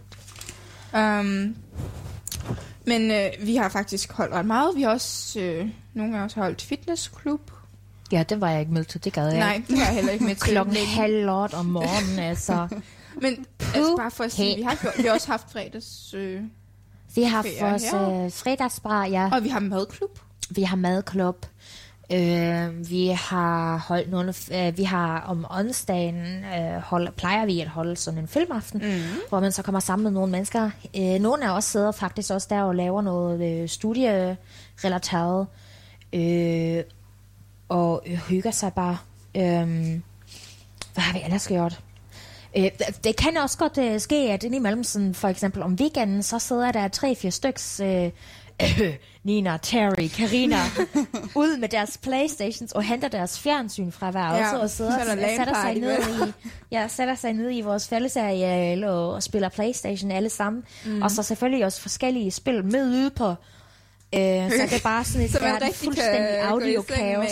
Um, men øh, vi har faktisk holdt ret meget. Vi har også, øh, nogle af os har holdt fitnessklub.
Ja, det var jeg ikke med til, det gad jeg.
Nej, det var jeg heller ikke med til.
Klokken halv otte om morgenen, altså.
Men altså, bare for at sige, vi har, gjort, vi har også haft fredags... Øh,
vi har haft vores øh, fredagsbar, ja.
Og vi har madklub.
Vi har madklub. Øh, vi har holdt nogle, øh, vi har om onsdagen øh, hold, plejer vi at holde sådan en filmaften, mm. hvor man så kommer sammen med nogle mennesker. Øh, nogle af os sidder faktisk også der og laver noget øh, studierelateret øh, og øh, hygger sig bare. Øh, hvad har vi ellers gjort? Øh, det kan også godt øh, ske, at indimellem sådan, for eksempel om weekenden, så sidder der tre-fire styks øh, øh, Nina, Terry, Karina ud med deres Playstations og henter deres fjernsyn fra værelset ja, og sidder og sætter sig ned i ja, sætter sig ned i vores fællesareal og, og spiller Playstation alle sammen. Mm. Og så selvfølgelig også forskellige spil med ude på. Øh, så det er bare sådan et
så
er fuldstændig audio-kaos.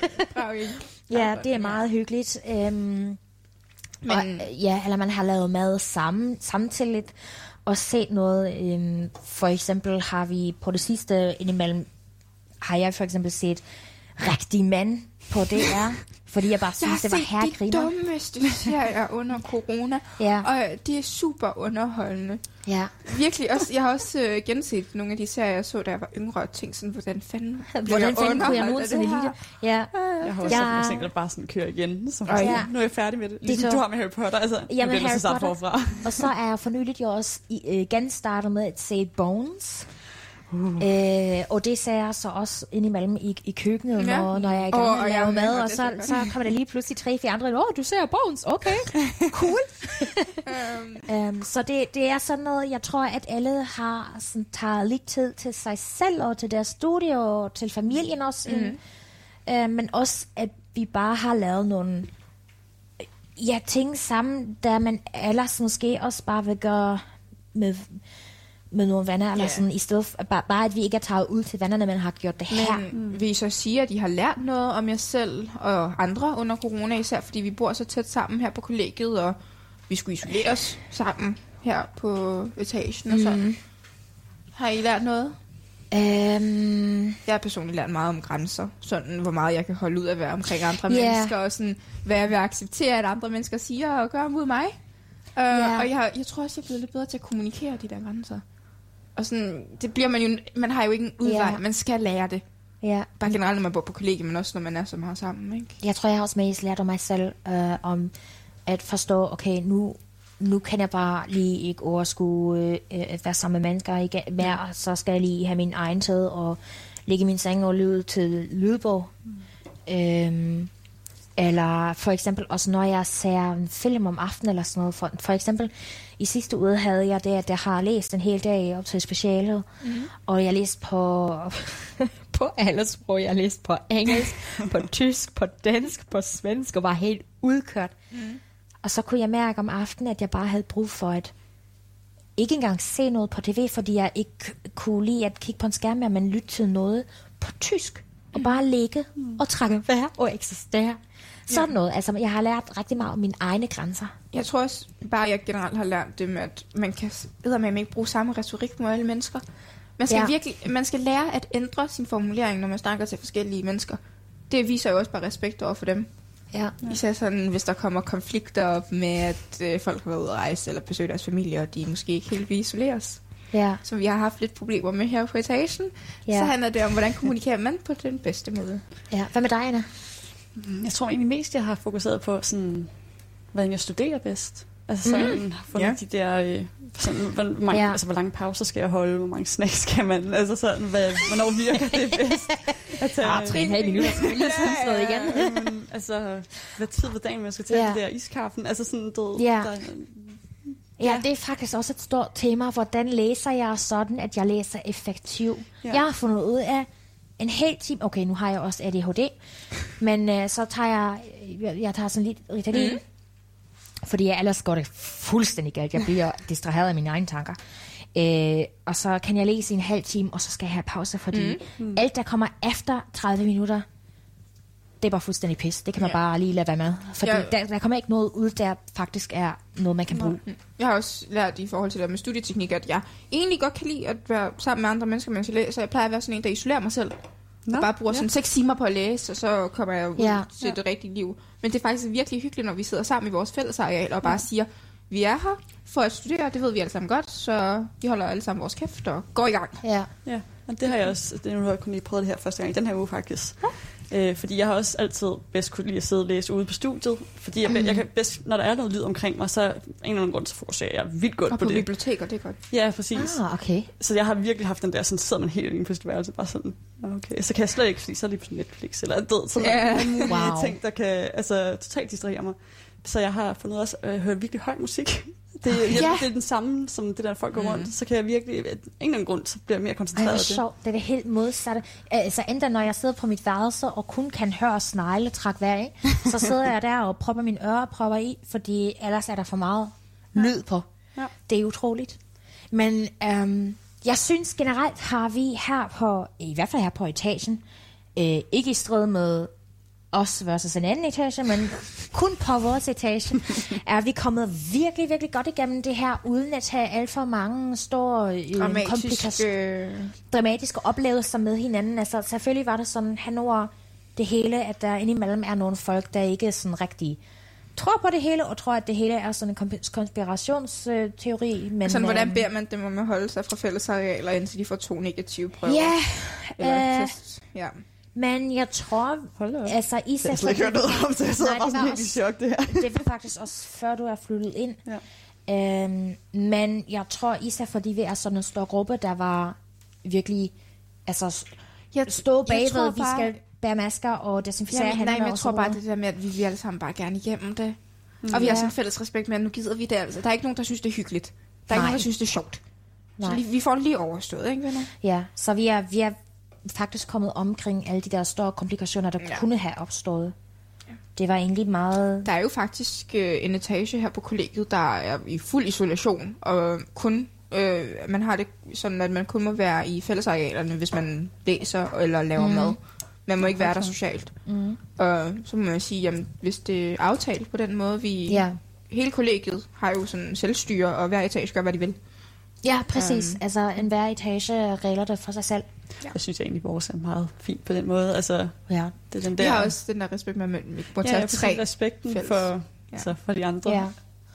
Ja, det er meget hyggeligt. Um, Men, og, ja, eller man har lavet mad sammen, samtidigt og set noget. Øhm, for eksempel har vi på det sidste indimellem, har jeg for eksempel set Rigtig Mand på D R, fordi jeg bare synes, det var herregriner.
Jeg har set de dummeste serier under corona, ja. Og de er super underholdende.
Ja.
Virkelig også, jeg har også øh, genset nogle af de serier, jeg så, da jeg var yngre, og tænkte sådan, hvordan fanden
hvordan fanden kunne jeg nogensinde lide det? Ja.
Jeg har også ja. tænkt, at bare sådan køre igen. Så ja. Ja. Nu er jeg færdig med det. Ligesom det du har med Harry Potter. Altså,
jamen,
jeg bliver Harry Potter. Forfra.
Og så er jeg for nyligt jo også i, øh, genstartet med at se Bones. Uh. Øh, og det ser jeg så også indimellem i, i køkkenet, ja. når, når jeg er i gang med oh, at lave mad, og så, så kommer der lige pludselig tre-fire andre, åh, oh, du ser Bones, okay, cool. um. Um, så det, det er sådan noget, jeg tror, at alle har sådan, taget lidt tid til sig selv, og til deres studie, og til familien også, mm. uh, men også, at vi bare har lavet nogle ja, ting sammen, der man ellers måske også bare vil gøre med... med nogle venner, yeah. eller sådan, i stedet for, bare, bare at vi ikke er taget ud til vennerne, men har gjort det her.
Men mm. vil I så sige, at I har lært noget om jer selv og andre under corona, især fordi vi bor så tæt sammen her på kollegiet, og vi skulle isoleres sammen her på etagen og sådan. Mm. Har I lært noget?
Um,
jeg har personligt lært meget om grænser, sådan hvor meget jeg kan holde ud at være omkring andre yeah. mennesker, og sådan, hvad jeg vil acceptere, at andre mennesker siger og gør mod mig. Uh, yeah. Og jeg, jeg tror også, jeg er blevet lidt bedre til at kommunikere de der grænser. Og sådan, det bliver man jo, man har jo ikke en udvej, yeah. man skal lære det.
Yeah.
Bare generelt, når man bor på kollegiet, men også når man er så meget sammen, ikke?
Jeg tror, jeg har også mest lært om mig selv, øh, om at forstå, okay, nu, nu kan jeg bare lige ikke overskue øh, at være sammen med mennesker igen mere, og så skal jeg lige have min egen tid og ligge i min seng og lyde til lydbog. Mm. Øhm, eller for eksempel også, når jeg ser en film om aftenen eller sådan noget. For, for eksempel, i sidste uge havde jeg det, at jeg har læst en hel dag op til specialet, mm. og jeg læste på, på alle sprog. Jeg læste på engelsk, på tysk, på dansk, på svensk, og var helt udkørt. Mm. Og så kunne jeg mærke om aftenen, at jeg bare havde brug for at ikke engang se noget på tv, fordi jeg ikke kunne lide at kigge på en skærm, men lytte til noget på tysk, og bare ligge mm. og trække vejr og eksistere. Sådan noget. Altså, jeg har lært rigtig meget om mine egne grænser.
Jeg tror også bare, at jeg generelt har lært det med, at man kan eddermame ikke bruge samme retorik med alle mennesker. Man skal, ja. virkelig, man skal lære at ændre sin formulering, når man snakker til forskellige mennesker. Det viser jo også bare respekt over for dem.
Ja.
Især sådan, hvis der kommer konflikter op med, at øh, folk har været ude at rejse eller besøge deres familie, og de måske ikke helt vil isoleres.
Ja.
Så vi har haft lidt problemer med her på etagen. Ja. Så handler det om, hvordan kommunikerer man på den bedste måde.
Ja. Hvad med dig, Anna?
Jeg tror egentlig mest, jeg har fokuseret på, sådan, hvordan jeg studerer bedst. Altså sådan, mm. fundet yeah. de der, øh, sådan, hvor, mange, yeah. altså, hvor lange pauser skal jeg holde, hvor mange snacks skal man, altså sådan, hvad, hvornår virker det bedst? Altså,
ah, tre og en halv minutter, så vil jeg lige noget igen.
um, altså, hvad tid på dagen man skal tage yeah. det der iskaffen, altså sådan, du
yeah.
der,
Ja, det er faktisk også et stort tema. Hvordan læser jeg sådan, at jeg læser effektivt? Yeah. Jeg har fundet ud af, en hel time, okay, nu har jeg også A D H D, men øh, så tager jeg, jeg, jeg tager sådan lidt Ritalin, mm. fordi jeg ellers går det fuldstændig galt. Jeg bliver distraheret af mine egne tanker. Øh, og så kan jeg læse i en halv time, og så skal jeg have pause, fordi mm. alt, der kommer efter tredive minutter, det er bare fuldstændig pis. Det kan man ja. bare lige lade være med. Fordi ja. der, der kommer ikke noget ud, der faktisk er noget, man kan bruge.
Jeg har også lært i forhold til det med studieteknik, at jeg egentlig godt kan lide at være sammen med andre mennesker, mens jeg læser. Jeg plejer at være sådan en, der isolerer mig selv. Nå, og bare bruger ja. sådan seks timer på at læse, og så kommer jeg ud ja. til ja. det rigtige liv. Men det er faktisk virkelig hyggeligt, når vi sidder sammen i vores fællesareal og bare ja. siger, vi er her for at studere, det ved vi alle sammen godt, så vi holder alle sammen vores kæft og går i gang.
Ja,
ja. Og det har jeg også, det nu har jeg kun lige prøvet det her første gang i den her uge faktisk. Ja. Øh, fordi jeg har også altid bedst kunne lide at sidde og læse ude på studiet, fordi jeg, mm. jeg kan bedst, når der er noget lyd omkring mig, så en eller anden grund, så fokuserer jeg vildt godt
og
på,
på
det.
Og på biblioteker, det er godt.
Ja, præcis.
Ah, okay.
Så jeg har virkelig haft den der, sådan sidder man helt inde på sit værelse, bare sådan, okay, så kan jeg slet ikke, fordi så er det på Netflix, eller død, sådan yeah. nogle wow. ting, der kan altså totalt distrahere mig. Så jeg har fundet også at øh, høre virkelig høj musik. Det, jeg, ja. det er den samme, som det der folk går rundt. Mm. Så kan jeg virkelig, af en eller anden grund, så bliver jeg mere koncentreret af det.
Det er sjovt. Det er det helt modsatte. Altså enten når jeg sidder på mit værelse og kun kan høre snegle trække vejr, ikke? Så sidder jeg der og propper mine ørepropper i, fordi ellers er der for meget lyd på. Ja. Det er utroligt. Men øhm, jeg synes generelt har vi her på, i hvert fald her på etagen, øh, ikke i strid med os versus en anden etage, men kun på vores etage, er vi kommet virkelig, virkelig godt igennem det her, uden at have alt for mange store
dramatiske,
dramatiske oplevelser med hinanden. Altså selvfølgelig var det sådan hen over det hele, at der indimellem er nogle folk, der ikke sådan rigtig tror på det hele, og tror, at det hele er sådan en konspirationsteori. Men,
sådan, hvordan beder man dem om at holde sig fra fællesarealer, indtil de får to negative prøver?
Ja,
Eller, øh, ja.
Men jeg tror, altså i
sig... Jeg har ikke hørt noget om det, jeg sidder bare sådan helt i chok, det her.
Det var faktisk også før du er flyttet ind. Ja. Øhm, men jeg tror især, fordi vi er sådan en stor gruppe, der var virkelig altså jeg, stå bagved, vi skal bære masker og desinficere
ja,
hænder.
Nej, men jeg tror bare, det der med, at vi, vi alle sammen bare gerne igennem det. Mm. Og vi ja. har sådan en fælles respekt med, at nu gider vi det altså. Der er ikke nogen, der synes, det er hyggeligt. Der er nej. ikke nogen, der synes, det er sjovt. Nej. Så vi, vi får det lige overstået, ikke venner?
Ja, så vi er... Vi er faktisk kommet omkring alle de der store komplikationer, der ja. kunne have opstået. Ja. Det var egentlig meget...
Der er jo faktisk øh, en etage her på kollegiet, der er i fuld isolation, og kun øh, man har det sådan, at man kun må være i fællesarealerne, hvis man læser eller laver mm. mad. Man må ikke være der socialt. Mm. Og så må man sige, jamen, hvis det er aftalt på den måde, vi... Ja. Hele kollegiet har jo sådan selvstyre, og hver etage gør, hvad de vil.
Ja, præcis. Um, altså, en hver etage regler det for sig selv.
Ja. Jeg synes egentlig, vores er meget fint på den måde. Altså,
ja.
det er den der...
Vi har også den der respekt med, at vi må tage
ja,
tre
respekten for, ja. altså, for de andre.
Ja.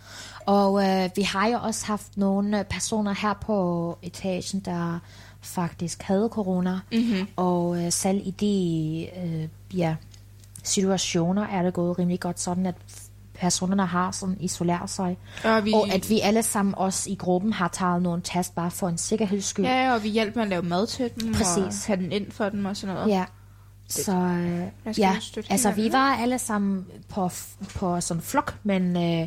Og øh, vi har jo også haft nogle personer her på etagen, der faktisk havde corona. Mm-hmm. Og øh, selv i de øh, ja, situationer er det gået rimelig godt sådan, at personerne har sådan isoleret sig.
Og, vi...
og at vi alle sammen også i gruppen har taget nogle test bare for en sikkerheds skyld.
Ja, og vi hjælper med at lave mad til dem.
Præcis.
Og have den ind for dem og sådan noget.
Ja. Så øh, ja, altså vi var alle sammen på, på sådan flok, men øh,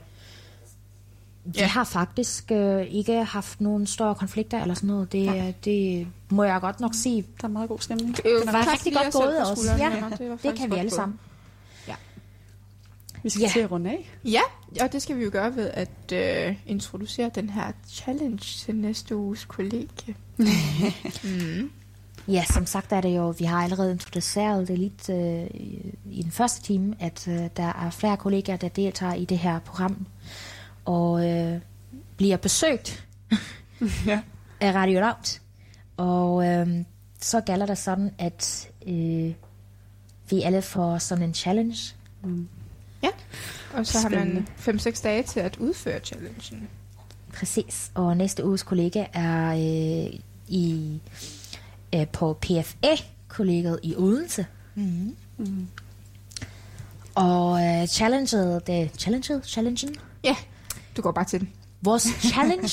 vi ja. har faktisk øh, ikke haft nogen større konflikter eller sådan noget. Det, ja. det må jeg godt nok sige.
Der er meget god stemning.
Det var rigtig godt gået også. Ja,
det,
det kan vi alle sammen.
Ja.
Vi skal
ja.
til at runde af.
Ja, og det skal vi jo gøre ved at øh, introducere den her challenge til næste uges kollegie. mm.
Ja, som sagt er det jo, vi har allerede introduceret det lidt øh, i den første time, at øh, der er flere kollegaer, der deltager i det her program, og øh, bliver besøgt
ja.
af Radio Loud. Og øh, så gælder det sådan, at øh, vi alle får sådan en challenge.
Mm. Ja, og så Spændende. har man fem seks dage til at udføre challengen.
Præcis, og næste uges kollega er øh, i... på P F A-kollegiet i Odense.
Mm. Mm.
Og uh, challenget, det challenget, challengen?
Ja, yeah, du går bare til den.
Vores challenge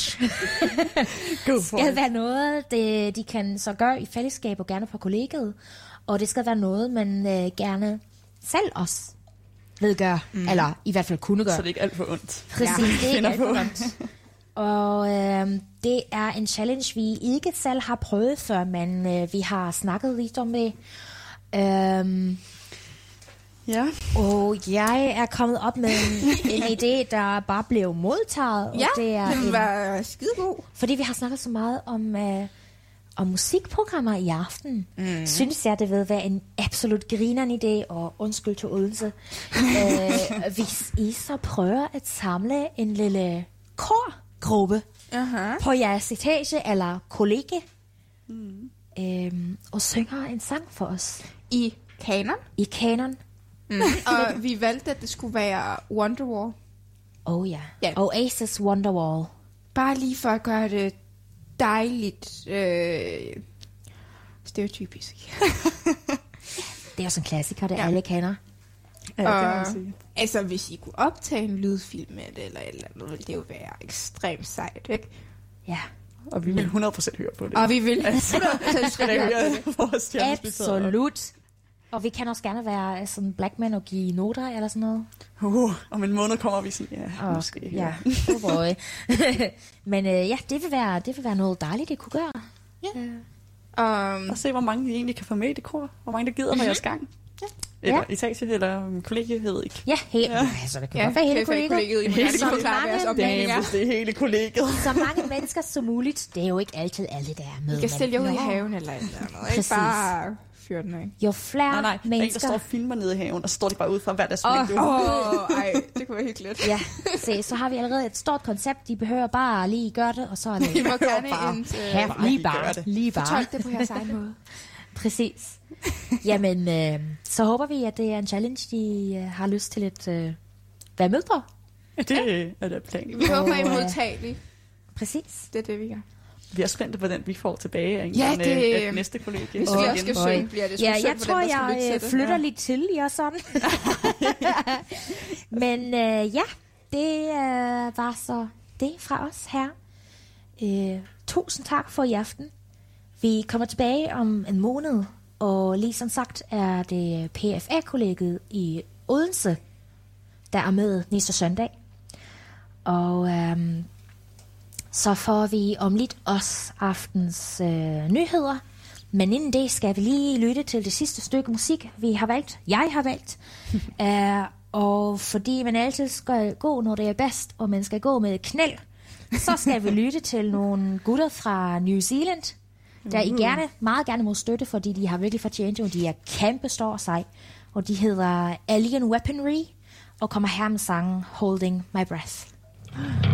skal være noget, det, de kan så gøre i fællesskab og gerne på kollegiet. Og det skal være noget, man uh, gerne selv også ved gøre. Mm. Eller i hvert fald kunne gøre.
Så det er ikke alt for ondt.
Præcis, ja. Det er ikke alt for ondt. Og øh, det er en challenge, vi ikke selv har prøvet før, men øh, vi har snakket lidt om det. Øhm,
ja.
Og jeg er kommet op med en, en idé, der bare blev modtaget.
Ja,
og det er
den var skidegod.
Fordi vi har snakket så meget om, øh, om musikprogrammer i aften. Mm. Synes jeg, det vil være en absolut grinerende idé, og undskyld til Odense. øh, hvis I så prøver at samle en lille kor, gruppe
uh-huh.
på jeres etage eller kollega mm. øhm, og synger en sang for os.
I kanon?
I kanon.
Mm. Og vi valgte, at det skulle være Wonderwall.
Oh ja. Yeah. Oasis Wonderwall.
Bare lige for at gøre det dejligt øh, stereotypisk.
Det er også en klassiker, det ja. alle kender.
Ja, og,
altså, hvis I kunne optage en lydfilm med det, eller et eller andet, ville det jo være ekstremt sejt, ikke?
Ja.
Og vi vil hundrede procent høre på det.
Og vi vil hundrede procent høre på det.
Absolut. Og vi kan også gerne være sådan black man og give noter, eller sådan noget.
Uh, om en måned kommer vi sådan, ja,
og,
måske.
Ja, oh boy. Men øh, ja, det vil, være, det vil være noget dejligt, det kunne gøre.
Ja.
Um, og se, hvor mange vi egentlig kan få med i det kor. Hvor mange der gider med jeres gang. Ja. Eller ja. etage, eller um, kollegie, jeg ved ikke.
Ja, helt. Ja. Altså, det kan ja, godt være hele kollegiet.
kollegiet. Hele
så mange,
Damn, det er hele kollegiet.
Så mange mennesker som muligt. Det er jo ikke altid alle, der er med.
Vi kan stille jer ud i haven eller et eller andet. Ikke bare fyre den af.
Jo flere
nej, nej,
mennesker.
En, der står og filmer nede i haven, og så står de bare ud fra hver deres
Åh, oh, oh, ej, det kunne være hyggeligt.
Ja, se, så har vi allerede et stort koncept. De behøver bare lige gøre det, og så er det...
I må gerne
bare,
ind,
ja, bare lige bare. Lige bare.
Fortolk det på jeres egen måde.
Præcis. Jamen, øh, så håber vi, at det er en challenge, de øh, har lyst til at øh, være med på.
Ja, det ja. er det planen.
Vi håber, I er modtagelige.
Præcis.
Det er det, vi gør.
Vi er spændte på den, vi får tilbage af
ja, det,
øh, næste kollega.
Hvis vi også skal synge, bliver det
ja, jeg
synd
tror,
den,
jeg flytter ja. lidt til jer sådan. Men øh, ja, det øh, var så det fra os her. Øh, tusind tak for i aften. Vi kommer tilbage om en måned, og lige som sagt er det P F A-kollegiet i Odense, der er med næste søndag. Og øhm, så får vi om lidt også aftens øh, nyheder. Men inden det skal vi lige lytte til det sidste stykke musik, vi har valgt. Jeg har valgt. uh, og fordi man altid skal gå, når det er bedst, og man skal gå med et knæl, så skal vi lytte til nogle gutter fra New Zealand, der I gerne, meget gerne må støtte, fordi de har virkelig fortjent det, og de er kæmpe store sig. Og de hedder Alien Weaponry, og kommer her med sangen Holding My Breath.